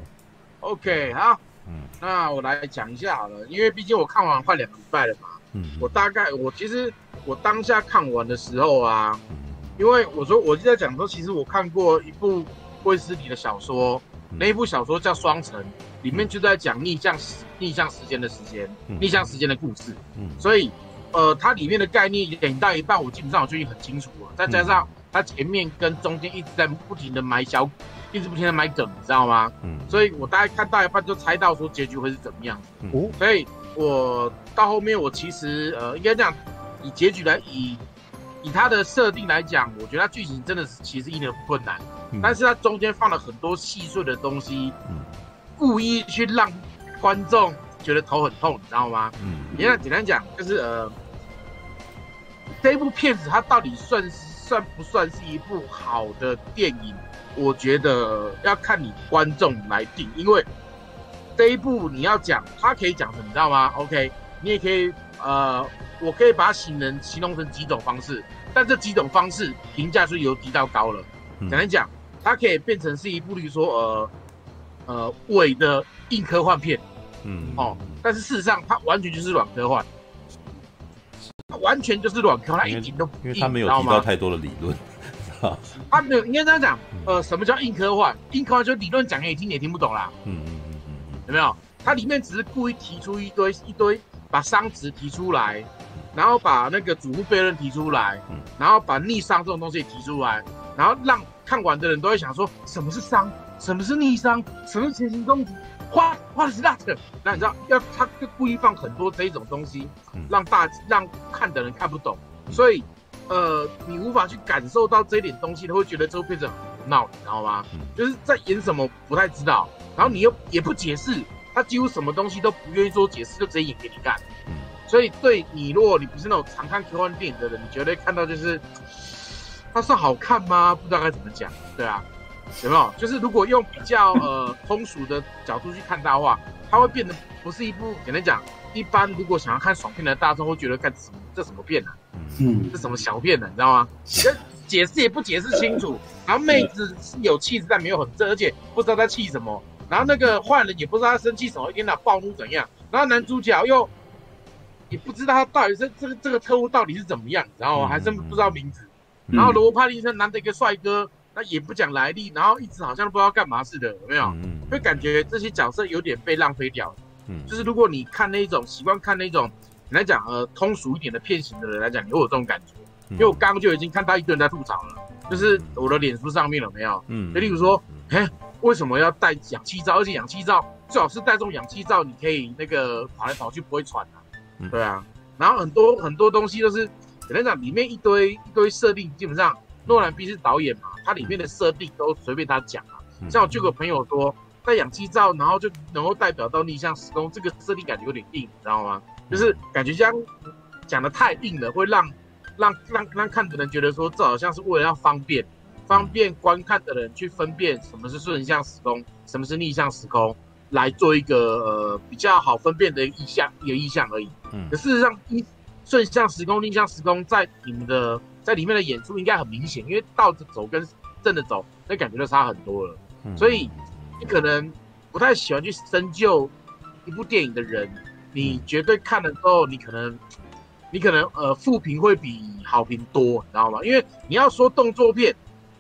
B: ，OK， 好，嗯，那我来讲一下好了，因为毕竟我看完快两个礼拜了嘛，嗯，我大概我其实我当下看完的时候啊，嗯、因为我说我就在讲说，其实我看过一部威斯理的小说，嗯、那一部小说叫《双城》，里面就在讲逆向时逆向时间的时间，嗯、逆向时间的故事，嗯，所以。呃，它里面的概念演到一半，我基本上我就已经很清楚了。再加上它前面跟中间一直在不停的埋小，一直不停的埋梗，你知道吗？嗯。所以我大概看到一半就猜到说结局会是怎么样。嗯。所以我到后面我其实呃应该这样，以结局来以以它的设定来讲，我觉得它剧情真的是其实一点都不困难，嗯、但是它中间放了很多细碎的东西，嗯、故意去让观众觉得头很痛，你知道吗？嗯。你看简单讲就是呃。这部片子它到底算算不算是一部好的电影？我觉得要看你观众来定，因为这一部你要讲，它可以讲成你知道吗 ？OK， 你也可以呃，我可以把它形容形容成几种方式，但这几种方式评价是由低到高了。简单讲，它可以变成是一部，例如说呃呃伪的硬科幻片，嗯哦，但是事实上它完全就是软科幻。完全就是软科，他一点都不硬，
A: 因为他没有提到太多的理论，
B: 他没有应该这样讲。呃，什么叫硬科幻？硬科幻就是理论讲给你听，你也听不懂啦。嗯嗯嗯嗯，有没有？它里面只是故意提出一堆一堆，把熵值提出来，然后把那个祖父悖论提出来，然后把逆熵这种东西提出来，然后让看完的人都会想说，什么是熵？什么是逆熵？什么是前行终止？What What is that？ 那你知道，要他就故意放很多这种东西，让大让看的人看不懂，所以呃，你无法去感受到这一点东西，他会觉得这部片子很胡闹，你知道吗？就是在演什么不太知道，然后你又也不解释，他几乎什么东西都不愿意说解释，就直接演给你看。所以对你，如果你不是那种常看科幻电影的人，你绝对看到就是它算好看吗？不知道该怎么讲，对啊。有没有？就是如果用比较呃通俗的角度去看它的话，它会变得不是一部简单讲，一般如果想要看爽片的大众会觉得干什么这什么片啊？嗯，这什么小片呢、啊？你知道吗？解释也不解释清楚，然后妹子是有气质但没有很正，而且不知道在气什么，然后那个坏人也不知道他生气什么，一天到晚暴怒怎样，然后男主角又也不知道他到底是这个这个特务到底是怎么样，你知道吗？还真不知道名字，然后罗伯·帕丁森难得一个帅哥。那也不讲来历，然后一直好像都不知道干嘛似的，有没有？嗯、会感觉这些角色有点被浪费掉。嗯，就是如果你看那种习惯看那种，你来讲呃通俗一点的片型的人来讲，你会有这种感觉。嗯、因为我刚刚就已经看到一堆人在吐槽了，就是我的脸书上面有没有？嗯，就例如说，哎，为什么要戴氧气罩？而且氧气罩最好是戴这种氧气罩，你可以那个跑来跑去不会喘啊。嗯、对啊，然后很多很多东西都是，简单讲，里面一堆一堆设定，基本上。诺兰毕竟是导演嘛，他里面的设定都随便他讲啊。像我就有个朋友说，戴氧气罩，然后就能够代表到逆向时空，这个设定感觉有点硬，你知道吗？就是感觉像讲的太硬了，会让让让让看的人觉得说，这好像是为了要方便方便观看的人去分辨什么是顺向时空，什么是逆向时空，来做一个呃比较好分辨的意象一个意象而已。嗯，可事实上，一顺向时空、逆向时空在你们的。在里面的演出应该很明显，因为倒着走跟正着走，那感觉就差很多了。嗯、所以你可能不太喜欢去深究一部电影的人，你绝对看了之后，你可能你可能呃负评会比好评多，你知道吗？因为你要说动作片，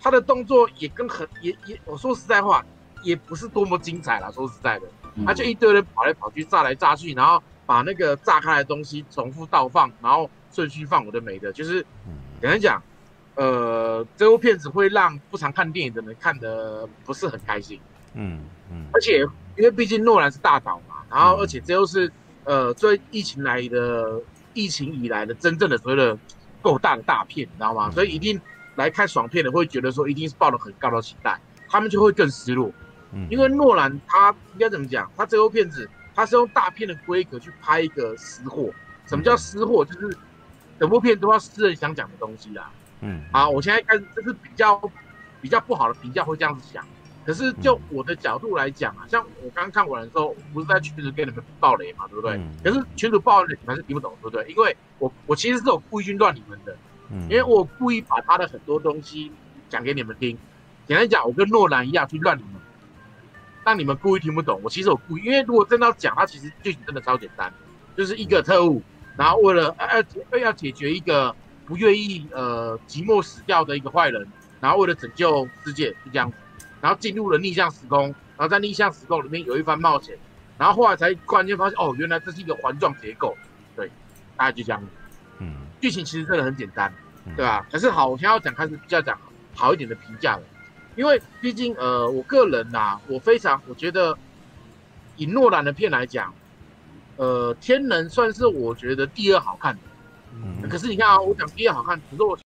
B: 他的动作也跟很也也，我说实在话，也不是多么精彩啦。说实在的，他就一堆人跑来跑去，炸来炸去，然后把那个炸开的东西重复倒放，然后顺序放我的没的，就是简单讲，呃，这部片子会让不常看电影的人看得不是很开心。嗯嗯，而且因为毕竟诺兰是大导嘛，然后而且这又是呃，最疫情来的疫情以来的真正的所谓的够大的大片，你知道吗？所以一定。来看爽片的会觉得说一定是抱了很高的期待，他们就会更失落。嗯，因为诺兰他应该怎么讲？他这部片子他是用大片的规格去拍一个私货。什么叫私货？就是整部片都要私人想讲的东西啦。嗯，好，我现在开始这是比较比较不好的评价会这样子想。可是就我的角度来讲啊，像我刚看完的时候，不是在群组给你们爆雷嘛，对不对？嗯、可是群组爆雷你们是听不懂，对不对？因为我我其实是有故意去乱你们的。因为我故意把他的很多东西讲给你们听，简单讲，我跟诺兰一样去乱你们，让你们故意听不懂。我其实我故意，因为如果真的要讲，他其实剧情真的超简单，就是一个特务，然后为了要要解决一个不愿意呃寂寞死掉的一个坏人，然后为了拯救世界，就这样子，然后进入了逆向时空，然后在逆向时空里面有一番冒险，然后后来才突然间发现，哦，原来这是一个环状结构，对，大概就这样子。嗯，剧情其实真的很简单，对吧？可是好，我现在要讲开始比较讲好一点的评价了，因为毕竟呃，我个人呐、啊，我非常我觉得以诺兰的片来讲，呃，天能算是我觉得第二好看的。嗯，可是你看啊，我讲第二好看，可是我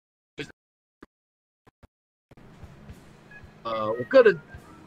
B: 呃，我个人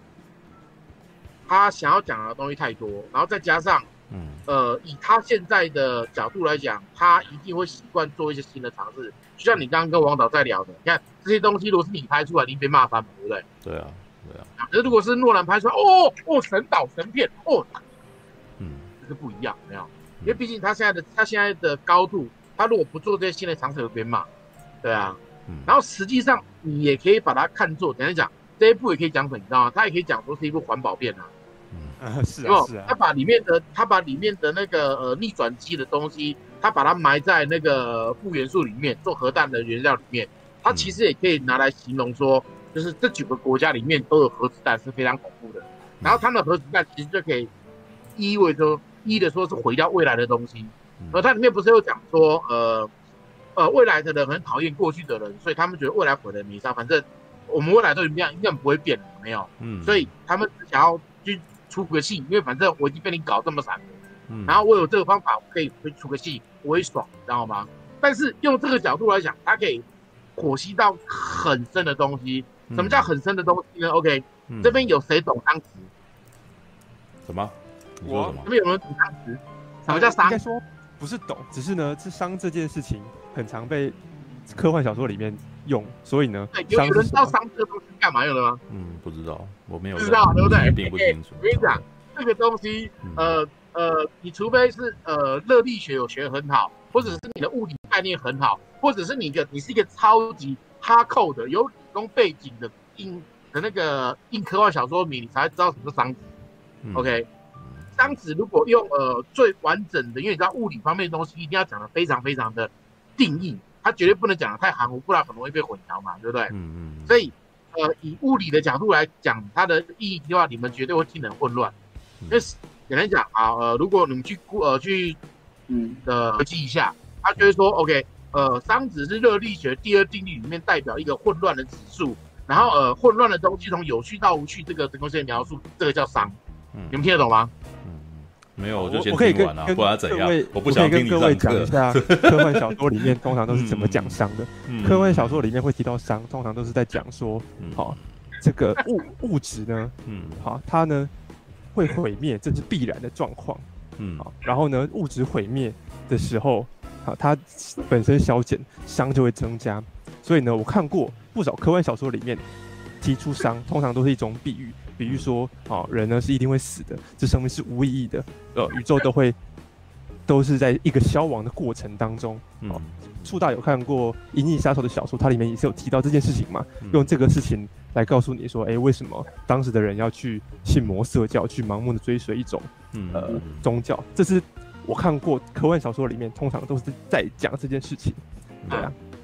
B: 他想要讲的东西太多，然后再加上。嗯，呃，以他现在的角度来讲，他一定会习惯做一些新的尝试。就像你刚刚跟王导在聊的，你看这些东西，如果是你拍出来，你被骂翻嘛，对不对？
A: 对啊，对啊。
B: 可是如果是诺兰拍出来，哦哦，神导神片，哦，嗯，这是不一样，没有？因为毕竟他现在的他现在的高度，他如果不做这些新的尝试，会被骂，对啊。嗯。然后实际上你也可以把它看作，简单讲，这一部也可以讲什么，你知道吗？他也可以讲说是一部环保片啊。
C: 啊，是啊，是啊，
B: 他把里面的他把里面的那个呃逆转机的东西，他把它埋在那个副元素里面，做核弹的原料里面，他其实也可以拿来形容说，就是这九个国家里面都有核子弹，是非常恐怖的。然后他们的核子弹其实就可以意味说，一的说是毁掉未来的东西，而它里面不是有讲说，呃呃未来的人很讨厌过去的人，所以他们觉得未来毁了没差，反正我们未来都一样，应该不会变，没有，嗯，所以他们想要去。出个戏，因为反正我已经被你搞这么惨了，嗯，然后我有这个方法，我可以出个戏，我会爽，知道吗？但是用这个角度来讲，它可以剖析到很深的东西。什么叫很深的东西呢 ？OK，、嗯、这边有谁懂商词？
A: 什么？
C: 我
B: 这边有人懂商词？什么叫商？
C: 应该说不是懂，只是呢，是商这件事情很常被科幻小说里面用，所以呢，
B: 对，有人知道商这个东西干嘛用的吗？
A: 嗯，不知道，我没有
B: 不知道，对不对？
A: 并不清楚。
B: 我跟你讲，这个东西，呃呃，你除非是呃热力学有学很好，或者是你的物理概念很好，或者是你一个你是一个超级哈扣的有理工背景的硬的那个硬科幻小说迷，你才知道什么是商子。嗯、OK， 商子如果用呃最完整的，因为你知道物理方面的东西一定要讲的非常非常的定义。他绝对不能讲的太含糊，不然很容易被混淆嘛，对不对？嗯嗯。所以，呃，以物理的角度来讲，它的意义的话，你们绝对会听得很混乱。因为简单讲啊，呃，如果你们去呃去嗯呃记一下，他就会说 ，OK， 呃，商子是热力学第二定律里面代表一个混乱的指数，然后呃混乱的东西从有序到无序这个东西的描述，这个叫商。嗯，你们听得懂吗？
A: 没有，我就先听完了，不然怎样？我不想听你
C: 跟各位讲一下科幻小说里面通常都是怎么讲商的。嗯、科幻小说里面会提到商，通常都是在讲说，好、嗯，这个物物质呢，嗯，好，它呢会毁灭，这是必然的状况。嗯，好，然后呢，物质毁灭的时候，好，它本身消减，商就会增加。所以呢，我看过不少科幻小说里面提出商，通常都是一种比喻。比喻说，哦，人呢是一定会死的，这生命是无意义的，呃，宇宙都会都是在一个消亡的过程当中。哦，树大有看过《银翼杀手》的小说，它里面也是有提到这件事情嘛，嗯、用这个事情来告诉你说，哎，为什么当时的人要去信魔色教，去盲目的追随一种呃宗教？这是我看过科幻小说里面通常都是在讲这件事情，对啊。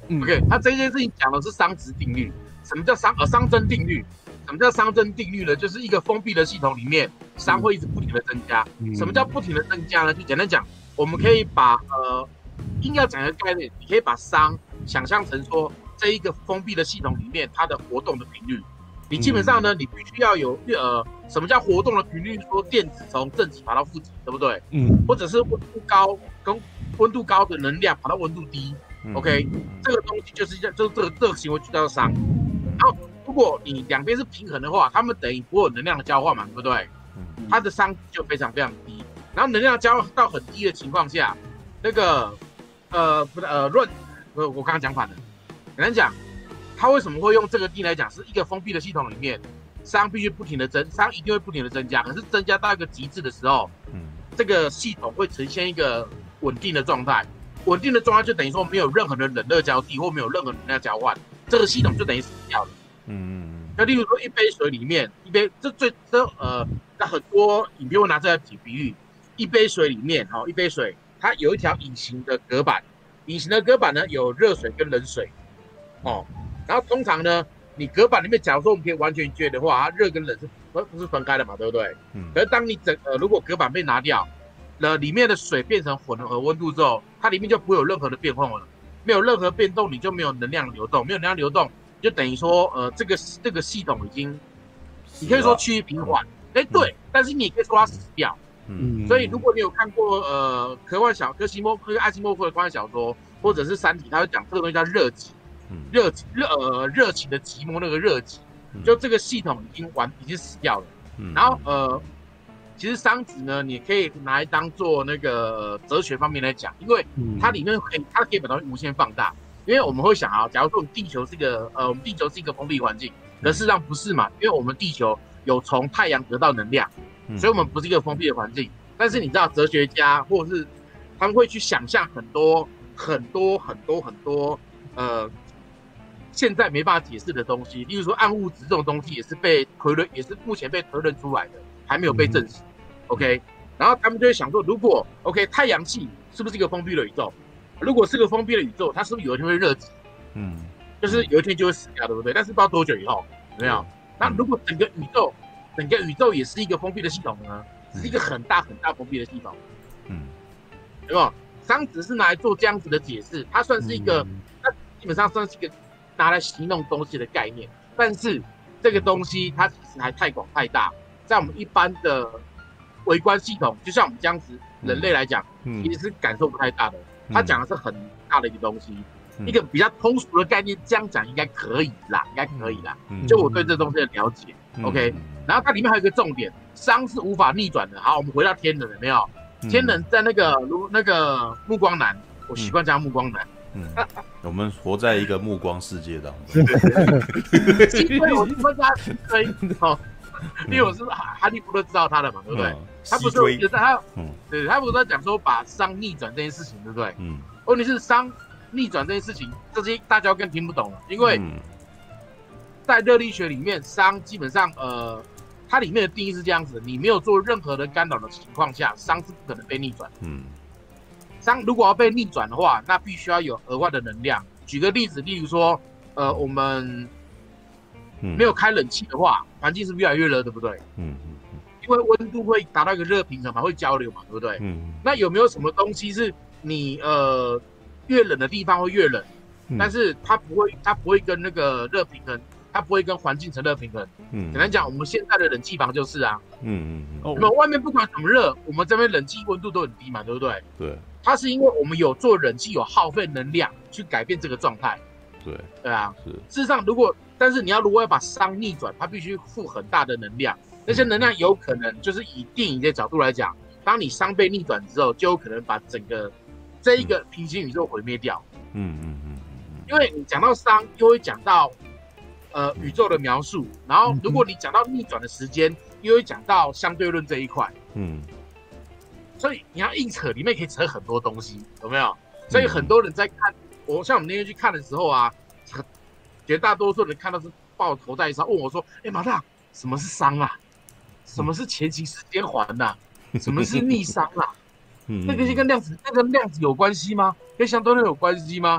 C: 嗯、
B: OK， 他这件事情讲的是熵值定律。什么叫熵呃熵增定律？什么叫熵增定律呢？就是一个封闭的系统里面，熵会一直不停的增加。嗯、什么叫不停的增加呢？就简单讲，我们可以把呃硬要讲一个概念，你可以把熵想象成说这一个封闭的系统里面它的活动的频率。你基本上呢，你必须要有呃，什么叫活动的频率？说电子从正极跑到负极，对不对？嗯。或者是温度高跟温度高的能量跑到温度低、嗯、，OK， 这个东西就是叫就是这个这个行为就叫做熵。然后如果你两边是平衡的话，它们等于不会有能量的交换嘛，对不对？嗯。它的熵就非常非常低。然后能量交换到很低的情况下，那个呃不是呃论，我我刚刚讲反了，简单讲。它为什么会用这个定来讲？是一个封闭的系统里面，熵必须不停的增，熵一定会不停的增加。可是增加到一个极致的时候，嗯，这个系统会呈现一个稳定的状态。稳定的状态就等于说没有任何的冷热交替，或没有任何能量交换，这个系统就等于死掉了。嗯嗯嗯。那例如说一杯水里面，一杯这最这呃，那很多影片会拿这来比喻，一杯水里面，好、哦，一杯水它有一条隐形的隔板，隐形的隔板呢有热水跟冷水，哦。然后通常呢，你隔板里面，假如说我们可以完全绝的话，它热跟冷是不不是分开的嘛，对不对？嗯。可是当你整呃，如果隔板被拿掉，那里面的水变成混合温度之后，它里面就不会有任何的变化了，没有任何变动，你就没有能量流动，没有能量流动，就等于说呃，这个这个系统已经，你可以说趋于平缓，哎、嗯、对，但是你也可以说它死掉。嗯。所以如果你有看过呃科幻小科西莫那个艾西莫夫的科幻小说，或者是三体，他会讲这个东西叫热极。热热呃热情的寂寞那个热极，就这个系统已经完已经死掉了。嗯、然后呃，其实熵值呢，你可以拿来当做那个哲学方面来讲，因为它里面可以它可以把东西无限放大。因为我们会想啊，假如说我们地球是一个呃我们地球是一个封闭环境，可事实上不是嘛，因为我们地球有从太阳得到能量，所以我们不是一个封闭的环境。但是你知道哲学家或者是他们会去想象很多很多很多很多呃。现在没办法解释的东西，例如说暗物质这种东西，也是被推论，也是目前被推论出来的，还没有被证实。嗯、OK， 然后他们就会想说，如果 OK 太阳系是不是一个封闭的宇宙？如果是个封闭的宇宙，它是不是有一天会热极？嗯，就是有一天就会死掉，对不对？但是不知道多久以后，有没有？那如果整个宇宙，整个宇宙也是一个封闭的系统呢？是一个很大很大封闭的系统。嗯，有没有？熵值是拿来做这样子的解释，它算是一个，它基本上算是一个。拿来形容东西的概念，但是这个东西它其实还太广太大，在我们一般的微观系统，就像我们这样子人类来讲，嗯、其实是感受不太大的。它讲的是很大的一个东西，嗯、一个比较通俗的概念，这样讲应该可以啦，应该可以啦。嗯、就我对这东西的了解、嗯、，OK。然后它里面还有一个重点，熵是无法逆转的。好，我们回到天人，有没有？嗯、天人在那个如那个暮光男，我习惯叫暮光男。
A: 嗯，我们活在一个目光世界当中。
B: 因为我说他可以哦，因为我是哈利波特知道他的嘛，对不对？嗯、他不是有在他，嗯，对，他不是在讲说把熵逆转这件事情，对不对？嗯。问题是熵逆转这件事情，这些大家更听不懂了，因为在热力学里面，熵基本上呃，它里面的定义是这样子：你没有做任何的干扰的情况下，熵是不可能被逆转。嗯。熵如果要被逆转的话，那必须要有额外的能量。举个例子，例如说，呃，我们没有开冷气的话，环境是越来越热，对不对？嗯嗯嗯。因为温度会达到一个热平衡嘛，会交流嘛，对不对？嗯。那有没有什么东西是你呃越冷的地方会越冷，嗯、但是它不会，它不会跟那个热平衡，它不会跟环境成热平衡。嗯。简单讲，我们现在的冷气房就是啊。嗯嗯嗯。我们外面不管怎么热，我们这边冷气温度都很低嘛，对不对？
A: 对。
B: 它是因为我们有做冷气，有耗费能量去改变这个状态。
A: 对，
B: 对啊。
A: 是。
B: 事实上，如果但是你要如果要把熵逆转，它必须付很大的能量。那些能量有可能就是以电影的角度来讲，当你熵被逆转之后，就有可能把整个这一个平行宇宙毁灭掉。嗯嗯嗯嗯。因为你讲到熵，又会讲到呃宇宙的描述，然后如果你讲到逆转的时间，又会讲到相对论这一块。嗯。所以你要硬扯，里面可以扯很多东西，有没有？所以很多人在看，我像我们那天去看的时候啊，绝大多数人看到是抱头在上，问我说：“哎、欸，马大，什么是熵啊？什么是前行时间环呐、啊？什么是逆熵啊？那个跟量子，那跟量子有关系吗？跟相对论有关系吗？”我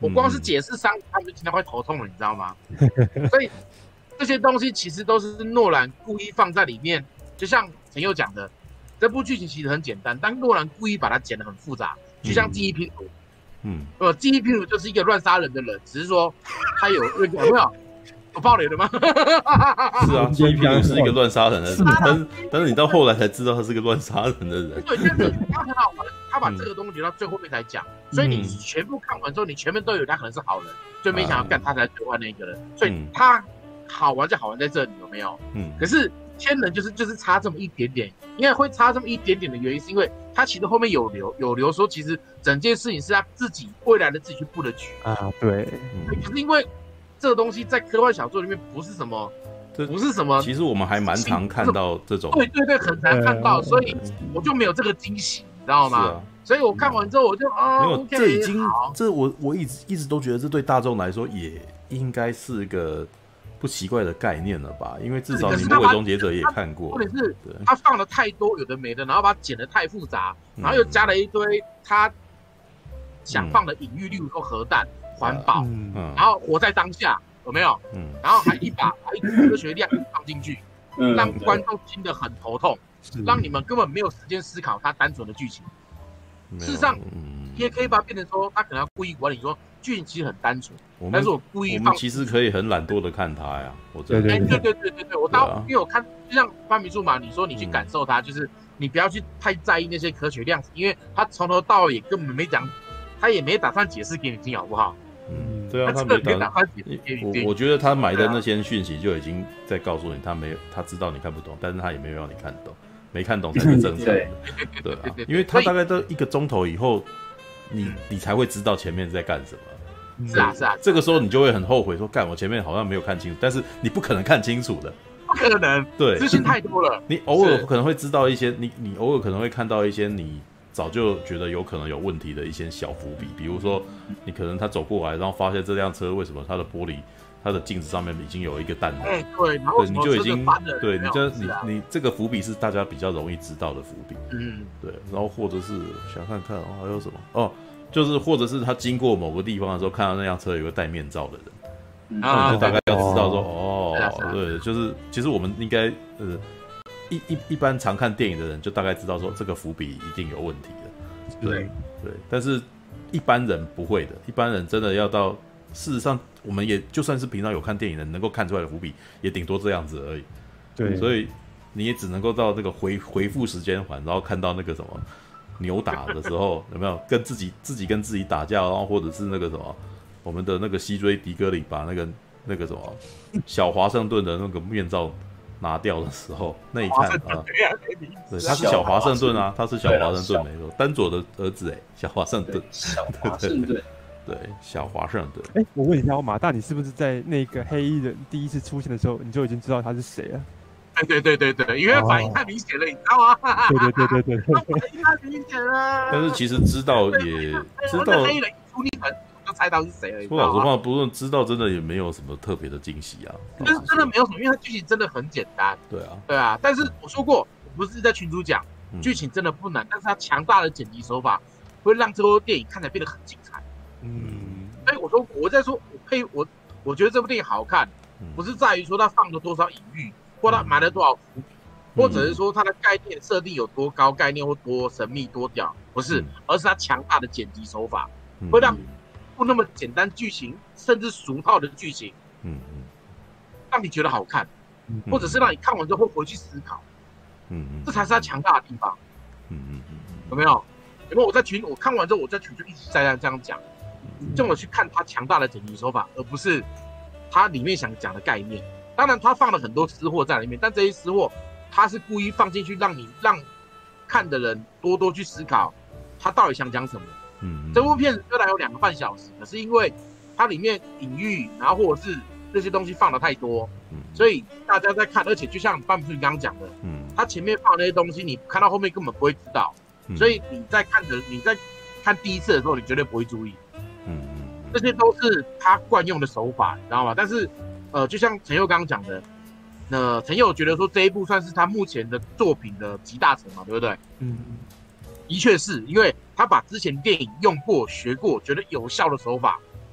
B: 我光是解释商，他们就听到快头痛了，你知道吗？所以这些东西其实都是诺兰故意放在里面，就像陈佑讲的，这部剧情其实很简单，但诺兰故意把它剪得很复杂，就像记忆拼图。嗯，呃，记忆拼图就是一个乱杀人的人，只是说他有那个有没有？我爆雷了吗？
A: 是啊，记忆拼图是一个乱杀人的人，但是但是你到后来才知道他是个乱杀人的人。
B: 对，但是他很好玩，他把这个东西留到最后面才讲，所以你全部看完之后，你前面都有他可能是好人，最没想要干他才最坏那一个人，所以他好玩就好玩在这里，有没有？嗯。可是天人就是就是差这么一点点，因为会差这么一点点的原因，是因为他其实后面有留有留说，其实整件事情是他自己未来的自己去布的局
C: 啊，对。
B: 可是因为这个东西在科幻小说里面不是什么，不是什么。
A: 其实我们还蛮常看到这种，
B: 对对对，很难看到，所以我就没有这个惊喜，你知道吗？啊、所以我看完之后我就啊，
A: 没有， okay, 这已经这我我一直一直都觉得这对大众来说也应该是个不奇怪的概念了吧？因为至少你《魔鬼终结者》也看过，
B: 或者是他放了太多有的没的，然后把它剪得太复杂，然后又加了一堆他想放的隐喻，例如说核弹。环保，嗯，然后活在当下，有没有？嗯，然后还一把把一个科学量放进去，嗯，让观众听得很头痛，让你们根本没有时间思考它单纯的剧情。事实上，也可以把它变成说，他可能要故意管理说剧情其实很单纯，但是我故意放。
A: 我们其实可以很懒惰的看它呀，我真的。
B: 哎，对对对对对，我当因为我看，就像发明数嘛，你说你去感受它，就是你不要去太在意那些科学量子，因为他从头到尾根本没讲，他也没打算解释给你听，好不好？
A: 嗯，对啊，他没打算。我我觉得他埋的那些讯息就已经在告诉你，他没他知道你看不懂，但是他也没有让你看懂，没看懂才是正常的，对啊，因为他大概都一个钟头以后，你你才会知道前面在干什么。
B: 是啊是啊，
A: 这个时候你就会很后悔说，干我前面好像没有看清楚，但是你不可能看清楚的，
B: 不可能，
A: 对，
B: 资讯太多了。
A: 你偶尔可能会知道一些，你你偶尔可能会看到一些你。早就觉得有可能有问题的一些小伏笔，比如说你可能他走过来，然后发现这辆车为什么它的玻璃、它的镜子上面已经有一个弹头，
B: 哎，对，然后
A: 你就已经对你这你你这个伏笔是大家比较容易知道的伏笔，嗯，对，然后或者是想看看哦还有什么哦，就是或者是他经过某个地方的时候，看到那辆车有个戴面罩的人，那你就大概要知道说哦，对，就是其实我们应该呃。一一一般常看电影的人就大概知道说这个伏笔一定有问题的，对对，但是一般人不会的，一般人真的要到事实上，我们也就算是平常有看电影的人能够看出来的伏笔，也顶多这样子而已。对，所以你也只能够到那个回回复时间环，然后看到那个什么扭打的时候，有没有跟自己自己跟自己打架，然后或者是那个什么我们的那个西追迪戈里把那个那个什么小华盛顿的那个面罩。拿掉的时候，那一看啊，对，他是小华盛顿啊，他是小华盛顿没错，丹佐的儿子哎，小华盛顿，
D: 小华盛顿，
A: 对，小华盛顿。
C: 哎，我问一下，马大，你是不是在那个黑衣人第一次出现的时候，你就已经知道他是谁了？
B: 对对对对对，因为反应太明显了，你知道吗？
C: 对对对对对，
B: 反应太明显了。
A: 但是其实知道也知道，
B: 黑人一出立门。就猜到是谁而已。
A: 说老实话，不论知道，真的也没有什么特别的惊喜啊。
B: 就是真的没有什么，因为它剧情真的很简单。
A: 对啊，
B: 对啊。但是我说过，我不是在群组讲，剧情真的不难，但是它强大的剪辑手法会让这部电影看起来变得很精彩。嗯。所以我说我在说，我配我我觉得这部电影好看，不是在于说它放了多少隐喻，或它埋了多少伏笔，或者是说它的概念设定有多高，概念或多神秘多屌，不是，而是它强大的剪辑手法会让。不那么简单剧情，甚至俗套的剧情，嗯嗯，让你觉得好看，嗯、或者是让你看完之后会回去思考，嗯嗯，这才是它强大的地方，嗯嗯嗯，有没有？有没有？我在群我看完之后，我在群就一直在这样讲，就我去看它强大的剪辑手法，而不是它里面想讲的概念。当然，它放了很多私货在里面，但这些私货它是故意放进去，让你让看的人多多去思考，它到底想讲什么。嗯，这部片子虽然有两个半小时，可是因为它里面隐喻，然后或者是这些东西放的太多，嗯，所以大家在看，而且就像范布你刚刚讲的，嗯，它前面放的那些东西，你看到后面根本不会知道，嗯、所以你在看的你在看第一次的时候，你绝对不会注意，嗯嗯，这些都是他惯用的手法，你知道吗？但是，呃，就像陈佑刚刚讲的，那陈佑觉得说这一部算是他目前的作品的集大成嘛，对不对？嗯。的确是因为他把之前电影用过、学过、觉得有效的手法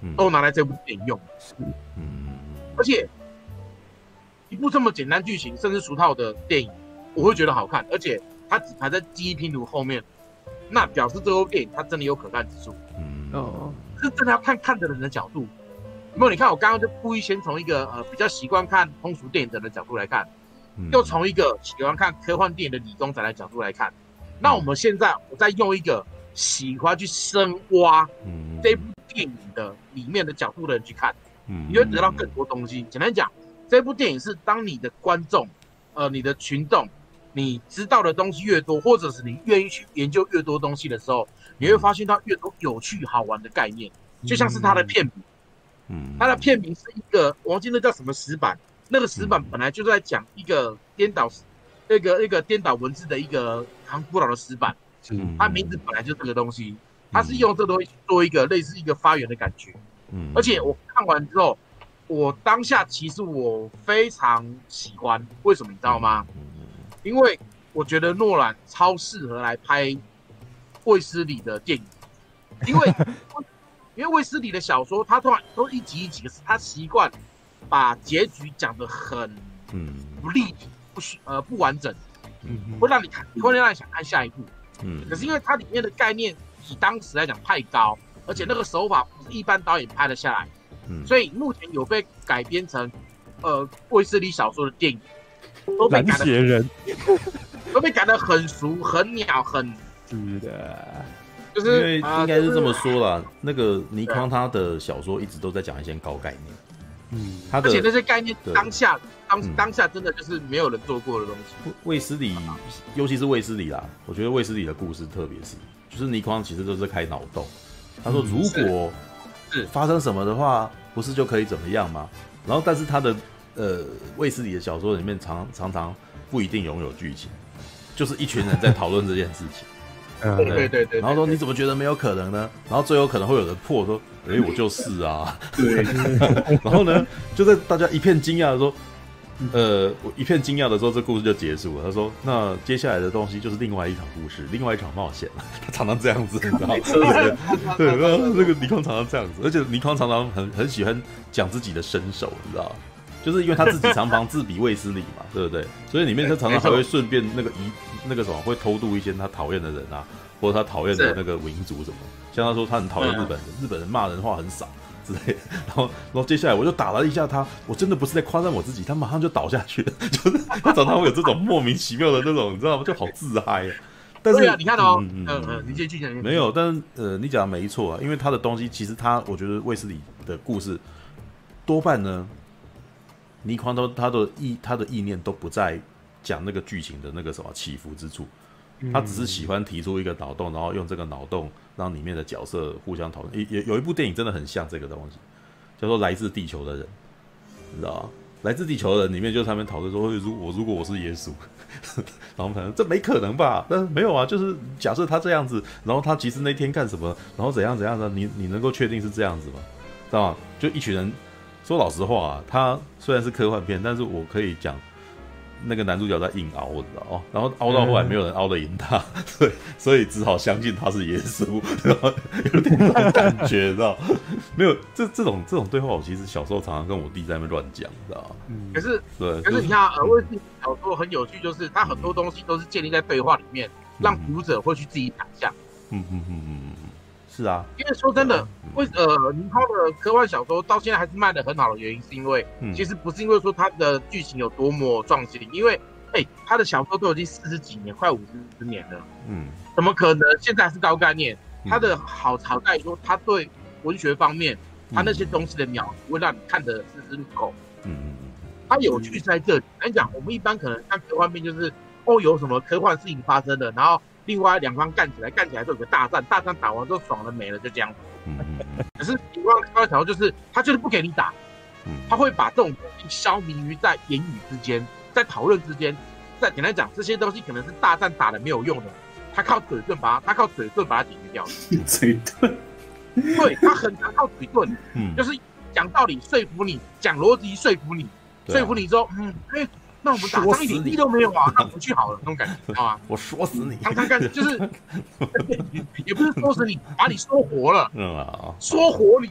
B: 都拿来这部电影用。
A: 嗯，
B: 而且一部这么简单剧情甚至俗套的电影，我会觉得好看，而且它只排在记忆拼图后面，那表示这部电影它真的有可看之处。
A: 嗯
C: 哦，
B: 是真的要看看的人的角度。因为你看我刚刚就故意先从一个呃比较习惯看通俗电影的人的角度来看，
A: 嗯
B: 又从一个喜欢看科幻电影的理工仔的角度来看。那我们现在我再用一个喜欢去深挖这部电影的里面的角度的人去看，
A: 嗯
B: 你会得到更多东西。简单讲，这部电影是当你的观众，呃，你的群众，你知道的东西越多，或者是你愿意去研究越多东西的时候，你会发现到越多有趣好玩的概念，就像是它的片名，
A: 嗯，
B: 它的片名是一个我忘记那叫什么石板，那个石板本来就在讲一个颠倒，那个那个颠倒文字的一个很古老的石板，
C: 嗯，
B: 它名字本来就是这个东西，它是用这个东西做一个类似一个发源的感觉，
A: 嗯，
B: 而且我看完之后，我当下其实我非常喜欢，为什么你知道吗？因为我觉得诺兰超适合来拍卫斯理的电影，因为因为卫斯理的小说，他通常都一集一集，他习惯把结局讲得很不立体、不呃不完整，会让你看，会让你想看下一部。嗯，可是因为它里面的概念以当时来讲太高，而且那个手法不是一般导演拍得下来，嗯，所以目前有被改编成呃卫斯理小说的电影，都被改
C: 的人，
B: 都被改得很俗、很鸟、很
C: 是的。
B: 就是
A: 因为应该是这么说啦，那个倪匡他的小说一直都在讲一些高概念，嗯，他的
B: 而且那些概念当下当当下真的就是没有人做过的东西。
A: 卫斯理，尤其是卫斯理啦，我觉得卫斯理的故事特别是，就是倪匡其实都是开脑洞。他说如果
B: 是
A: 发生什么的话，不是就可以怎么样吗？然后但是他的呃卫斯理的小说里面常常常不一定拥有剧情，就是一群人在讨论这件事情。
B: 嗯，对对对对。
A: 然后说你怎么觉得没有可能呢？然后最后可能会有人破说，哎，我就是啊。
B: 对。
A: 然后呢，就在大家一片惊讶的说，呃，我一片惊讶的时候，这故事就结束了。他说，那接下来的东西就是另外一场故事，另外一场冒险了。他常常这样子，你知道吗？对，然后那个倪匡常常这样子，而且倪匡常常很很喜欢讲自己的身手，你知道吗？就是因为他自己常常自比卫斯理嘛，对不对？所以里面他常常还会顺便那个遗那个什么，会偷渡一些他讨厌的人啊，或者他讨厌的那个民族什么。像他说他很讨厌日本人，日本人骂人话很少之类的。然后，然后接下来我就打了一下他，我真的不是在夸赞我自己，他马上就倒下去了。就是他常常会有这种莫名其妙的那种，你知道吗？就好自嗨啊。但是
B: 啊，你看哦，嗯嗯嗯，你继续讲。
A: 没有，但是呃，你讲的没错啊，因为他的东西其实他，我觉得卫斯理的故事多半呢。倪匡都他的意他的意念都不在讲那个剧情的那个什么起伏之处，他只是喜欢提出一个脑洞，然后用这个脑洞让里面的角色互相讨论。也有一部电影真的很像这个东西，叫做《来自地球的人》，你知道吗？《来自地球的人》里面就是他们讨论说，如果如果我是耶稣，然后可能这没可能吧？但是没有啊，就是假设他这样子，然后他其实那天干什么，然后怎样怎样的，你你能够确定是这样子吗？知道吗？就一群人。说老实话啊，他虽然是科幻片，但是我可以讲那个男主角在硬凹，我知道哦，然后凹到后来没有人凹得赢他，所以所以只好相信他是耶稣，然后有点这种感觉，知道？没有这这种这种对话，我其实小时候常常跟我弟在那边乱讲，知道吗？
B: 可是
A: 对，
B: 可是你看，呃，卫斯理小说很有趣，就是他很多东西都是建立在对话里面，让读者会去自己想象。
A: 嗯嗯嗯嗯。是啊，
B: 因为说真的，为呃，倪匡的科幻小说到现在还是卖得很好的原因，是因为、嗯、其实不是因为说他的剧情有多么创新，因为哎、欸，他的小说都已经四十几年，快五十年了，嗯，怎么可能现在还是高概念？他的好好在说，他对文学方面，他那些东西的描述会让你看得丝丝入扣，嗯，他有趣在这里。来讲，我们一般可能看科幻片就是哦，有什么科幻事情发生了，然后。另外两方干起来，干起来就有个大战，大战打完之后爽了没了，就这样子。嗯嗯嗯。可是倪匡科幻小说就是他就是不给你打，他会把这种东西消弭于在言语之间，在讨论之间。再简单讲，这些东西可能是大战打的没有用的，他靠嘴遁把它，他靠嘴遁把它解决掉。
D: 嘴遁。
B: 对，他很常靠嘴遁，嗯，就是讲道理说服你，讲逻辑说服你，说服你之后，嗯，哎。那我们打仗一点力都没有啊，那我们去好了，那种感觉，知道吗？
A: 我说死你！
B: 常常干就是，也不是说死你，把你说活了，嗯啊，说活你，不是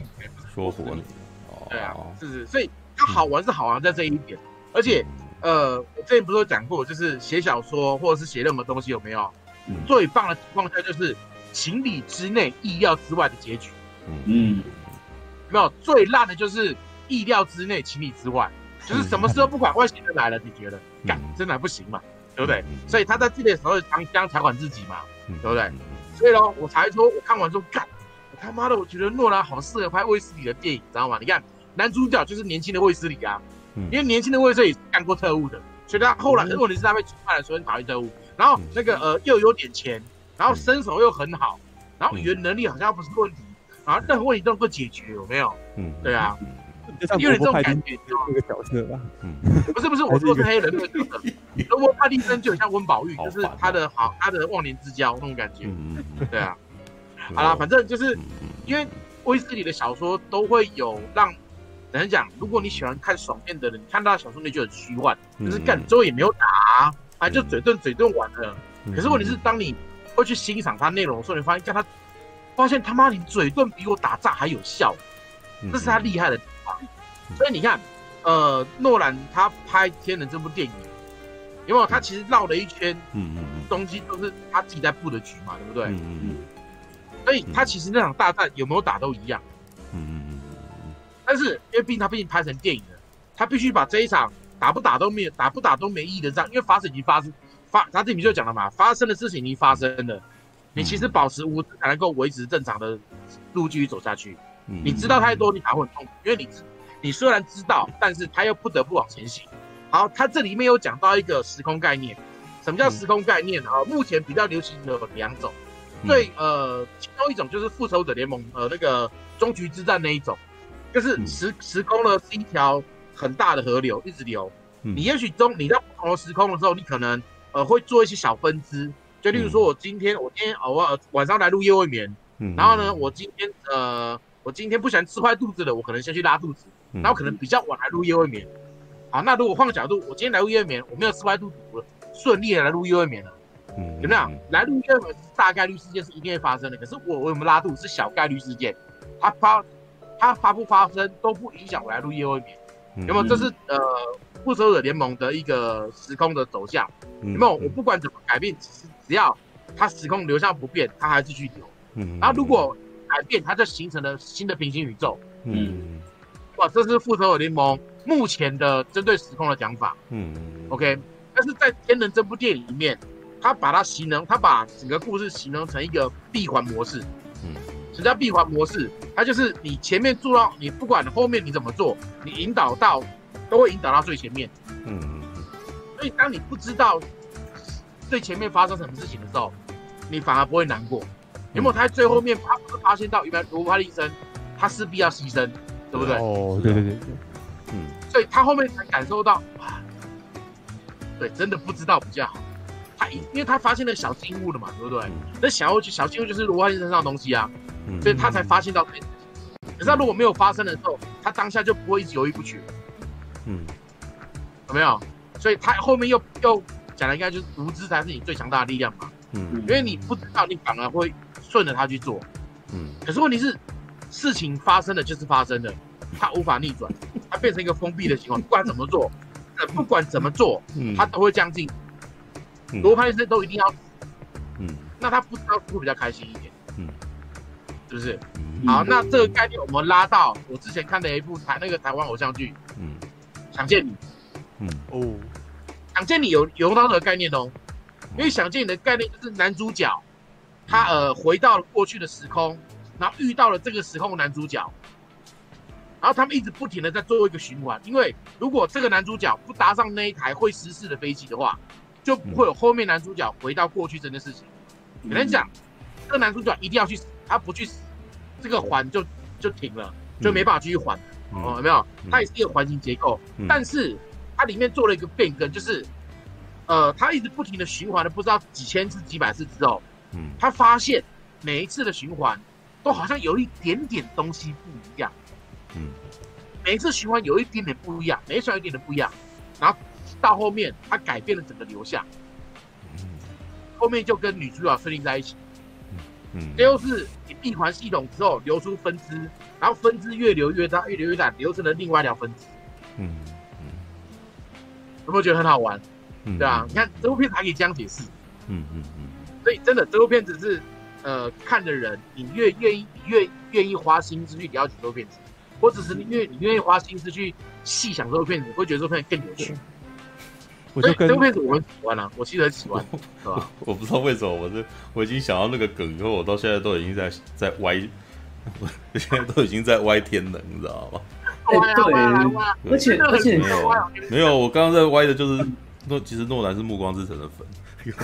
A: 说服你。
B: 对啊，是是，所以它好玩是好玩在这一点，而且呃，我之前不是有讲过，就是写小说或者是写任何东西有没有？嗯、最棒的情况下就是情理之内、意料之外的结局。嗯，没有最烂的就是意料之内、情理之外，就是什么时候不管外星人来了，你觉得干真的不行嘛？对不对？所以他在这里的时候常这样调侃自己嘛，对不对？所以咯，我才说，我看完之后干，我他妈的，我觉得诺兰好适合拍卫斯理的电影，知道吗？你看男主角就是年轻的卫斯理啊，因为年轻的卫斯理是干过特务的，所以他后来问题是他被出卖了，所以跑去特务，然后那个呃又有点钱，然后身手又很好，然后语言能力好像不是问题，然后任何问题都能够解决，有没有？嗯，对啊。因为这种感觉，
C: 那个角色吧，
B: 嗯，不是不是，我说是黑人那个角色，罗伯·帕蒂森就很像温宝玉，就是他的好，他的忘年之交那种感觉，对啊，好啦，反正就是因为威斯理的小说都会有让人讲，如果你喜欢看爽片的人，你看他的小说你就很虚幻，就是干最后也没有打，啊，就嘴遁嘴遁完了。可是问题是，当你会去欣赏他内容的时候，你发现，看他发现他妈你嘴遁比我打仗还有效，这是他厉害的地方。所以你看，呃，诺兰他拍《天能》这部电影，有没有？他其实绕了一圈，嗯嗯嗯，东西都是他自己在布的局嘛，对不对？嗯嗯。所以他其实那场大战有没有打都一样，嗯嗯嗯。但是因为毕竟他毕竟拍成电影了，他必须把这一场打不打都没有打不打都没意义的仗，因为发生已经发生，发他这里面就讲了嘛，发生的事情已经发生了，你其实保持无知才能够维持正常的路继续走下去。你知道太多，你还会很痛苦，因为你知。你虽然知道，但是他又不得不往前行。好，他这里面有讲到一个时空概念。什么叫时空概念啊？目前比较流行的有两种，最呃，其中一种就是复仇者联盟呃那个终局之战那一种，就是时时空呢是一条很大的河流，一直流。你也许中你在不同的时空的时候，你可能呃会做一些小分支，就例如说我今天我今天偶尔晚上来录夜未眠，然后呢我今天呃我今天不想吃坏肚子了，我可能先去拉肚子。然后可能比较晚来录夜未眠，好，那如果换个角度，我今天来录夜未眠，我没有吃坏肚子，我顺利的来录夜未眠了，嗯，有没有？来录夜未眠是大概率事件是一定会发生的，可是我我有没有拉肚子是小概率事件，它发它发不发生都不影响我来录夜未眠，有没有？这是呃复仇者联盟的一个时空的走向，有没有？我不管怎么改变，只只要它时空流向不变，它还继续流，嗯，然后如果改变，它就形成了新的平行宇宙，嗯。哇，这是复仇者联盟目前的针对时空的讲法。嗯 ，OK。但是在《天能》这部电影里面，他把它形容，他把整个故事形容成一个闭环模式。嗯，什么叫闭环模式？它就是你前面做到，你不管后面你怎么做，你引导到都会引导到最前面。嗯嗯嗯。所以当你不知道最前面发生什么事情的时候，你反而不会难过。有没有？他在最后面，他不是发现到原来罗伯·帕蒂森他势必要牺牲。对不对？
C: 哦，对对对对，
B: 嗯，所以他后面才感受到，哇，对，真的不知道比较好。他因为他发现了小金屋了嘛，对不对？那、嗯、小小金屋就是罗伯特身上的东西啊，嗯、所以他才发现到这件事情。可是他如果没有发生的时候，他当下就不会一直犹豫不决，嗯，有没有？所以他后面又又讲的应该就是无知才是你最强大的力量嘛，嗯，因为你不知道，你反而会顺着他去做，嗯。可是问题是。事情发生了就是发生了，它无法逆转，它变成一个封闭的情况。不管怎么做，不管怎么做，它都会将近。罗伯·帕蒂森都一定要死，嗯，那他不知道会比较开心一点，嗯，是不是？好，那这个概念我们拉到我之前看的一部台那个台湾偶像剧，嗯，想见你，嗯哦，想见你有有用到这个概念哦，因为想见你的概念就是男主角他呃回到了过去的时空。然后遇到了这个时空的男主角，然后他们一直不停的在做一个循环，因为如果这个男主角不搭上那一台会失事的飞机的话，就不会有后面男主角回到过去这件事情。有人讲，这个男主角一定要去死，他不去死，这个环就就停了，就没办法继续环。哦，有没有？它也是一个环形结构，但是它里面做了一个变更，就是呃，它一直不停的循环了不知道几千次、几百次之后，他发现每一次的循环。都好像有一点点东西不一样，嗯，每一次循环有一点点不一样，每一次有一点点不一样，然后到后面他改变了整个流向，嗯，后面就跟女主角顺利在一起，嗯，这又是你闭环系统之后流出分支，然后分支越流越大，越流越大，流成了另外一条分支。嗯嗯，有没有觉得很好玩？嗯、对啊，你看这部片子还可以这样解释。嗯嗯嗯。所以真的，这部片子是呃看的人，你越愿意，你越愿意花心思去了解这部片子，或者是你越你愿意花心思去细想这部片子，会觉得这部片子更有趣。
C: 我就跟
B: 这部片子我很喜欢啊，我其实很喜欢，是吧？
A: 我不知道为什么，我是我已经想到那个梗以后，我到现在都已经在在歪，我现在都已经在歪天了，你知道吗？
D: 哎，对，而且而且
A: 没有没有，我刚刚在歪的就是诺，其实诺兰是《暮光之城》的粉。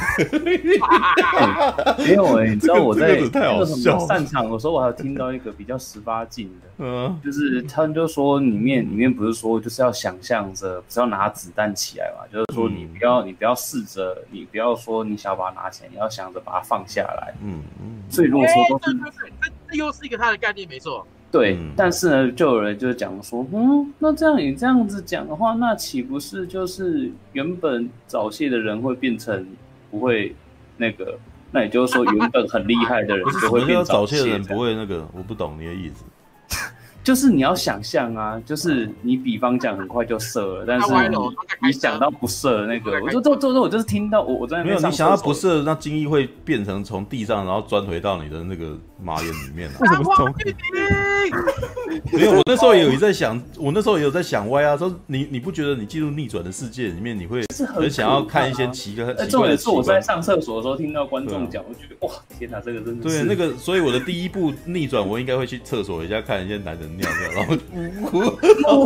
D: 没有哎、欸，你知道我在
A: 那个什么
D: 散场的时候，我还有听到一个比较十八禁的，嗯，就是他们就说里面里面不是说就是要想象着，不是要拿子弹起来嘛，就是说你不要、嗯、你不要试着，你不要说你想要把它拿起来，你要想着把它放下来，嗯嗯。所以如果说都是，
B: 对对对，这这又是一个他的概念，没错。
D: 对，嗯、但是呢，就有人就讲说，嗯，那这样你这样子讲的话，那岂不是就是原本早泄的人会变成？不会那个，那也就是说，原本很厉害的人就会变早泄。
A: 早泄的人不会那个，我不懂你的意思。
D: 就是你要想象啊，就是你比方讲很快就射了，但是你, 你想到不射的那个，我就这这我就是听到我我在那边
A: 没有，你想到不射，那精液会变成从地上然后钻回到你的那个马眼里面、啊。
C: 为什么从？
A: 没有，我那时候也有在想，我那时候也有在想歪啊，说你你不觉得你进入逆转的世界里面，你会很想要看一些奇怪奇怪的奇观？
D: 我在上厕所的时候听到观众讲，我觉得哇，天哪，这个真的
A: 是对那个，所以我的第一步逆转，我应该会去厕所一下看一些男人尿尿，然后呜呜，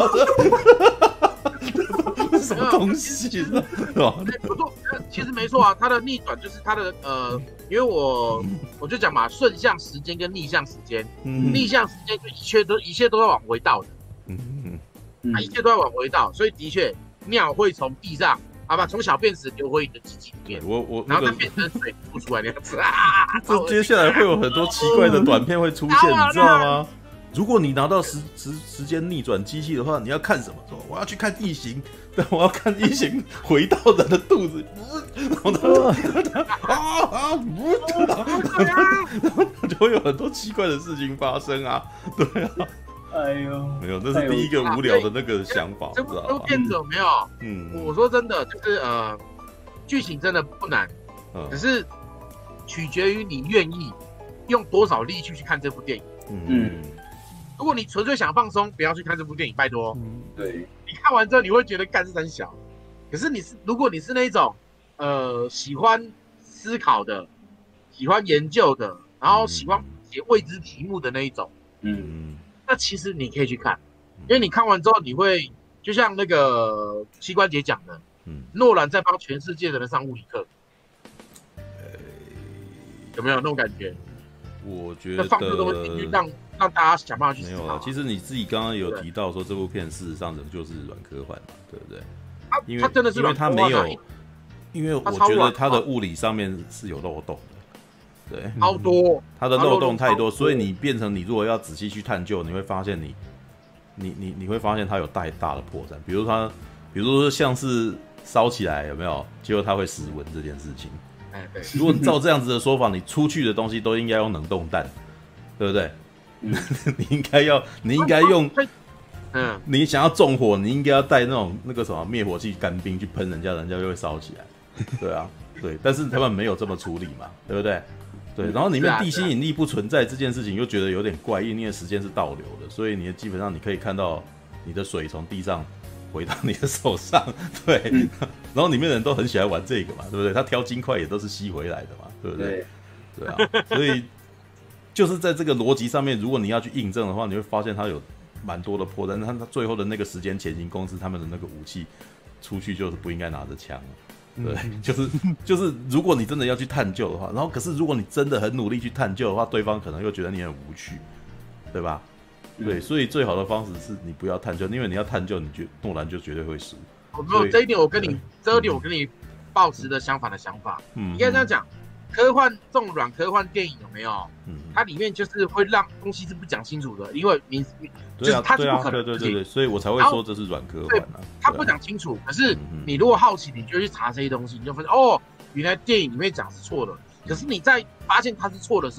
A: 什么东西是吧？
B: 不错，其实没错啊，它的逆转就是它的呃，因为我我就讲嘛，顺向时间跟逆向时间，嗯、逆向时间就一切都一切都在往回倒的，嗯嗯，啊，一切都在往回倒，所以的确尿会从地上啊不从小便池流回你的鸡鸡里面，
A: 我我、
B: 那個、然后再变成水吐出来那样子啊，
A: 这接下来会有很多奇怪的短片会出现，你知道吗？如果你拿到时时时间逆转机器的话，你要看什么？说我要去看异形，对，我要看异形回到人的肚子，然后他啊啊，然后就会有很多奇怪的事情发生啊，对啊，
D: 哎呦，
A: 没有，那是第一个无聊的那个想法，
B: 这部这部片子有没有？嗯，我说真的，就是呃，剧情真的不难，嗯，只是取决于你愿意用多少力气去看这部电影，嗯。如果你纯粹想放松，不要去看这部电影，拜托。
D: 嗯，对。
B: 你看完之后，你会觉得干是很小。可是你是，如果你是那种呃喜欢思考的、喜欢研究的，然后喜欢解未知题目的那一种，嗯，那其实你可以去看，因为你看完之后，你会就像那个膝关节讲的，嗯，诺兰在帮全世界的人上物理课，有没有那种感觉？
A: 我觉得
B: 放这个东西让让大家想办法去思考。
A: 没有啊，其实你自己刚刚有提到说这部片事实上仍旧是软科幻嘛，对不对？因为
B: 它真的是
A: 因为它没有，因为我觉得它的物理上面是有漏洞的，对，
B: 超多，
A: 它的漏洞太多，所以你变成你如果要仔细去探究，你会发现你你你你会发现它有太大的破绽，比如它，比如说像是烧起来有没有？结果它会失温这件事情。如果照这样子的说法，你出去的东西都应该用冷冻弹，对不对？嗯、你应该要，你应该用，嗯，你想要纵火，你应该要带那种那个什么灭火器干冰去喷人家，人家就会烧起来。对啊，对，但是他们没有这么处理嘛，对不对？对，然后里面地心引力不存在这件事情，又觉得有点怪异，因为时间是倒流的，所以你基本上你可以看到你的水从地上回到你的手上，对，嗯、然后里面的人都很喜欢玩这个嘛，对不对？他挑金块也都是吸回来的嘛，对不对？对, 对啊，所以就是在这个逻辑上面，如果你要去印证的话，你会发现它有蛮多的破绽。他他最后的那个时间前行公司他们的那个武器出去就是不应该拿着枪，对，嗯、就是就是如果你真的要去探究的话，然后可是如果你真的很努力去探究的话，对方可能又觉得你很无趣，对吧？对，所以最好的方式是你不要探究，因为你要探究，你就诺兰就绝对会输。
B: 我没有这一点，我跟你这一点我跟你抱持的相反的想法。嗯，应该这样讲，科幻这种软科幻电影有没有？嗯，它里面就是会让东西是不讲清楚的，因为你就是它是不可能的事情，
A: 对啊，对对对，所以我才会说这是软科幻啊。
B: 它不讲清楚，可是你如果好奇，你就去查这些东西，你就发现哦，原来电影里面讲是错的。可是你在发现它是错的时候，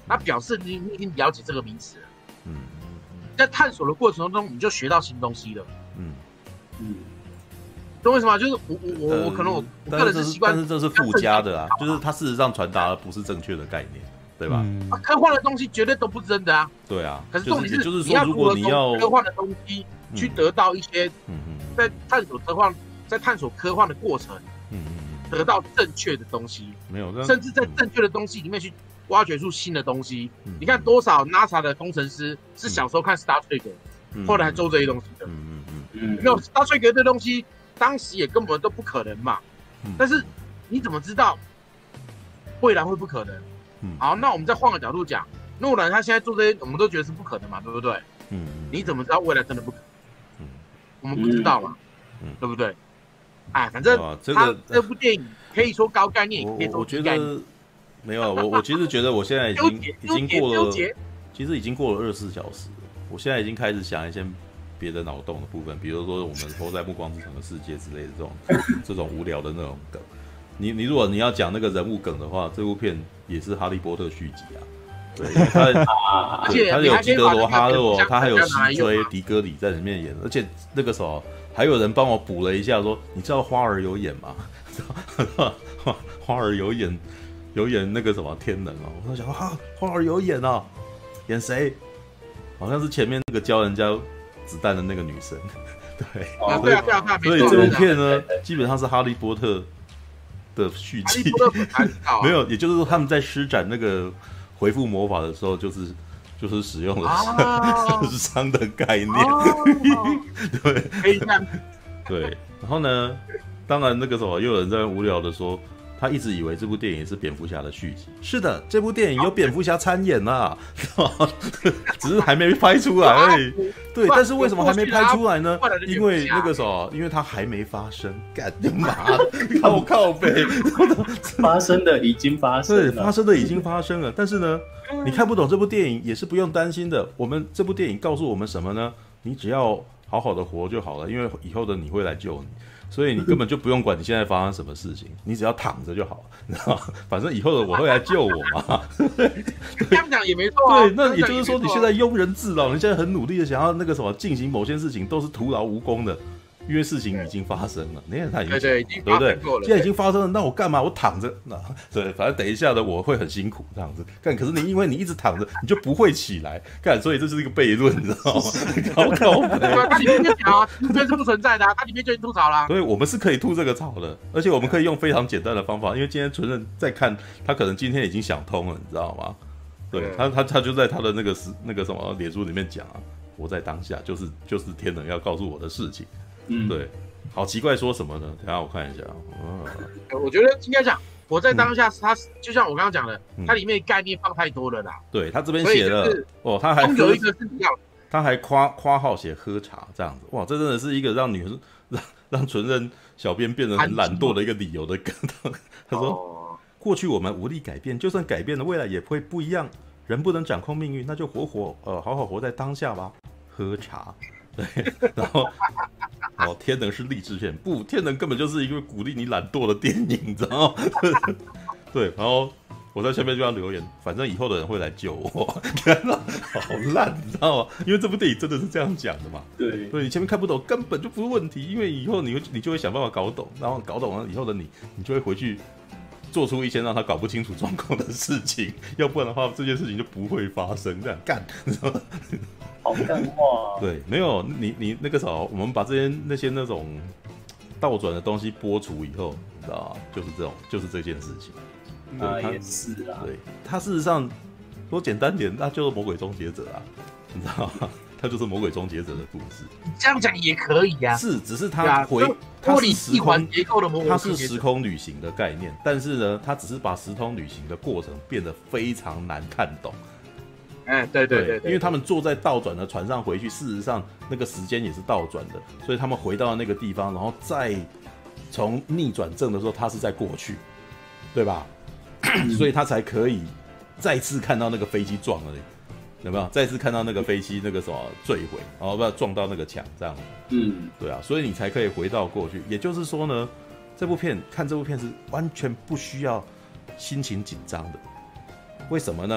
B: 那表示你你已经了解这个名词了。嗯，在探索的过程中，你就学到新东西了。嗯嗯，懂为什么？就是我我我我可能我我个人是习惯，
A: 但是这是附加的啊，就是它事实上传达的不是正确的概念，对吧？
B: 嗯、啊，科幻的东西绝对都不是真的啊。
A: 对啊，
B: 可是重点是，
A: 就是
B: 你要
A: 如果你要
B: 科幻的东西去得到一些，嗯嗯，在探索科幻，在探索科幻的过程，嗯嗯，得到正确的东西，
A: 没有，
B: 甚至在正确的东西里面去挖掘出新的东西。嗯、你看多少 NASA 的工程师是小时候看 Star Trek，、嗯、后来还做这些东西的。嗯嗯嗯嗯，没有 Star Trek 这东西，当时也根本都不可能嘛。嗯、但是你怎么知道未来会不可能？嗯、好，那我们再换个角度讲，诺兰他现在做这些，我们都觉得是不可能嘛，对不对？嗯，你怎么知道未来真的不可能？嗯，我们不知道嘛，嗯，对不对？哎，反正
A: 这个
B: 这部电影可以说高概念，也可以说
A: 低概念。没有，我我其实觉得我现在已经已经过了，其实已经过了二十四小时了。我现在已经开始想一些别的脑洞的部分，比如说我们活在暮光之城的世界之类的这种这种无聊的那种梗。你你如果你要讲那个人物梗的话，这部片也是《哈利波特》续集啊。对，他对他有基德罗哈洛，他还有西追迪戈里在里面演，而且那个时候还有人帮我补了一下说，你知道花儿有演吗？花儿有演有演那个什么天能哦，我在想啊，花儿有演哦，演谁？好像是前面那个教人家子弹的那个女生。对，
B: 哦、对啊对啊对啊，
A: 所以这部片呢，基本上是哈利波特的续集。没有，也就是说他们在施展那个回复魔法的时候，就是就是使用了智商的概念。哦、对，
B: 可以看。
A: 对，然后呢，当然那个什么，又有人在无聊的说。他一直以为这部电影是蝙蝠侠的续集。是的，这部电影有蝙蝠侠参演啦，只是还没拍出来而已。对，但是为什么还没拍出来呢？因为那个什么，因为它还没发生。干你妈的，靠靠北！
D: 发生的已经发生了，
A: 对，发生的已经发生了。但是呢，你看不懂这部电影也是不用担心的。我们这部电影告诉我们什么呢？你只要好好的活就好了，因为以后的你会来救你。所以你根本就不用管你现在发生什么事情，你只要躺着就好，你知道吗？反正以后的我会来救我嘛。
B: 这样讲也没错、啊。
A: 对，那也就是说你现在庸人自扰，你现在很努力的想要那个什么进行某些事情，都是徒劳无功的，因为事情已经发生了。你看它已经，
B: 对对，已经
A: 对不对？现在已经发生了，那我干嘛？我躺着，那对，反正等一下的我会很辛苦这样子。干，可是你因为你一直躺着，你就不会起来，干，所以这是一个悖论，你知道吗？搞搞
B: 对，它里面就讲啊，这是不存在的、啊，它里面就已经吐槽啦。
A: 所以我们是可以吐这个槽的，而且我们可以用非常简单的方法，因为今天纯人在看，他可能今天已经想通了，你知道吗？对他，他他就在他的那个那个什么脸书里面讲啊，活在当下就是就是天能要告诉我的事情，嗯，对。好奇怪，说什么呢？等一下我看一下。
B: 哦、我觉得应该讲，活在当下，它、嗯、就像我刚刚讲的，它里面的概念放太多了啦。
A: 对他这边写了哦，他还
B: 有一个是你要，
A: 他还夸夸号写喝茶这样子，哇，这真的是一个让女生让让纯任小编变得很懒惰的一个理由的梗。他说、哦：“过去我们无力改变，就算改变了，未来也会不一样。人不能掌控命运，那就活活呃好好活在当下吧。喝茶。”对，然后，哦，天能是励志片，不，天能根本就是一个鼓励你懒惰的电影，你知道吗？对，然后我在下面就要留言，反正以后的人会来救我，天哪，好烂，你知道吗？因为这部电影真的是这样讲的嘛。
D: 对，
A: 对，你前面看不懂根本就不是问题，因为以后你会你就会想办法搞懂，然后搞懂了以后的你，你就会回去做出一些让他搞不清楚状况的事情，要不然的话这件事情就不会发生，这样干，你知道吗？
D: 好干话、啊。
A: 对，没有你你那个时候，我们把这些那些那种倒转的东西剥除以后，你知道吗？就是这种，就是这件事情。
D: 那也是啊。
A: 对，它事实上说简单点，那就是魔鬼终结者啊，你知道吗？它就是魔鬼终结者的故事。
B: 这样讲也可以呀、啊。
A: 是，只是它回它是时空
B: 结构的魔鬼
A: 它是时空旅行的概念，但是呢，它只是把时空旅行的过程变得非常难看懂。
B: 哎，对对 对, 对, 对，
A: 因为他们坐在倒转的船上回去，事实上那个时间也是倒转的，所以他们回到那个地方，然后再从逆转正的时候，他是在过去，对吧？所以他才可以再次看到那个飞机撞了，有没有？再次看到那个飞机那个什么坠毁，然后不要撞到那个墙这样。
D: 嗯，
A: 对啊，所以你才可以回到过去。也就是说呢，这部片看这部片是完全不需要心情紧张的，为什么呢？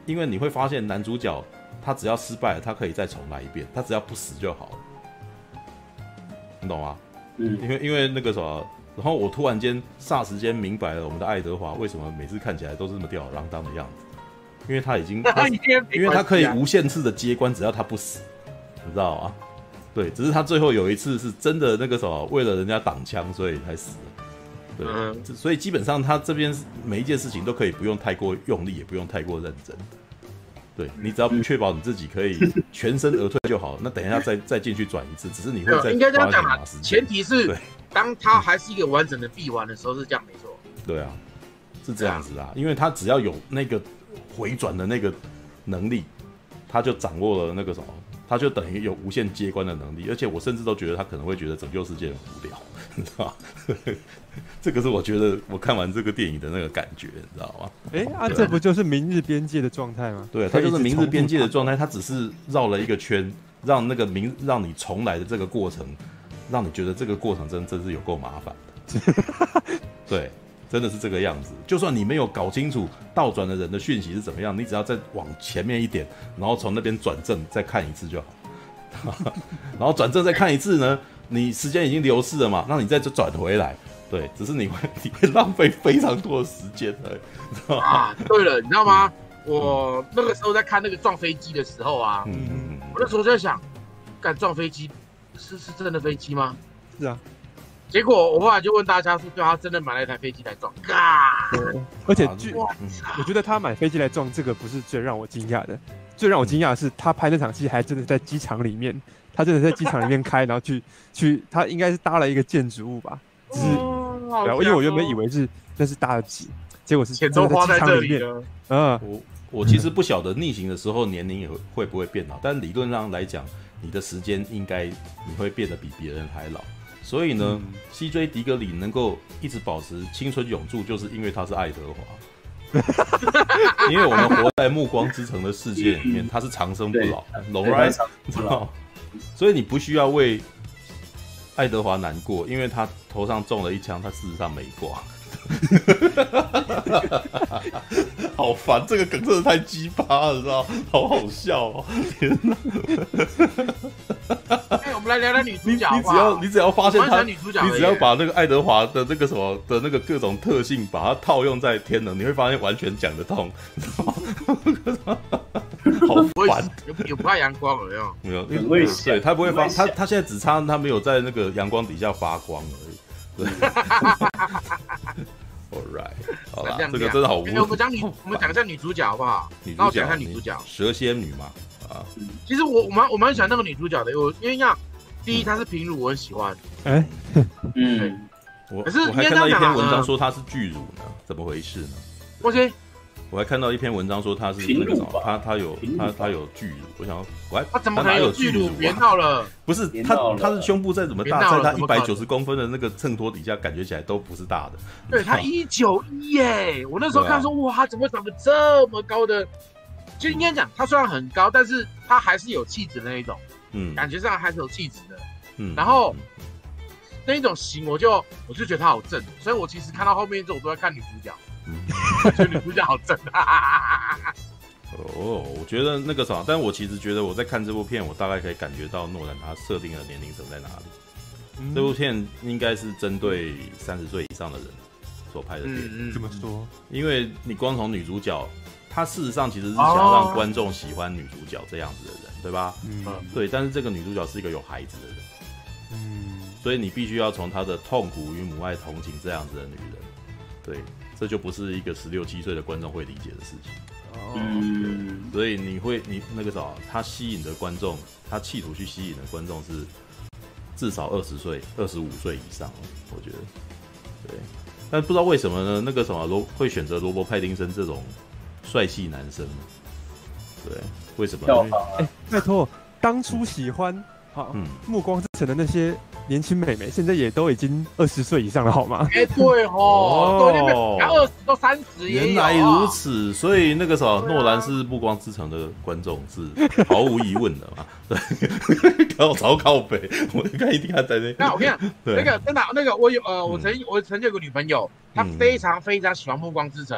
A: 因为你会发现男主角他只要失败了，他可以再重来一遍，他只要不死就好了，你懂吗？嗯，因为因为那个什么，然后我突然间霎时间明白了我们的爱德华为什么每次看起来都是那么吊儿郎当的样子，因为他已经，他因为他可以无限次的接关，只要他不死，你知道吗？对，只是他最后有一次是真的那个什么，为了人家挡枪，所以才死了。对，嗯、所以基本上他这边每一件事情都可以不用太过用力，也不用太过认真。对，你只要确保你自己可以全身而退就好。那等一下再再进去转一次，只是你会再
B: 应该这样讲啊。前提是当他还是一个完整的闭环的时候是这样没错。
A: 对啊，是这样子啊，因为他只要有那个回转的那个能力，他就掌握了那个什么，他就等于有无限接关的能力。而且我甚至都觉得他可能会觉得拯救世界很无聊，你知道吗？这个是我觉得我看完这个电影的那个感觉，你知道吗？
C: 哎、欸，啊，这不就是明日边界的状态吗？
A: 对，它就是明日边界的状态，它只是绕了一个圈，让那个明让你重来的这个过程，让你觉得这个过程真真是有够麻烦的。对，真的是这个样子。就算你没有搞清楚倒转的人的讯息是怎么样，你只要再往前面一点，然后从那边转正再看一次就好。然后转正再看一次呢，你时间已经流逝了嘛，那你再转回来。对，只是你会你会浪费非常多的时间的
B: 啊。对了，你知道吗？我那个时候在看那个撞飞机的时候啊，嗯、我那时候就在想，干撞飞机是是真的飞机吗？
C: 是啊。
B: 结果我后来就问大家说，对他真的买了一台飞机来撞？嘎！
C: 而且据我觉得他买飞机来撞这个不是最让我惊讶的，最让我惊讶的是他拍那场戏还真的在机场里面，他真的在机场里面开，然后去去他应该是搭了一个建筑物吧。只是，哦、因为我原本以为是那是搭的机，结果是
B: 钱都花在这里了。
A: 嗯，我我其实不晓得逆行的时候年龄也会不会变老，但理论上来讲，你的时间应该你会变得比别人还老。所以呢，嗯、西追迪格里能够一直保持青春永驻，就是因为他是爱德华。因为我们活在暮光之城的世界里面，他是长生不老 ，right？ 知道？所以你不需要为爱德华难过，因为他头上中了一枪，他事实上没挂。好烦，这个梗真的太鸡巴了，知道？好好笑哦！天哪！
B: 哎，我们来聊聊女主角好不好？
A: 你只要你只要发现他，
B: 女主角
A: 你只要把那个爱德华的那个什么的那个各种特性，把它套用在天能，你会发现完全讲得通，你知道吗？好烦，
B: 有有怕阳光了哟？
A: 没有，很危险。对，他不会发，他他现在只差他没有在那个阳光底下发光而已。对，All right， 好啦，这个真的好无聊。
B: 我们讲女，我们讲一下女主角好不好？
A: 女主角，
B: 那我讲一下女主角，
A: 蛇蝎女嘛，啊。
B: 其实我我蛮我蛮喜欢那个女主角的，我因为样，第一她是平乳，我很喜欢。
C: 哎，
B: 嗯，
A: 我可是我还看到一篇文章说她是巨乳呢，怎么回事呢？
B: 我先。
A: 我还看到一篇文章说他是那个什么，他他有他他有巨乳，我想我还
B: 他怎么可能有巨乳？别闹了！
A: 不是他他的胸部再怎么大，在他一百九十公分的那个衬托底下，感觉起来都不是大的。
B: 对他一九一耶，我那时候看说哇，他怎么长得这么高的？就应该讲他虽然很高，但是他还是有气质的那一种，嗯，感觉上还是有气质的，嗯。然后那一种型，我就我就觉得他好正，所以我其实看到后面之后，我都在看女主角。我觉得女主角好正啊！
A: 哦，我觉得那个啥，但我其实觉得我在看这部片，我大概可以感觉到诺兰他设定的年龄层在哪里。嗯、这部片应该是针对三十岁以上的人所拍的电影。
C: 嗯嗯、怎么说？
A: 因为你光从女主角，她事实上其实是想要让观众喜欢女主角这样子的人，对吧？嗯，对。但是这个女主角是一个有孩子的人，嗯，所以你必须要从她的痛苦与母爱同情这样子的女人，对。这就不是一个十六七岁的观众会理解的事情，哦，所以你会你那个啥，他吸引的观众，他企图去吸引的观众是至少二十岁、二十五岁以上，我觉得，对。但不知道为什么呢？那个什么罗会选择罗伯·派丁森这种帅气男生，对，为什么？
C: 哎、欸，拜托，当初喜欢好《暮光之城》的那些年轻美眉，现在也都已经二十岁以上了，好吗？
B: 哎、欸，对哦，都那边二十都三十也有、啊。
A: 原来如此，所以那个什么，诺兰是《暮光之城》的观众是毫无疑问的嘛？对，靠超靠北，我看一定还在那。
B: 那我跟你讲，那个真的那个，我有呃，我曾我曾经有个女朋友，她非常非常喜欢《暮光之城》，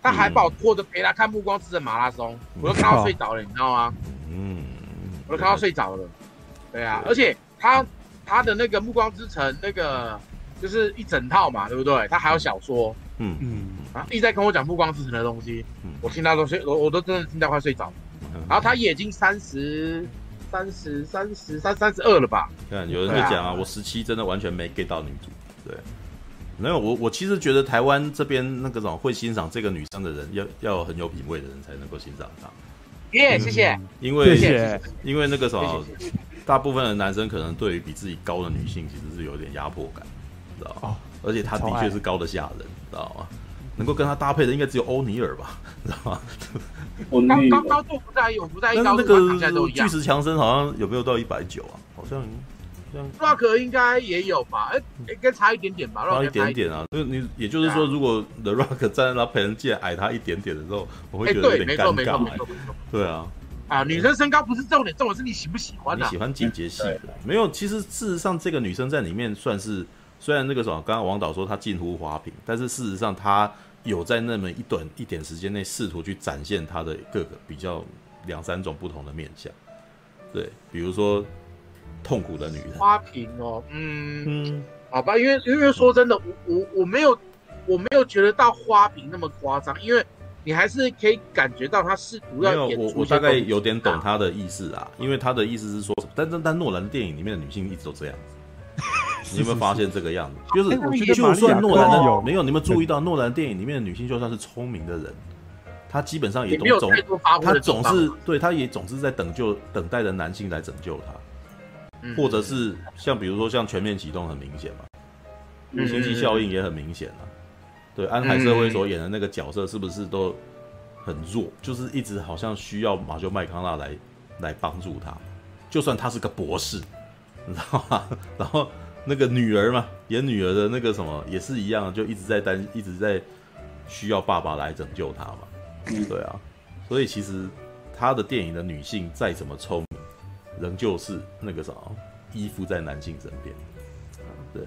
B: 他还把我拖着陪他看《暮光之城》马拉松，我都看到睡着了，你知道吗？嗯，我都看到睡着了。对啊，而且他他的那个《暮光之城》那个就是一整套嘛，对不对？他还有小说，嗯嗯，啊，一直在跟我讲《暮光之城》的东西，我听到都睡，我我都真的听到快睡着了。然后他也已经三十。三十三十三三十二了吧？
A: 看有人会讲啊，我十七真的完全没 get 到女主。对，没有我我其实觉得台湾这边那个种会欣赏这个女生的人，要要很有品味的人才能够欣赏她。
B: 耶，谢谢。
A: 因为谢谢因为那个什么，大部分的男生可能对于比自己高的女性其实是有点压迫感，知道吗？而且她的确是高的吓人，知道吗？能够跟她搭配的应该只有欧尼尔吧，知道吗？
B: 高高高度不在意，我不在意高度，
A: 但是那个巨石强森好像有没有到一百九啊？好像像
B: Rock 应该也有吧？哎、欸，应该差一点点吧？
A: 差一点点啊！就你也就是说，如果 The Rock 站在他陪人竟然矮他一点点的时候，我会觉得有点尴尬、欸。对啊，
B: 啊，女生身高不是重点，重点是你喜不喜欢啊？
A: 你喜欢姐姐系的？没有，其实事实上这个女生在里面算是，虽然那个什么，刚刚王导说她近乎花瓶，但是事实上她。有在那么一短一点时间内试图去展现他的各个比较两三种不同的面相，对，比如说痛苦的女人，
B: 花瓶哦，嗯嗯，好吧，因为因为说真的，我我我没有我没有觉得到花瓶那么夸张，因为你还是可以感觉到他试图要演出。
A: 我我大概有点懂他的意思啊，因为他的意思是说，但但但诺兰的电影里面的女性一直都这样子。你有没有发现这个样子？就是、欸、就算诺兰的没有，你们注意到诺兰电影里面的女性，就算是聪明的人，她基本上也都总，她总是对，她也总是在等救等待的男性来拯救她，嗯、或者是像比如说像全面启动很明显嘛，嗯、星际效应也很明显啊。对，安海瑟薇所演的那个角色是不是都很弱？就是一直好像需要马修麦康纳来来帮助他，就算他是个博士，你知道吗？然后。那个女儿嘛，演女儿的那个什么也是一样，就一直在担，一直在需要爸爸来拯救她嘛。对啊，所以其实他的电影的女性再怎么聪明，仍旧是那个什么依附在男性身边。对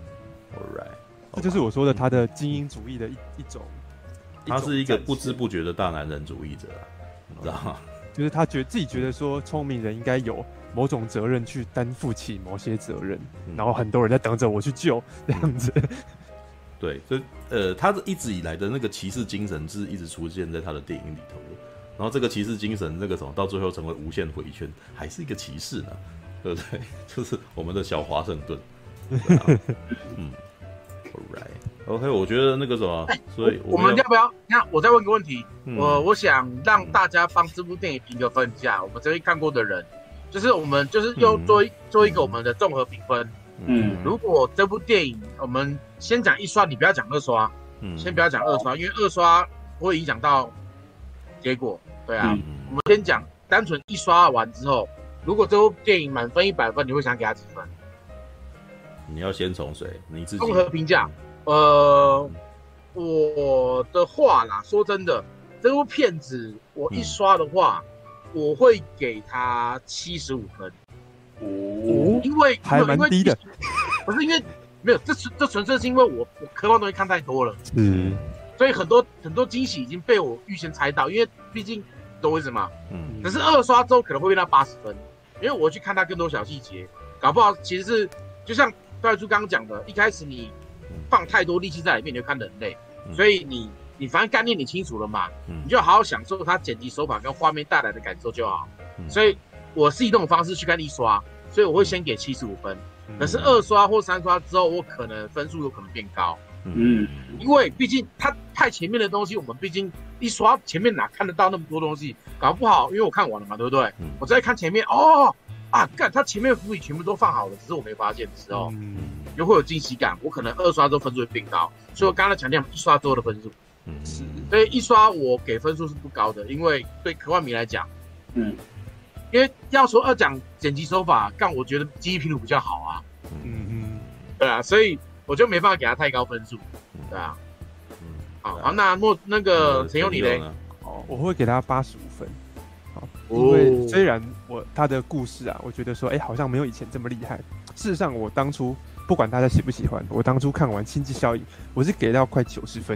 A: ，All right，
C: 这就是我说的他的精英主义的一一种。
A: 他是一个不知不觉的大男人主义者啊，你知道吗？
C: 就是他觉自己觉得说，聪明人应该有某种责任去担负起某些责任，嗯、然后很多人在等着我去救这样子。嗯、
A: 对，所以呃，他一直以来的那个骑士精神是一直出现在他的电影里头的。然后这个骑士精神，那个什么，到最后成为无限回圈，还是一个骑士呢，对不对？就是我们的小华盛顿。啊、嗯 ，All right，OK， 我觉得那个什么，所以
B: 我们要不要？那我再问个问题，嗯、我我想让大家帮这部电影评个分一下，我们这边看过的人。就是我们就是用做、嗯、做一个我们的综合评分。嗯，如果这部电影我们先讲一刷，你不要讲二刷，嗯，先不要讲二刷，因为二刷会影响到结果。对啊，嗯、我们先讲单纯一刷完之后，如果这部电影满分一百分，你会想给他几分？
A: 你要先从谁？你自己
B: 综合评价。呃，我的话啦，说真的，这部片子我一刷的话。嗯我会给他七十五分，哦，因为
C: 还蛮低的，
B: 不是因为没有，这这纯粹是因为我我科幻东西看太多了，
C: 嗯，
B: 所以很多很多惊喜已经被我预先猜到，因为毕竟懂我意思吗？嗯，可是二刷之后可能会变到八十分，因为我去看他更多小细节，搞不好其实是就像戴叔刚刚讲的，一开始你放太多力气在里面，你就看得很累，嗯、所以你。你反正概念你清楚了嘛，嗯、你就好好享受它剪辑手法跟画面带来的感受就好。嗯、所以我是以这种方式去看一刷，所以我会先给七十五分。嗯、可是二刷或三刷之后，我可能分数有可能变高。嗯，因为毕竟它太前面的东西，我们毕竟一刷前面哪看得到那么多东西，搞不好因为我看完了嘛，对不对？嗯、我再看前面，哦啊，干，它前面伏笔全部都放好了，只是我没发现的时候，嗯、就会有惊喜感。我可能二刷之后分数会变高，所以我刚才强调一刷之后的分数。嗯，是，所以一刷我给分数是不高的，因为对科幻迷来讲，嗯，因为要说要讲剪辑手法，干我觉得记忆拼图比较好啊，嗯嗯，对啊，所以我就没办法给他太高分数，对啊，嗯，好，好，那莫那个陈佑你嘞？
C: 哦，我会给他八十五分，好，因为虽然我他的故事啊，我觉得说，哎、欸，好像没有以前这么厉害，事实上我当初不管大家喜不喜欢，我当初看完《星际效应》，我是给到快九十分的。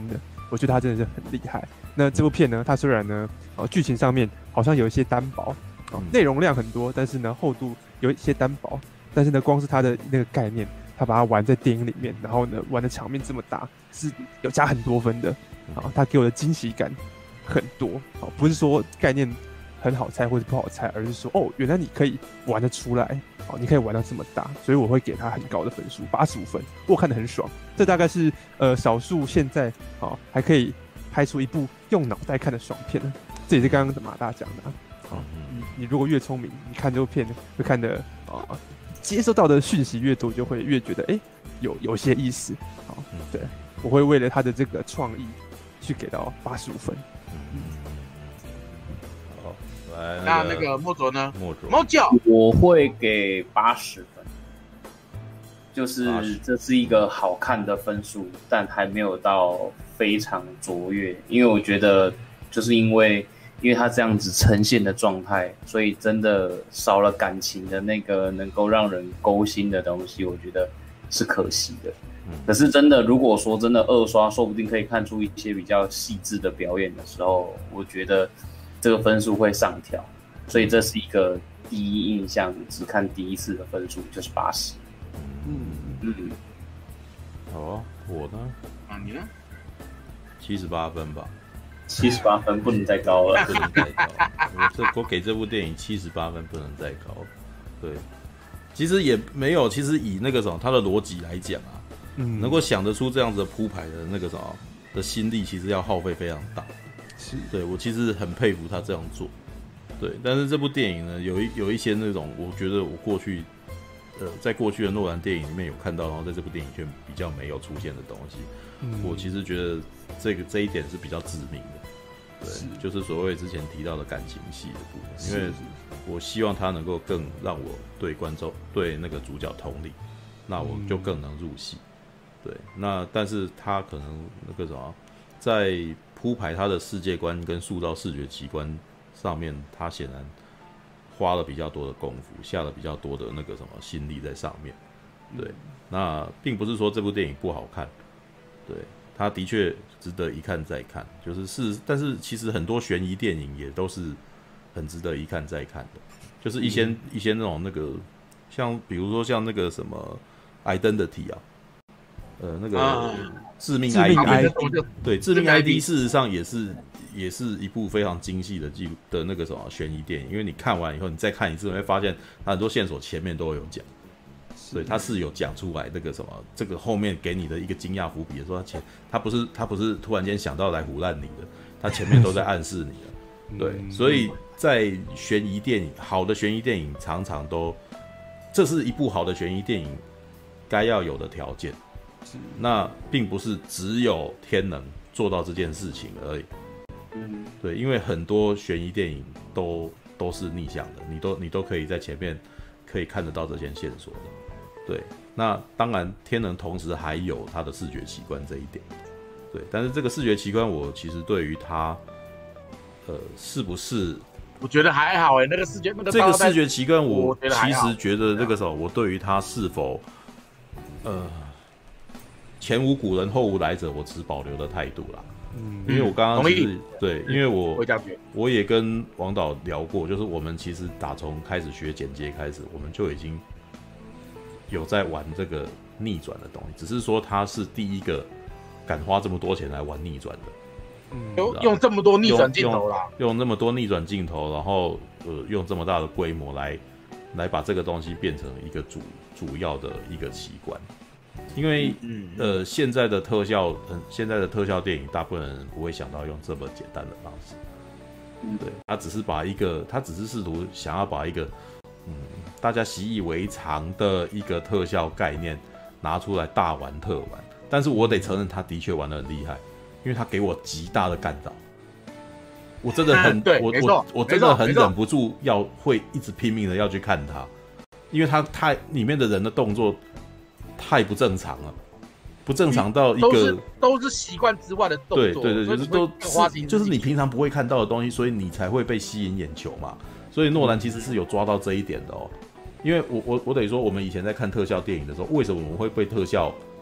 C: 我觉得他真的是很厉害。那这部片呢，它虽然呢，呃，剧情上面好像有一些单薄，哦，内容量很多，但是呢，厚度有一些单薄，但是呢，光是它的那个概念，他把它玩在电影里面，然后呢，玩的场面这么大，是有加很多分的。啊，他给我的惊喜感很多，啊，不是说概念很好猜或者不好猜，而是说哦，原来你可以玩得出来，哦，你可以玩到这么大，所以我会给他很高的分数，八十五分，我看得很爽。这大概是呃少数现在啊还可以拍出一部用脑袋看的爽片，这也是刚刚的马大讲的。好，你你如果越聪明，你看这部片会看的啊，接收到的讯息越多，就会越觉得哎、欸、有有些意思。好，对，我会为了他的这个创意去给到八十五分。嗯，
A: 好，来，
B: 那那个莫卓呢？
A: 莫卓，
B: 莫角，
D: 我会给八十分，就是这是一个好看的分数，但还没有到非常卓越，因为我觉得就是因为因为他这样子呈现的状态，所以真的少了感情的那个能够让人勾心的东西，我觉得是可惜的。可是真的，如果说真的二刷，说不定可以看出一些比较细致的表演的时候，我觉得这个分数会上调。所以这是一个第一印象只看第一次的分数，就是八十。
A: 嗯
D: 嗯，
A: 好啊，我呢？
B: 啊，你呢？
A: 七十八分吧。
D: 七十八分不能再高了，
A: 不能再高。我这我给这部电影七十八分，不能再高。对，其实也没有，其实以那个什么，它的逻辑来讲啊。嗯，能够想得出这样子的铺排的那个什么的心力，其实要耗费非常大。
C: 是，
A: 对我其实很佩服他这样做。对，但是这部电影呢，有一有一些那种，我觉得我过去，呃，在过去的诺兰电影里面有看到，然后在这部电影却比较没有出现的东西。嗯，我其实觉得这个这一点是比较致命的。对，是就是所谓之前提到的感情戏的部分，因为我希望他能够更让我对观众对那个主角同理，那我就更能入戏。对，那但是他可能那个什么，在铺排他的世界观跟塑造视觉奇观上面，他显然花了比较多的功夫，下了比较多的那个什么心力在上面。对，那并不是说这部电影不好看，对，他的确值得一看再看，就是是，但是其实很多悬疑电影也都是很值得一看再看的，就是一些、嗯、一些那种那个，像比如说像那个什么 Identity 啊。呃，那个致命 I D， 对，致命 I D 事实上也是也是一部非常精细的记录的那个什么悬疑电影，因为你看完以后，你再看一次，你会发现它很多线索前面都有讲，所以它是有讲出来那个什么，这个后面给你的一个惊讶伏笔，说他前他不是他不是突然间想到来唬烂你的，他前面都在暗示你的，对，所以在悬疑电影，好的悬疑电影常常都，这是一部好的悬疑电影该要有的条件。那并不是只有天能做到这件事情而已，嗯，对，因为很多悬疑电影都都是逆向的，你都你都可以在前面可以看得到这些线索的，对。那当然，天能同时还有它的视觉奇观这一点，对。但是这个视觉奇观，我其实对于它，呃，是不是？
B: 我觉得还好哎，那个视觉那个
A: 这个视觉奇观，我其实觉得这个时候，我对于它是否，呃。前无古人后无来者，我持保留的态度啦。嗯，因为我刚刚是对，因为我我也跟王导聊过，就是我们其实打从开始学剪接开始，我们就已经有在玩这个逆转的东西，只是说他是第一个敢花这么多钱来玩逆转的。
B: 嗯，用用这么多逆转镜头啦，
A: 用那么多逆转镜头，然后呃用这么大的规模来来把这个东西变成一个主主要的一个奇观。因为呃，现在的特效，嗯，现在的特效电影，大部分人不会想到用这么简单的方式。对，他只是把一个，他只是试图想要把一个，嗯，大家习以为常的一个特效概念拿出来大玩特玩。但是我得承认，他的确玩得很厉害，因为他给我极大的干扰。我真的很，
B: 对，
A: 我我我真的很忍不住要会一直拼命的要去看他，因为他太里面的人的动作。太不正常了，不正常到一个
B: 都是都是习惯之外的动作，
A: 对对对，就是都是就是你平常不会看到的东西，所以你才会被吸引眼球嘛。所以诺兰其实是有抓到这一点的哦。因为我我我得说，我们以前在看特效电影的时候，为什么我们会被特效，我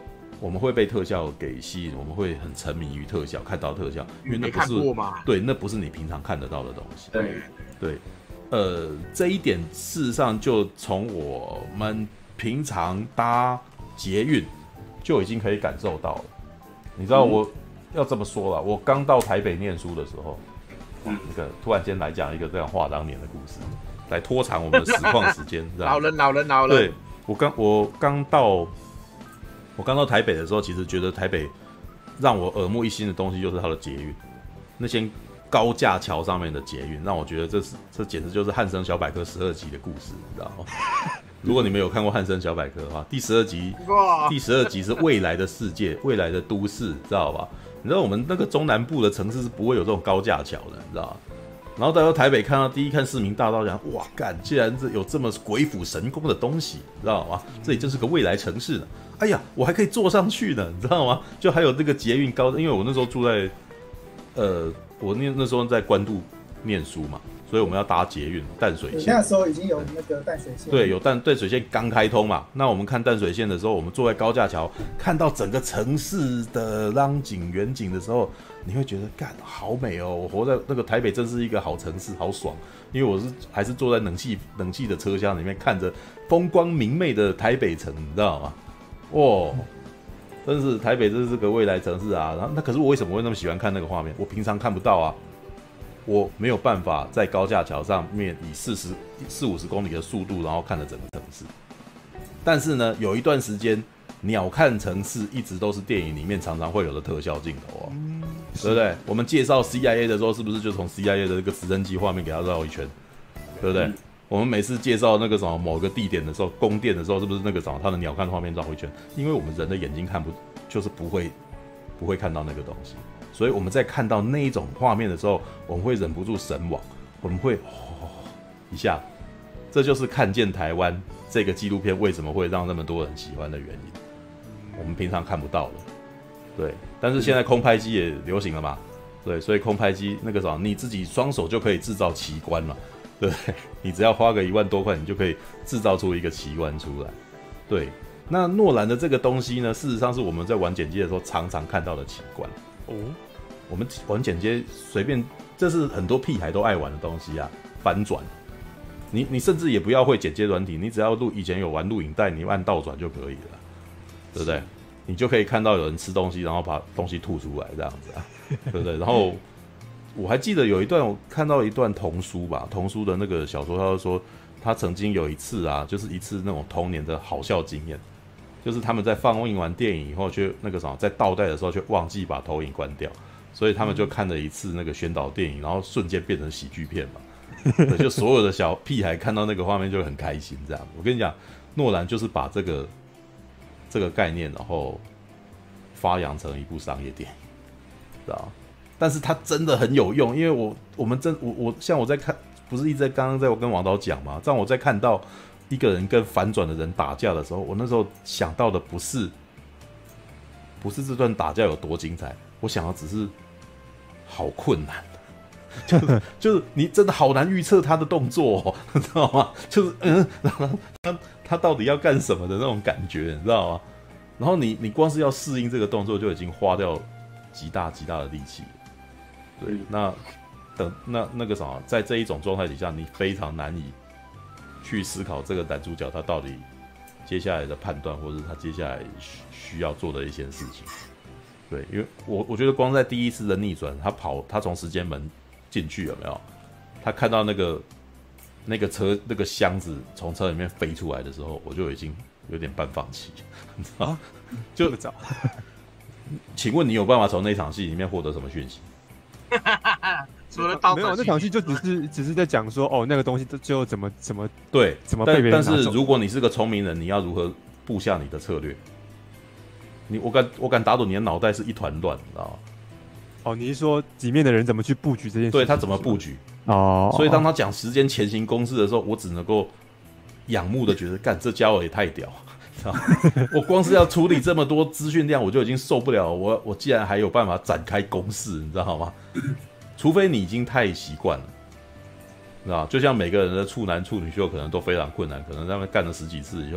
A: 我们会被特效给吸引，我们会很沉迷于特效，看到特效，因为那不是对，那不是你平常看得到的东西。
D: 对
A: 对，呃，这一点事实上就从我们平常搭捷运就已经可以感受到了。你知道我、嗯、要这么说啦，我刚到台北念书的时候，嗯，那个突然间来讲一个这样话当年的故事，来拖长我们的实况时间。
B: 老人，老人，老人。
A: 对，我刚我刚到。我刚到台北的时候，其实觉得台北让我耳目一新的东西就是它的捷运，那些高架桥上面的捷运，让我觉得这是这简直就是汉生小百科十二集的故事，你知道吗？如果你们有看过汉生小百科的话，第十二集，第十二集是未来的世界，未来的都市，知道吧？你知道我们那个中南部的城市是不会有这种高架桥的，你知道吗？然后到台北看到第一看市民大道，讲哇干，竟然有这么鬼斧神工的东西，你知道吗？这里真是个未来城市呢。哎呀，我还可以坐上去呢，你知道吗？就还有这个捷运高，因为我那时候住在，呃，我那那时候在关渡念书嘛，所以我们要搭捷运淡水线。
E: 那时候已经有那个淡水线。
A: 对，有淡淡水线刚开通嘛。那我们看淡水线的时候，我们坐在高架桥，看到整个城市的浪景远景的时候，你会觉得干好美哦！我活在那个台北真是一个好城市，好爽。因为我是还是坐在冷气冷气的车厢里面，看着风光明媚的台北城，你知道吗？哇，真是台北真是个未来城市啊！然后那可是我为什么会那么喜欢看那个画面？我平常看不到啊，我没有办法在高架桥上面以四十四五十公里的速度，然后看着整个城市。但是呢，有一段时间，鸟瞰城市一直都是电影里面常常会有的特效镜头哦，嗯、对不对？我们介绍 C I A 的时候，是不是就从 C I A 的这个直升机画面给它绕一圈，对不对？嗯，我们每次介绍那个什么某个地点的时候，宫殿的时候，是不是那个什么它的鸟瞰画面绕一圈？因为我们人的眼睛看不，就是不会不会看到那个东西，所以我们在看到那一种画面的时候，我们会忍不住神往，我们会哦一下，这就是看见台湾这个纪录片为什么会让那么多人喜欢的原因。我们平常看不到了，对，但是现在空拍机也流行了嘛，对，所以空拍机那个什么，你自己双手就可以制造奇观嘛。对，你只要花个一万多块，你就可以制造出一个奇观出来。对，那诺兰的这个东西呢，事实上是我们在玩剪接的时候常常看到的奇观。哦，我们玩剪接随便，这是很多屁孩都爱玩的东西啊，翻转。你你甚至也不要会剪接软体，你只要录以前有玩录影带，你按倒转就可以了，对不对？你就可以看到有人吃东西，然后把东西吐出来这样子啊，对不对？然后。我还记得有一段，我看到一段童书吧，童书的那个小说，他就说他曾经有一次啊，就是一次那种童年的好笑经验，就是他们在放映完电影以后，却那个什么，在倒带的时候却忘记把投影关掉，所以他们就看了一次那个宣导电影，然后瞬间变成喜剧片嘛，对，就所有的小屁孩看到那个画面就很开心这样。我跟你讲，诺兰就是把这个这个概念，然后发扬成一部商业电影，知道吗？但是它真的很有用，因为我我们真我我像我在看，不是一直在刚刚在我跟王导讲嘛，这样我在看到一个人跟反转的人打架的时候，我那时候想到的不是不是这段打架有多精彩，我想的只是好困难，就是就是你真的好难预测他的动作、哦，你知道吗？就是嗯，然后他他到底要干什么的那种感觉，你知道吗？然后你你光是要适应这个动作就已经花掉极大极大的力气。对，那等那那个啥，在这一种状态底下，你非常难以去思考这个男主角他到底接下来的判断，或者是他接下来需要做的一些事情。对，因为我我觉得光在第一次的逆转，他跑，他从时间门进去有没有？他看到那个那个车那个箱子从车里面飞出来的时候，我就已经有点半放弃，你知道吗？就早。请问你有办法从那场戏里面获得什么讯息？
B: 除了刀，
C: 没有，那场戏就只是只是在讲说，哦，那个东西最后怎么怎么
A: 对，
C: 怎么被别人拿走。
A: 但是如果你是个聪明人，你要如何布下你的策略？你我敢我敢打赌你的脑袋是一团乱，你知道吗？
C: 哦，你是说里面的人怎么去布局这件事情？
A: 对，他怎么布局？
C: 哦，
A: 所以当他讲时间前行公式的时候，我只能够仰慕的觉得，干这家伙也太屌。我光是要处理这么多资讯量，我就已经受不了。我我既然还有办法展开公式，你知道吗？除非你已经太习惯了，知道？就像每个人的处男处女秀可能都非常困难，可能他们干了十几次以后，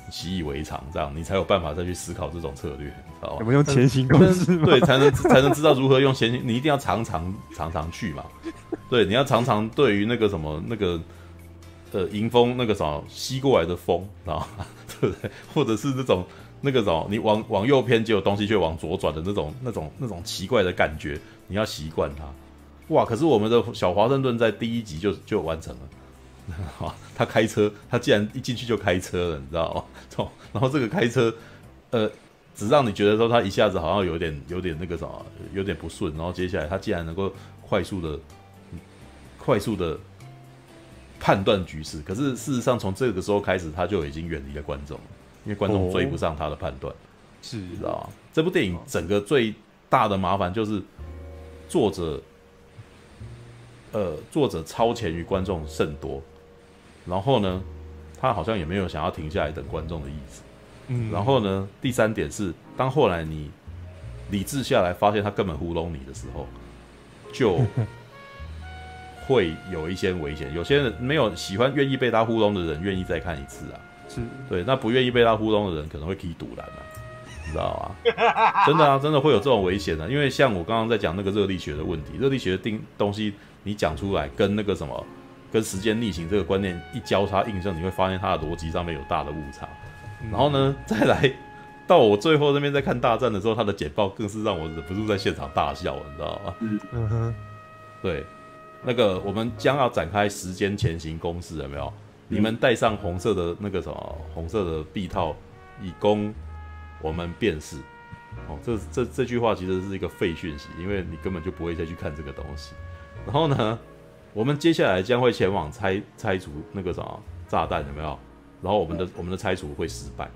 A: 习以为常，这样你才有办法再去思考这种策略，知道吗？
C: 有没有用前行公式？
A: 对，才能才能知道如何用前行。你一定要常常常常去嘛，对，你要常常对于那个什么那个呃迎风那个什么吸过来的风，知道吗？对不对？或者是那种那个什么你往往右偏，结果东西却往左转的那种那种那种奇怪的感觉，你要习惯它。哇！可是我们的小华盛顿在第一集就就完成了。他开车，他竟然一进去就开车了，你知道吗？然后这个开车，呃，只让你觉得说他一下子好像有点有点那个什么，有点不顺，然后接下来他竟然能够快速的、快速的判断局势。可是事实上，从这个时候开始，他就已经远离了观众了，因为观众追不上他的判断，
C: 是、
A: 哦，知道吗？这部电影整个最大的麻烦就是作者。呃，作者超前于观众甚多，然后呢，他好像也没有想要停下来等观众的意思。嗯，然后呢，第三点是，当后来你理智下来，发现他根本糊弄你的时候，就会有一些危险。有些人没有喜欢、愿意被他糊弄的人，愿意再看一次啊。
C: 是，
A: 对，那不愿意被他糊弄的人，可能会踢赌篮啊。你知道吗？真的啊，真的会有这种危险的、啊。因为像我刚刚在讲那个热力学的问题，热力学的定东西你讲出来，跟那个什么，跟时间逆行这个观念一交叉印证，你会发现它的逻辑上面有大的误差。然后呢，再来到我最后那边在看大战的时候，他的简报更是让我忍不住在现场大笑，你知道吗？嗯哼，对，那个我们将要展开时间前行公式，有没有？你们带上红色的那个什么红色的臂套，以供我们辨识。哦，这这这句话其实是一个废讯息，因为你根本就不会再去看这个东西。然后呢，我们接下来将会前往拆拆除那个什么炸弹，有没有？然后我们的我们的拆除会失败。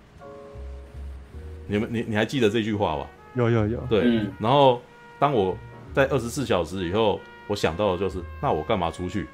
A: 你们你你还记得这句话吧？
C: 有有有。
A: 对，嗯、然后当我在二十四小时以后，我想到的就是，那我干嘛出去？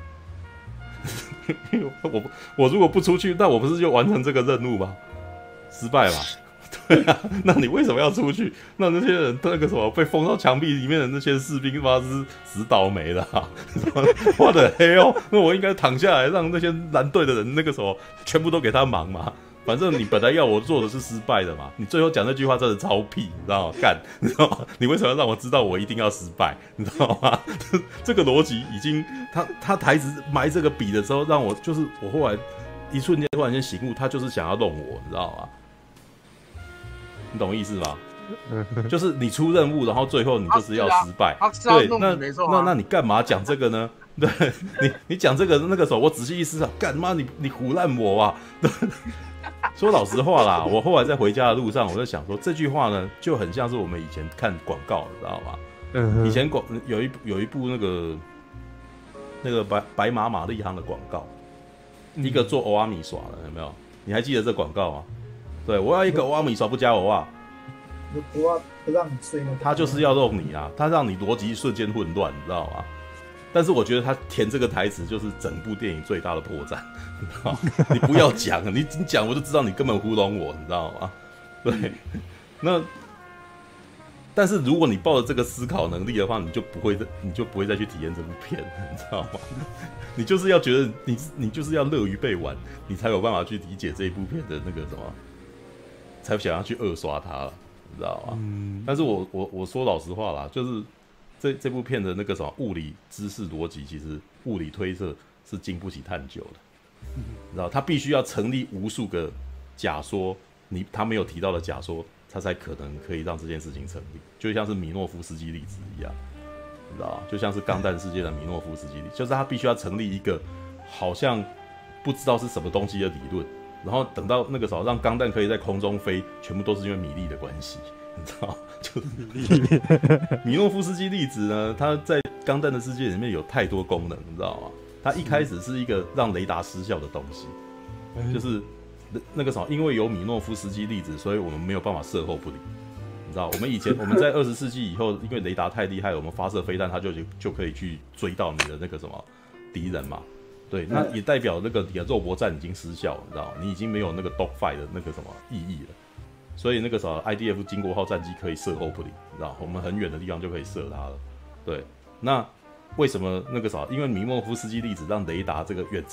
A: 我我如果不出去，那我不是就完成这个任务吗？失败嘛。对啊，那你为什么要出去？那那些人那个什么被封到墙壁里面的那些士兵，他妈是死倒霉了、啊！我的黑哦，那我应该躺下来，让那些蓝队的人那个什么全部都给他忙嘛。反正你本来要我做的是失败的嘛，你最后讲那句话真的超屁，你知道吗？干，你知道吗？你为什么要让我知道我一定要失败？你知道吗？这个逻辑已经，他他台词埋这个笔的时候，让我就是我后来一瞬间突然间醒悟，他就是想要弄我，你知道吗？你懂意思吗？就是你出任务，然后最后你就是要失败。
B: 他是啊，
A: 对，那
B: 没错、啊。
A: 那那你干嘛讲这个呢？对你，你讲这个那个时候，我仔细一思考，干妈你你唬烂我啊！说老实话啦，我后来在回家的路上，我在想说这句话呢，就很像是我们以前看广告，你知道吗？嗯、以前广有一有一部那个那个白白马玛丽行的广告，嗯、一个做欧阿米耍的，有没有？你还记得这广告吗？对，我要一个欧阿米耍不加欧啊！
E: 不要不让你睡那个，
A: 他就是要弄你啊，他让你逻辑瞬间混乱，你知道吗？但是我觉得他填这个台词就是整部电影最大的破绽，你知道吗？你不要讲，你你讲我就知道你根本糊弄我，你知道吗？对，那但是如果你抱着这个思考能力的话，你就不会你就不会再去体验这部片，你知道吗？你就是要觉得你你就是要乐于被玩，你才有办法去理解这一部片的那个什么，才想要去二刷它了，你知道吗？嗯、但是我我我说老实话啦，就是这这部片的那个什么物理知识逻辑，其实物理推测是经不起探究的，嗯、你知道，它必须要成立无数个假说，你他没有提到的假说，它才可能可以让这件事情成立，就像是米诺夫斯基粒子一样。你知道，就像是钢弹世界的米诺夫斯基粒，就是他必须要成立一个好像不知道是什么东西的理论，然后等到那个时候让钢弹可以在空中飞，全部都是因为米粒的关系，你知道，就是米诺夫斯基粒子呢，它在钢弹的世界里面有太多功能，你知道吗？它一开始是一个让雷达失效的东西，就是那个什么，因为有米诺夫斯基粒子，所以我们没有办法射后不理。你知道，我们以前我们在二十世纪以后，因为雷达太厉害，我们发射飞弹，它就就可以去追到你的那个什么敌人嘛。对，那也代表那个你的肉搏战已经失效了，你知道，你已经没有那个 dogfight 的那个什么意义了。所以那个什么 I D F 经国号战机可以射后不理，你知道，我们很远的地方就可以射它了。对，那为什么那个啥？因为米诺夫斯基粒子让雷达这个远程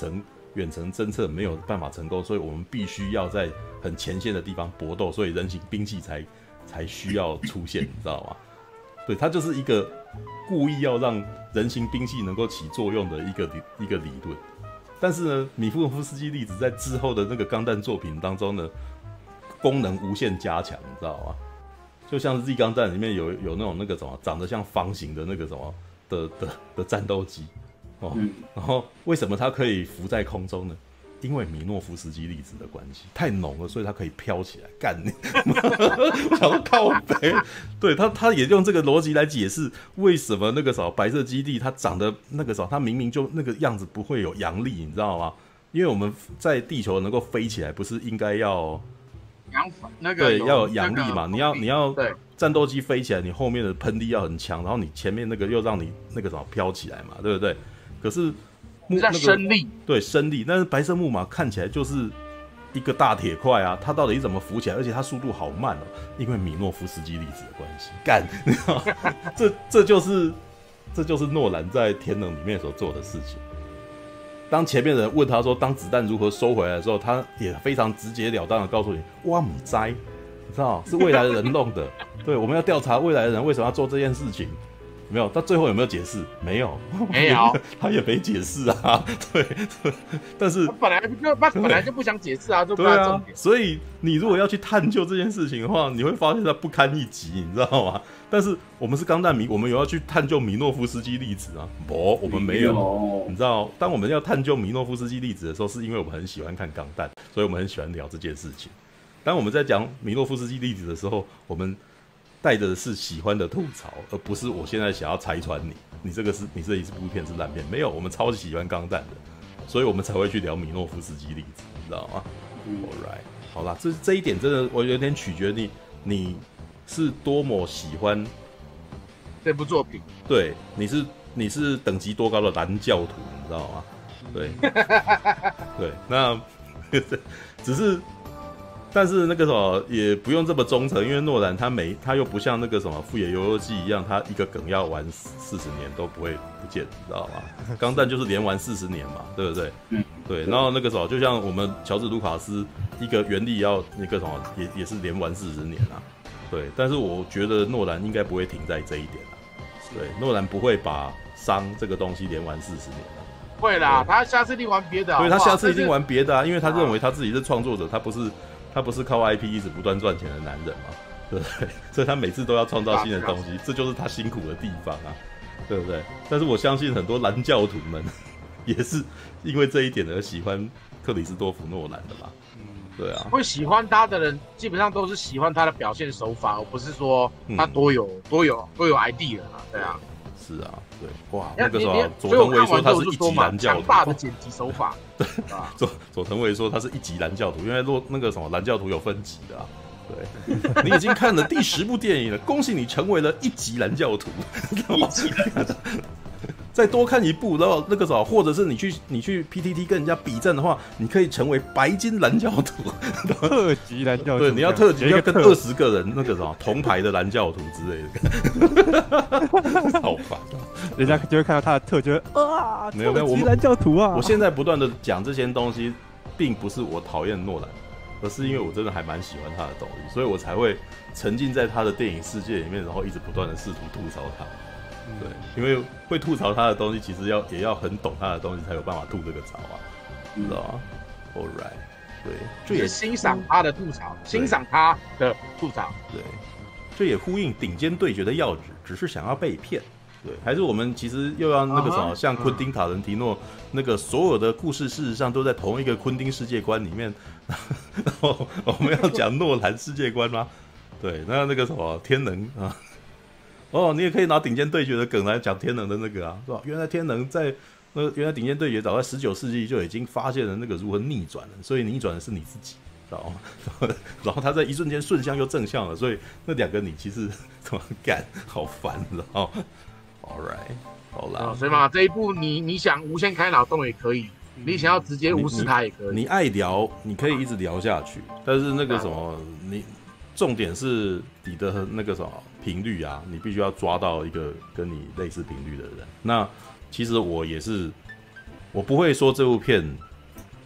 A: 远程侦测没有办法成功，所以我们必须要在很前线的地方搏斗，所以人形兵器才才需要出现，你知道吗？对，它就是一个故意要让人形兵器能够起作用的一个一个理论。但是呢，米诺夫斯基粒子在之后的那个钢弹作品当中呢，功能无限加强，你知道吗？就像 Z 钢弹里面有有那种那个什么长得像方形的那个什么的的的战斗机哦，嗯、然后为什么它可以浮在空中呢？因为米诺夫斯基粒子的关系太浓了，所以它可以飘起来。干你！我想要靠北，对他，他也用这个逻辑来解释为什么那个什么白色基地它长得那个什么，它明明就那个样子不会有扬力，你知道吗？因为我们在地球能够飞起来，不是应该要
B: 扬那个
A: 对要有扬力嘛？
B: 那个、
A: 你要你要
B: 对
A: 战斗机飞起来，你后面的喷力要很强，然后你前面那个又让你那个什么飘起来嘛，对不对？可是。
B: 那个升力，
A: 对升力，但是白色木马看起来就是一个大铁块啊，它到底怎么浮起来？而且它速度好慢哦，因为米诺夫斯基粒子的关系。干，你知道这这就是这就是诺兰在《天能》里面所做的事情。当前面的人问他说，当子弹如何收回来的时候，他也非常直截了当的告诉你：“哇，母灾，你知道是未来的人弄的。对，我们要调查未来的人为什么要做这件事情。”没有，到最后有没有解释？没有，
B: 没有，
A: 他也没解释啊。对，但是
B: 他本来就他本来就不想解释啊，就不要重点。
A: 所以你如果要去探究这件事情的话，你会发现它不堪一击，你知道吗？但是我们是钢弹迷，我们有要去探究米诺夫斯基粒子啊？不，我们没有。你知道，当我们要探究米诺夫斯基粒子的时候，是因为我们很喜欢看钢弹，所以我们很喜欢聊这件事情。当我们在讲米诺夫斯基粒子的时候，我们带的是喜欢的吐槽，而不是我现在想要拆穿你，你这个是你这一部片是烂片。没有，我们超级喜欢钢弹的，所以我们才会去聊米诺夫斯基粒子，你知道吗、嗯、？Alright， 好啦，这这一点真的我有点取决你，你是多么喜欢
B: 这部作品。
A: 对，你是你是等级多高的蓝教徒，你知道吗？对，对，那只是。但是那个什么也不用这么忠诚，因为诺兰他没他又不像那个什么《富野由悠季》一样，他一个梗要玩四十年都不会不见，你知道吗？钢弹就是连玩四十年嘛，对不对？嗯，对。然后那个什么，就像我们乔治·卢卡斯一个原力要那个什么，也也是连玩四十年啊，对。但是我觉得诺兰应该不会停在这一点啊，对，诺兰不会把伤这个东西连玩四十年啊。
B: 会啦，他下次一定玩别的好不好，
A: 对，他下次一定玩别的啊，因为他认为他自己是创作者，他不是。他不是靠 I P 一直不断赚钱的男人嘛，对不对？所以他每次都要创造新的东西，这就是他辛苦的地方啊，对不对？但是我相信很多蓝教徒们也是因为这一点而喜欢克里斯多夫诺兰的嘛，对啊。
B: 会喜欢他的人基本上都是喜欢他的表现手法，而不是说他多有、嗯、多有多有 idea 嘛，对啊。
A: 是啊，对，哇，那个时候佐藤维说他是一级蓝教徒，
B: 强大的剪辑手法。
A: 对啊，佐佐藤维说他是一级蓝教徒，因为若那个什么蓝教徒有分级的啊。对，你已经看了第十部电影了，恭喜你成为了一级蓝教徒。
B: 一级蓝教徒。
A: 再多看一部，然后那个什么，或者是你去你去 P T T 跟人家比战的话，你可以成为白金蓝教徒，
C: 特级蓝教徒。
A: 对，你要特级，要跟二十个人那个什么铜牌的蓝教徒之类的，好烦、啊。
C: 人家就会看到他的特，就会啊，
A: 没有没有，我们
C: 蓝教徒啊。
A: 我现在不断的讲这些东西，并不是我讨厌诺兰，而是因为我真的还蛮喜欢他的东西，所以我才会沉浸在他的电影世界里面，然后一直不断的试图吐槽他。对，因为会吐槽他的东西，其实要也要很懂他的东西，才有办法吐这个槽啊，知道吗 ？All right， 对，
B: 这也欣赏他的吐槽，欣赏他的吐槽，
A: 对，这也呼应顶尖对决的要旨，只是想要被骗。对，还是我们其实又要那个什么， uh-huh, 像昆汀·塔伦提诺、嗯、那个所有的故事，事实上都在同一个昆汀世界观里面。然后我们要讲诺兰世界观吗？对，那那个什么天能啊。哦，你也可以拿顶尖对决的梗来讲天能的那个啊，是吧？原来天能在呃，原来顶尖对决早在十九世纪就已经发现了那个如何逆转了，所以逆转的是你自己，知道吗？然后他在一瞬间顺向又正向了，所以那两个你其实怎么干，好烦，知道吗 ？All right， 好啦，
B: 所以嘛，这一部你你想无限开脑洞也可以，你想要直接无视它也可以。
A: 你, 你, 你爱聊，你可以一直聊下去，但是那个什么，你重点是你的那个什么。频率啊，你必须要抓到一个跟你类似频率的人。那其实我也是，我不会说这部片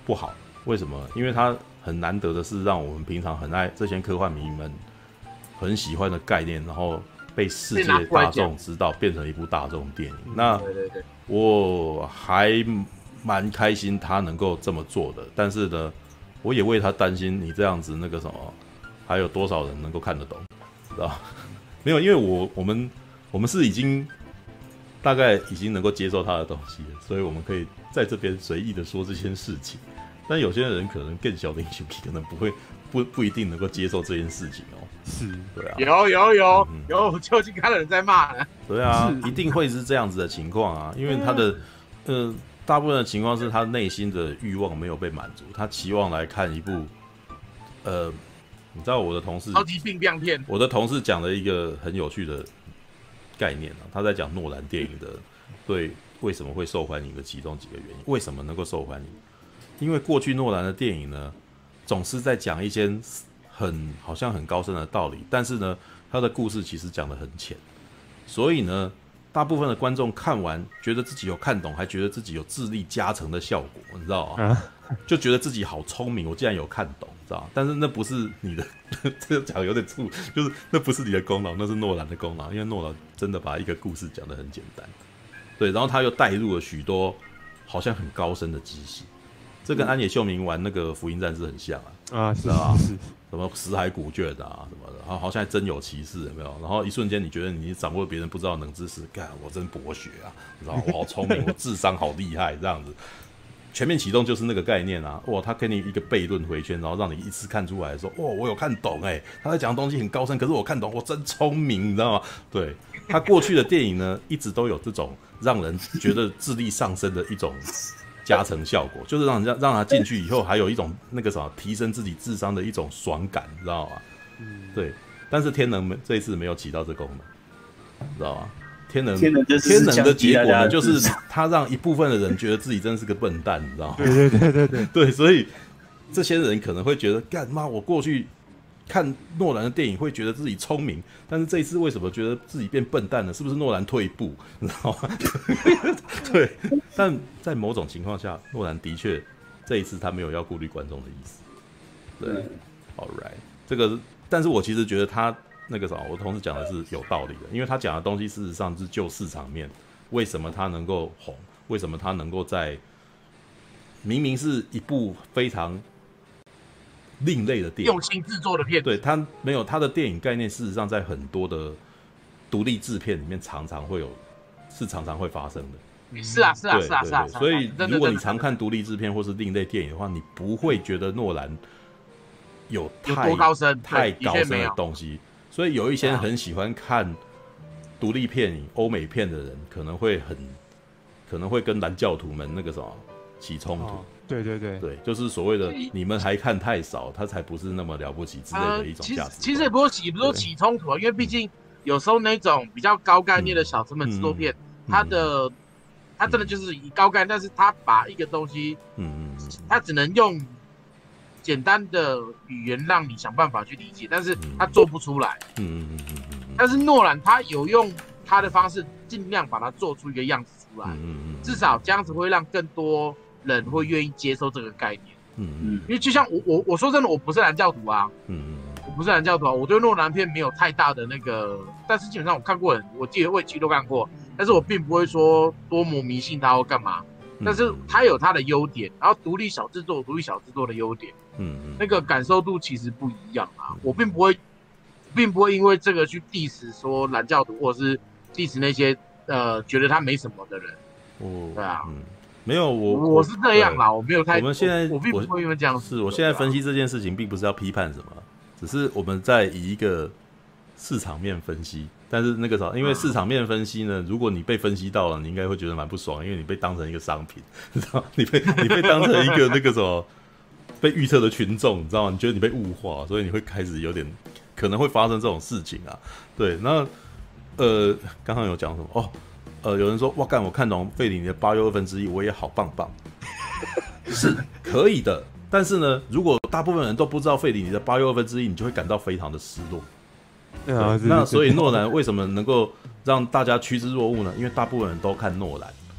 A: 不好。为什么？因为它很难得的是让我们平常很爱这些科幻迷们很喜欢的概念，然后被世界大众知道，变成一部大众电影。那我还蛮开心他能够这么做的，但是呢，我也为他担心，你这样子那个什么，还有多少人能够看得懂，知道？没有，因为我我们我们是已经大概已经能够接受他的东西了，所以我们可以在这边随意的说这件事情。但有些人可能更小的英雄可能不会不不一定能够接受这件事情哦。
C: 是，
A: 对啊，
B: 有有有、嗯、有，就近看的人在骂了。
A: 对啊，一定会是这样子的情况啊，因为他的呃。大部分的情况是他内心的欲望没有被满足，他期望来看一部，呃，你知道我的同事
B: 超级病病片，
A: 我的同事讲了一个很有趣的概念啊，他在讲诺兰电影的对为什么会受欢迎的其中几个原因，为什么能够受欢迎？因为过去诺兰的电影呢，总是在讲一些很好像很高深的道理，但是呢，他的故事其实讲得很浅，所以呢。大部分的观众看完，觉得自己有看懂，还觉得自己有智力加成的效果，你知道吗？就觉得自己好聪明，我竟然有看懂，知道吗？但是那不是你的，这个讲有点粗，就是那不是你的功劳，那是诺兰的功劳，因为诺兰真的把一个故事讲得很简单，对，然后他又带入了许多好像很高深的知识，这跟安野秀明玩那个福音战士很像啊，
C: 啊，
A: 知道吧？
C: 是是
A: 什么死海古卷啊什么的，好，好像还真有其事，有没有？然后一瞬间你觉得你掌握别人不知道的冷知识，干，我真博学啊，你知道我好聪明，我智商好厉害，这样子。全面启动就是那个概念啊，哇，他给你一个悖论回圈，然后让你一次看出来说，哇，我有看懂哎、欸，他在讲的东西很高深，可是我看懂，我真聪明，你知道吗？对，他过去的电影呢，一直都有这种让人觉得智力上升的一种。加成效果就是让人家让他进去以后，还有一种那个什么提升自己智商的一种爽感，你知道吗？嗯，对。但是天能这一次没有起到这功能，知道吗？天能天能天能的结果呢，就是他让一部分的人觉得自己真是个笨蛋，你知道吗？
C: 对对对对对
A: 对，所以这些人可能会觉得，干妈我过去看诺兰的电影会觉得自己聪明，但是这一次为什么觉得自己变笨蛋了？是不是诺兰退步？你知道吗？对，但在某种情况下，诺兰的确这一次他没有要顾虑观众的意思。对 ，All right， 这个，但是我其实觉得他那个啥，我同事讲的是有道理的，因为他讲的东西事实上是就市场面，为什么他能够红，为什么他能够在明明是一部非常另类的电影，
B: 用心制作的片子，
A: 对，他没有他的电影概念，事实上在很多的独立制片里面常常会有，是常常会发生的。
B: 是啊，是啊，是啊，是啊。
A: 所以如果你常看独立制片或是另类电影的话，你不会觉得诺兰有太
B: 多高深、
A: 太高深的东西。所以有一些人很喜欢看独立片影、欧美片的人，可能会很可能会跟蓝教徒们那个什么起冲突。哦
C: 对对对
A: 对，就是所谓的你们还看太少，他才不是那么了不起之类的一种价值、呃。
B: 其实也不是起，不是说起冲突啊，因为毕竟有时候那种比较高概念的小成本制作片，嗯、它的、嗯、它真的就是以高概念，但是它把一个东西，嗯嗯，它只能用简单的语言让你想办法去理解，但是它做不出来。嗯嗯嗯嗯嗯。但是诺兰他有用他的方式，尽量把它做出一个样子出来。嗯嗯至少这样子会让更多人会愿意接受这个概念。嗯嗯。因为就像我我我说真的，我不是蓝教徒啊。嗯嗯。我不是蓝教徒啊，我对诺兰片没有太大的那个，但是基本上我看过很，我记得我也其实都看过，但是我并不会说多么迷信他或干嘛。但是他有他的优点，然后独立小制作，独立小制作的优点，嗯嗯，那个感受度其实不一样啊。我并不会，并不会因为这个去 diss 说蓝教徒，或者是 diss 那些呃觉得他没什么的人。哦，对啊，嗯，
A: 没有我
B: 我是这样啦，我没有太。
A: 我们现在
B: 我, 我并不会因为这样。
A: 是我现在分析这件事情，并不是要批判什么，只是我们在以一个市场面分析。但是那个啥，因为市场面分析呢，如果你被分析到了，你应该会觉得蛮不爽，因为你被当成一个商品，你知道？你被你被当成一个那个什么被预测的群众，你知道吗？你觉得你被物化，所以你会开始有点可能会发生这种事情啊。对，那呃，刚刚有讲什么？哦，呃，有人说哇干，我看懂费里尼的八又二分之一，我也好棒棒，是可以的。但是呢，如果大部分人都不知道费里尼的八又二分之一，你就会感到非常的失落。对啊，对，那所以诺兰为什么能够让大家趋之若鹜呢？因为大部分人都看诺兰，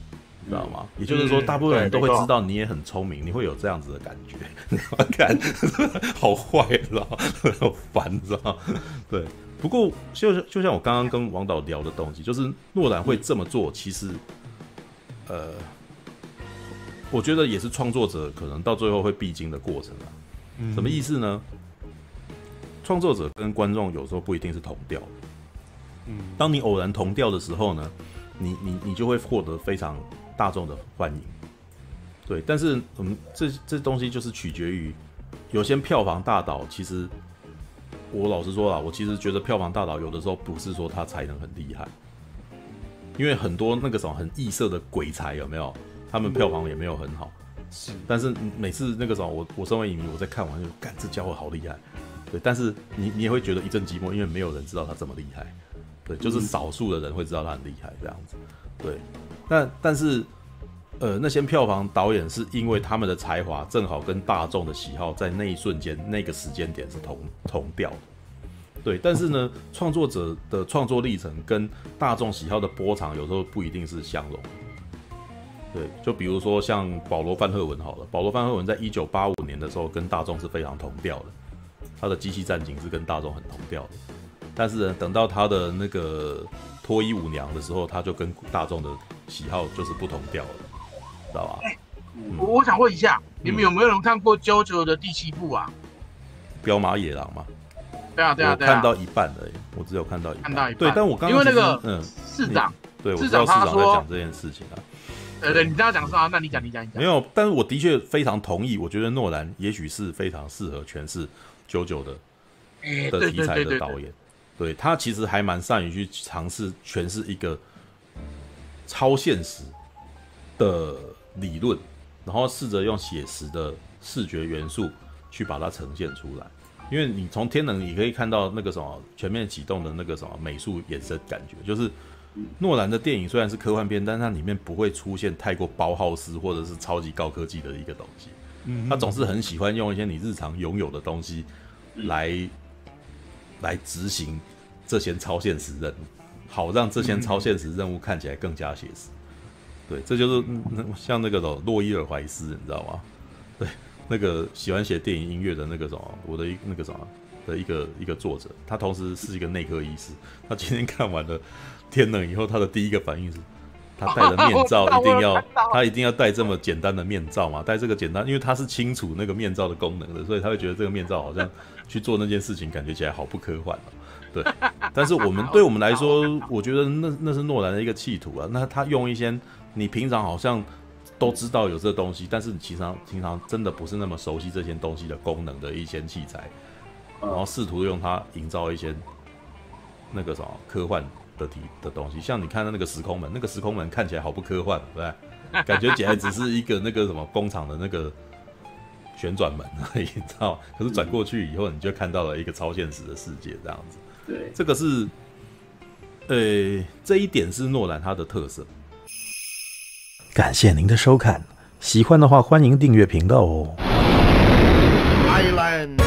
A: 知道吗？也就是说，大部分人都会知道你也很聪明，你会有这样子的感觉。你看，好坏，知道吗？好烦，知道吗？对。不过，就就像我刚刚跟王导聊的东西，就是诺兰会这么做，其实，呃，我觉得也是创作者可能到最后会必经的过程啊。什么意思呢？创作者跟观众有时候不一定是同调的。嗯，当你偶然同调的时候呢，你你你就会获得非常大众的欢迎。对，但是嗯，这这东西就是取决于有些票房大导，其实我老实说啦，我其实觉得票房大导有的时候不是说他才能很厉害，因为很多那个什么很异色的鬼才有没有，他们票房也没有很好。是，但是每次那个什么，我我身为影迷，我在看完就干这家伙好厉害。对，但是你你也会觉得一阵寂寞，因为没有人知道他这么厉害。对，就是少数的人会知道他很厉害这样子。对，但但是呃，那些票房导演是因为他们的才华正好跟大众的喜好在那一瞬间、那个时间点是同同调的。对，但是呢，创作者的创作历程跟大众喜好的波长有时候不一定是相容。对，就比如说像保罗·范赫文好了，保罗·范赫文在一九八五年的时候跟大众是非常同调的。他的《机器战警》是跟大众很同调的，但是呢，等到他的那个《脱衣舞娘》的时候，他就跟大众的喜好就是不同调了，知道吧？
B: 欸嗯、我想问一下，你们有没有人看过《JoJo》的第七部啊？
A: 彪马野狼嘛？
B: 对啊，对啊，对
A: 啊！我看到一半而已，我只有看到一半。
B: 看到一半。
A: 对，但我刚刚
B: 因为那个
A: 嗯，
B: 市长，
A: 对，我知道市长在讲这件事情啊。
B: 呃，对，你这样讲是吗？那你讲，你讲，你讲。
A: 没有，但是我的确非常同意，我觉得诺兰也许是非常适合诠释 JoJo 的。的题材的导演，对他其实还蛮善于去尝试诠释一个超现实的理论，然后试着用写实的视觉元素去把它呈现出来。因为你从天能你可以看到那个什么全面启动的那个什么美术衍生感觉，就是诺兰的电影虽然是科幻片，但它里面不会出现太过包浩斯或者是超级高科技的一个东西，他总是很喜欢用一些你日常拥有的东西来。来执行这些超现实任务，好让这些超现实任务看起来更加写实。对，这就是像那个洛伊尔怀斯，你知道吗？对，那个喜欢写电影音乐的那个什么，我的一那个什么的一个一个作者，他同时是一个内科医师。他今天看完了《天能》以后，他的第一个反应是，他戴的面罩一定要，他一定要戴这么简单的面罩嘛？戴这个简单，因为他是清楚那个面罩的功能的，所以他会觉得这个面罩好像。去做那件事情，感觉起来好不科幻哦。对，但是我们对我们来说，我觉得那那是诺兰的一个企图啊。那他用一些你平常好像都知道有这东西，但是你平常平常真的不是那么熟悉这些东西的功能的一些器材，然后试图用它营造一些那个什么科幻的题的东西。像你看到那个时空门，那个时空门看起来好不科幻，对不对？感觉起来只是一个那个什么工厂的那个。旋转门而已，你知道吗？可是转过去以后，你就看到了一个超现实的世界，这样子。
D: 对，
A: 这个是，呃，这一点是诺兰他的特色。感谢您的收看，喜欢的话欢迎订阅频道哦。Island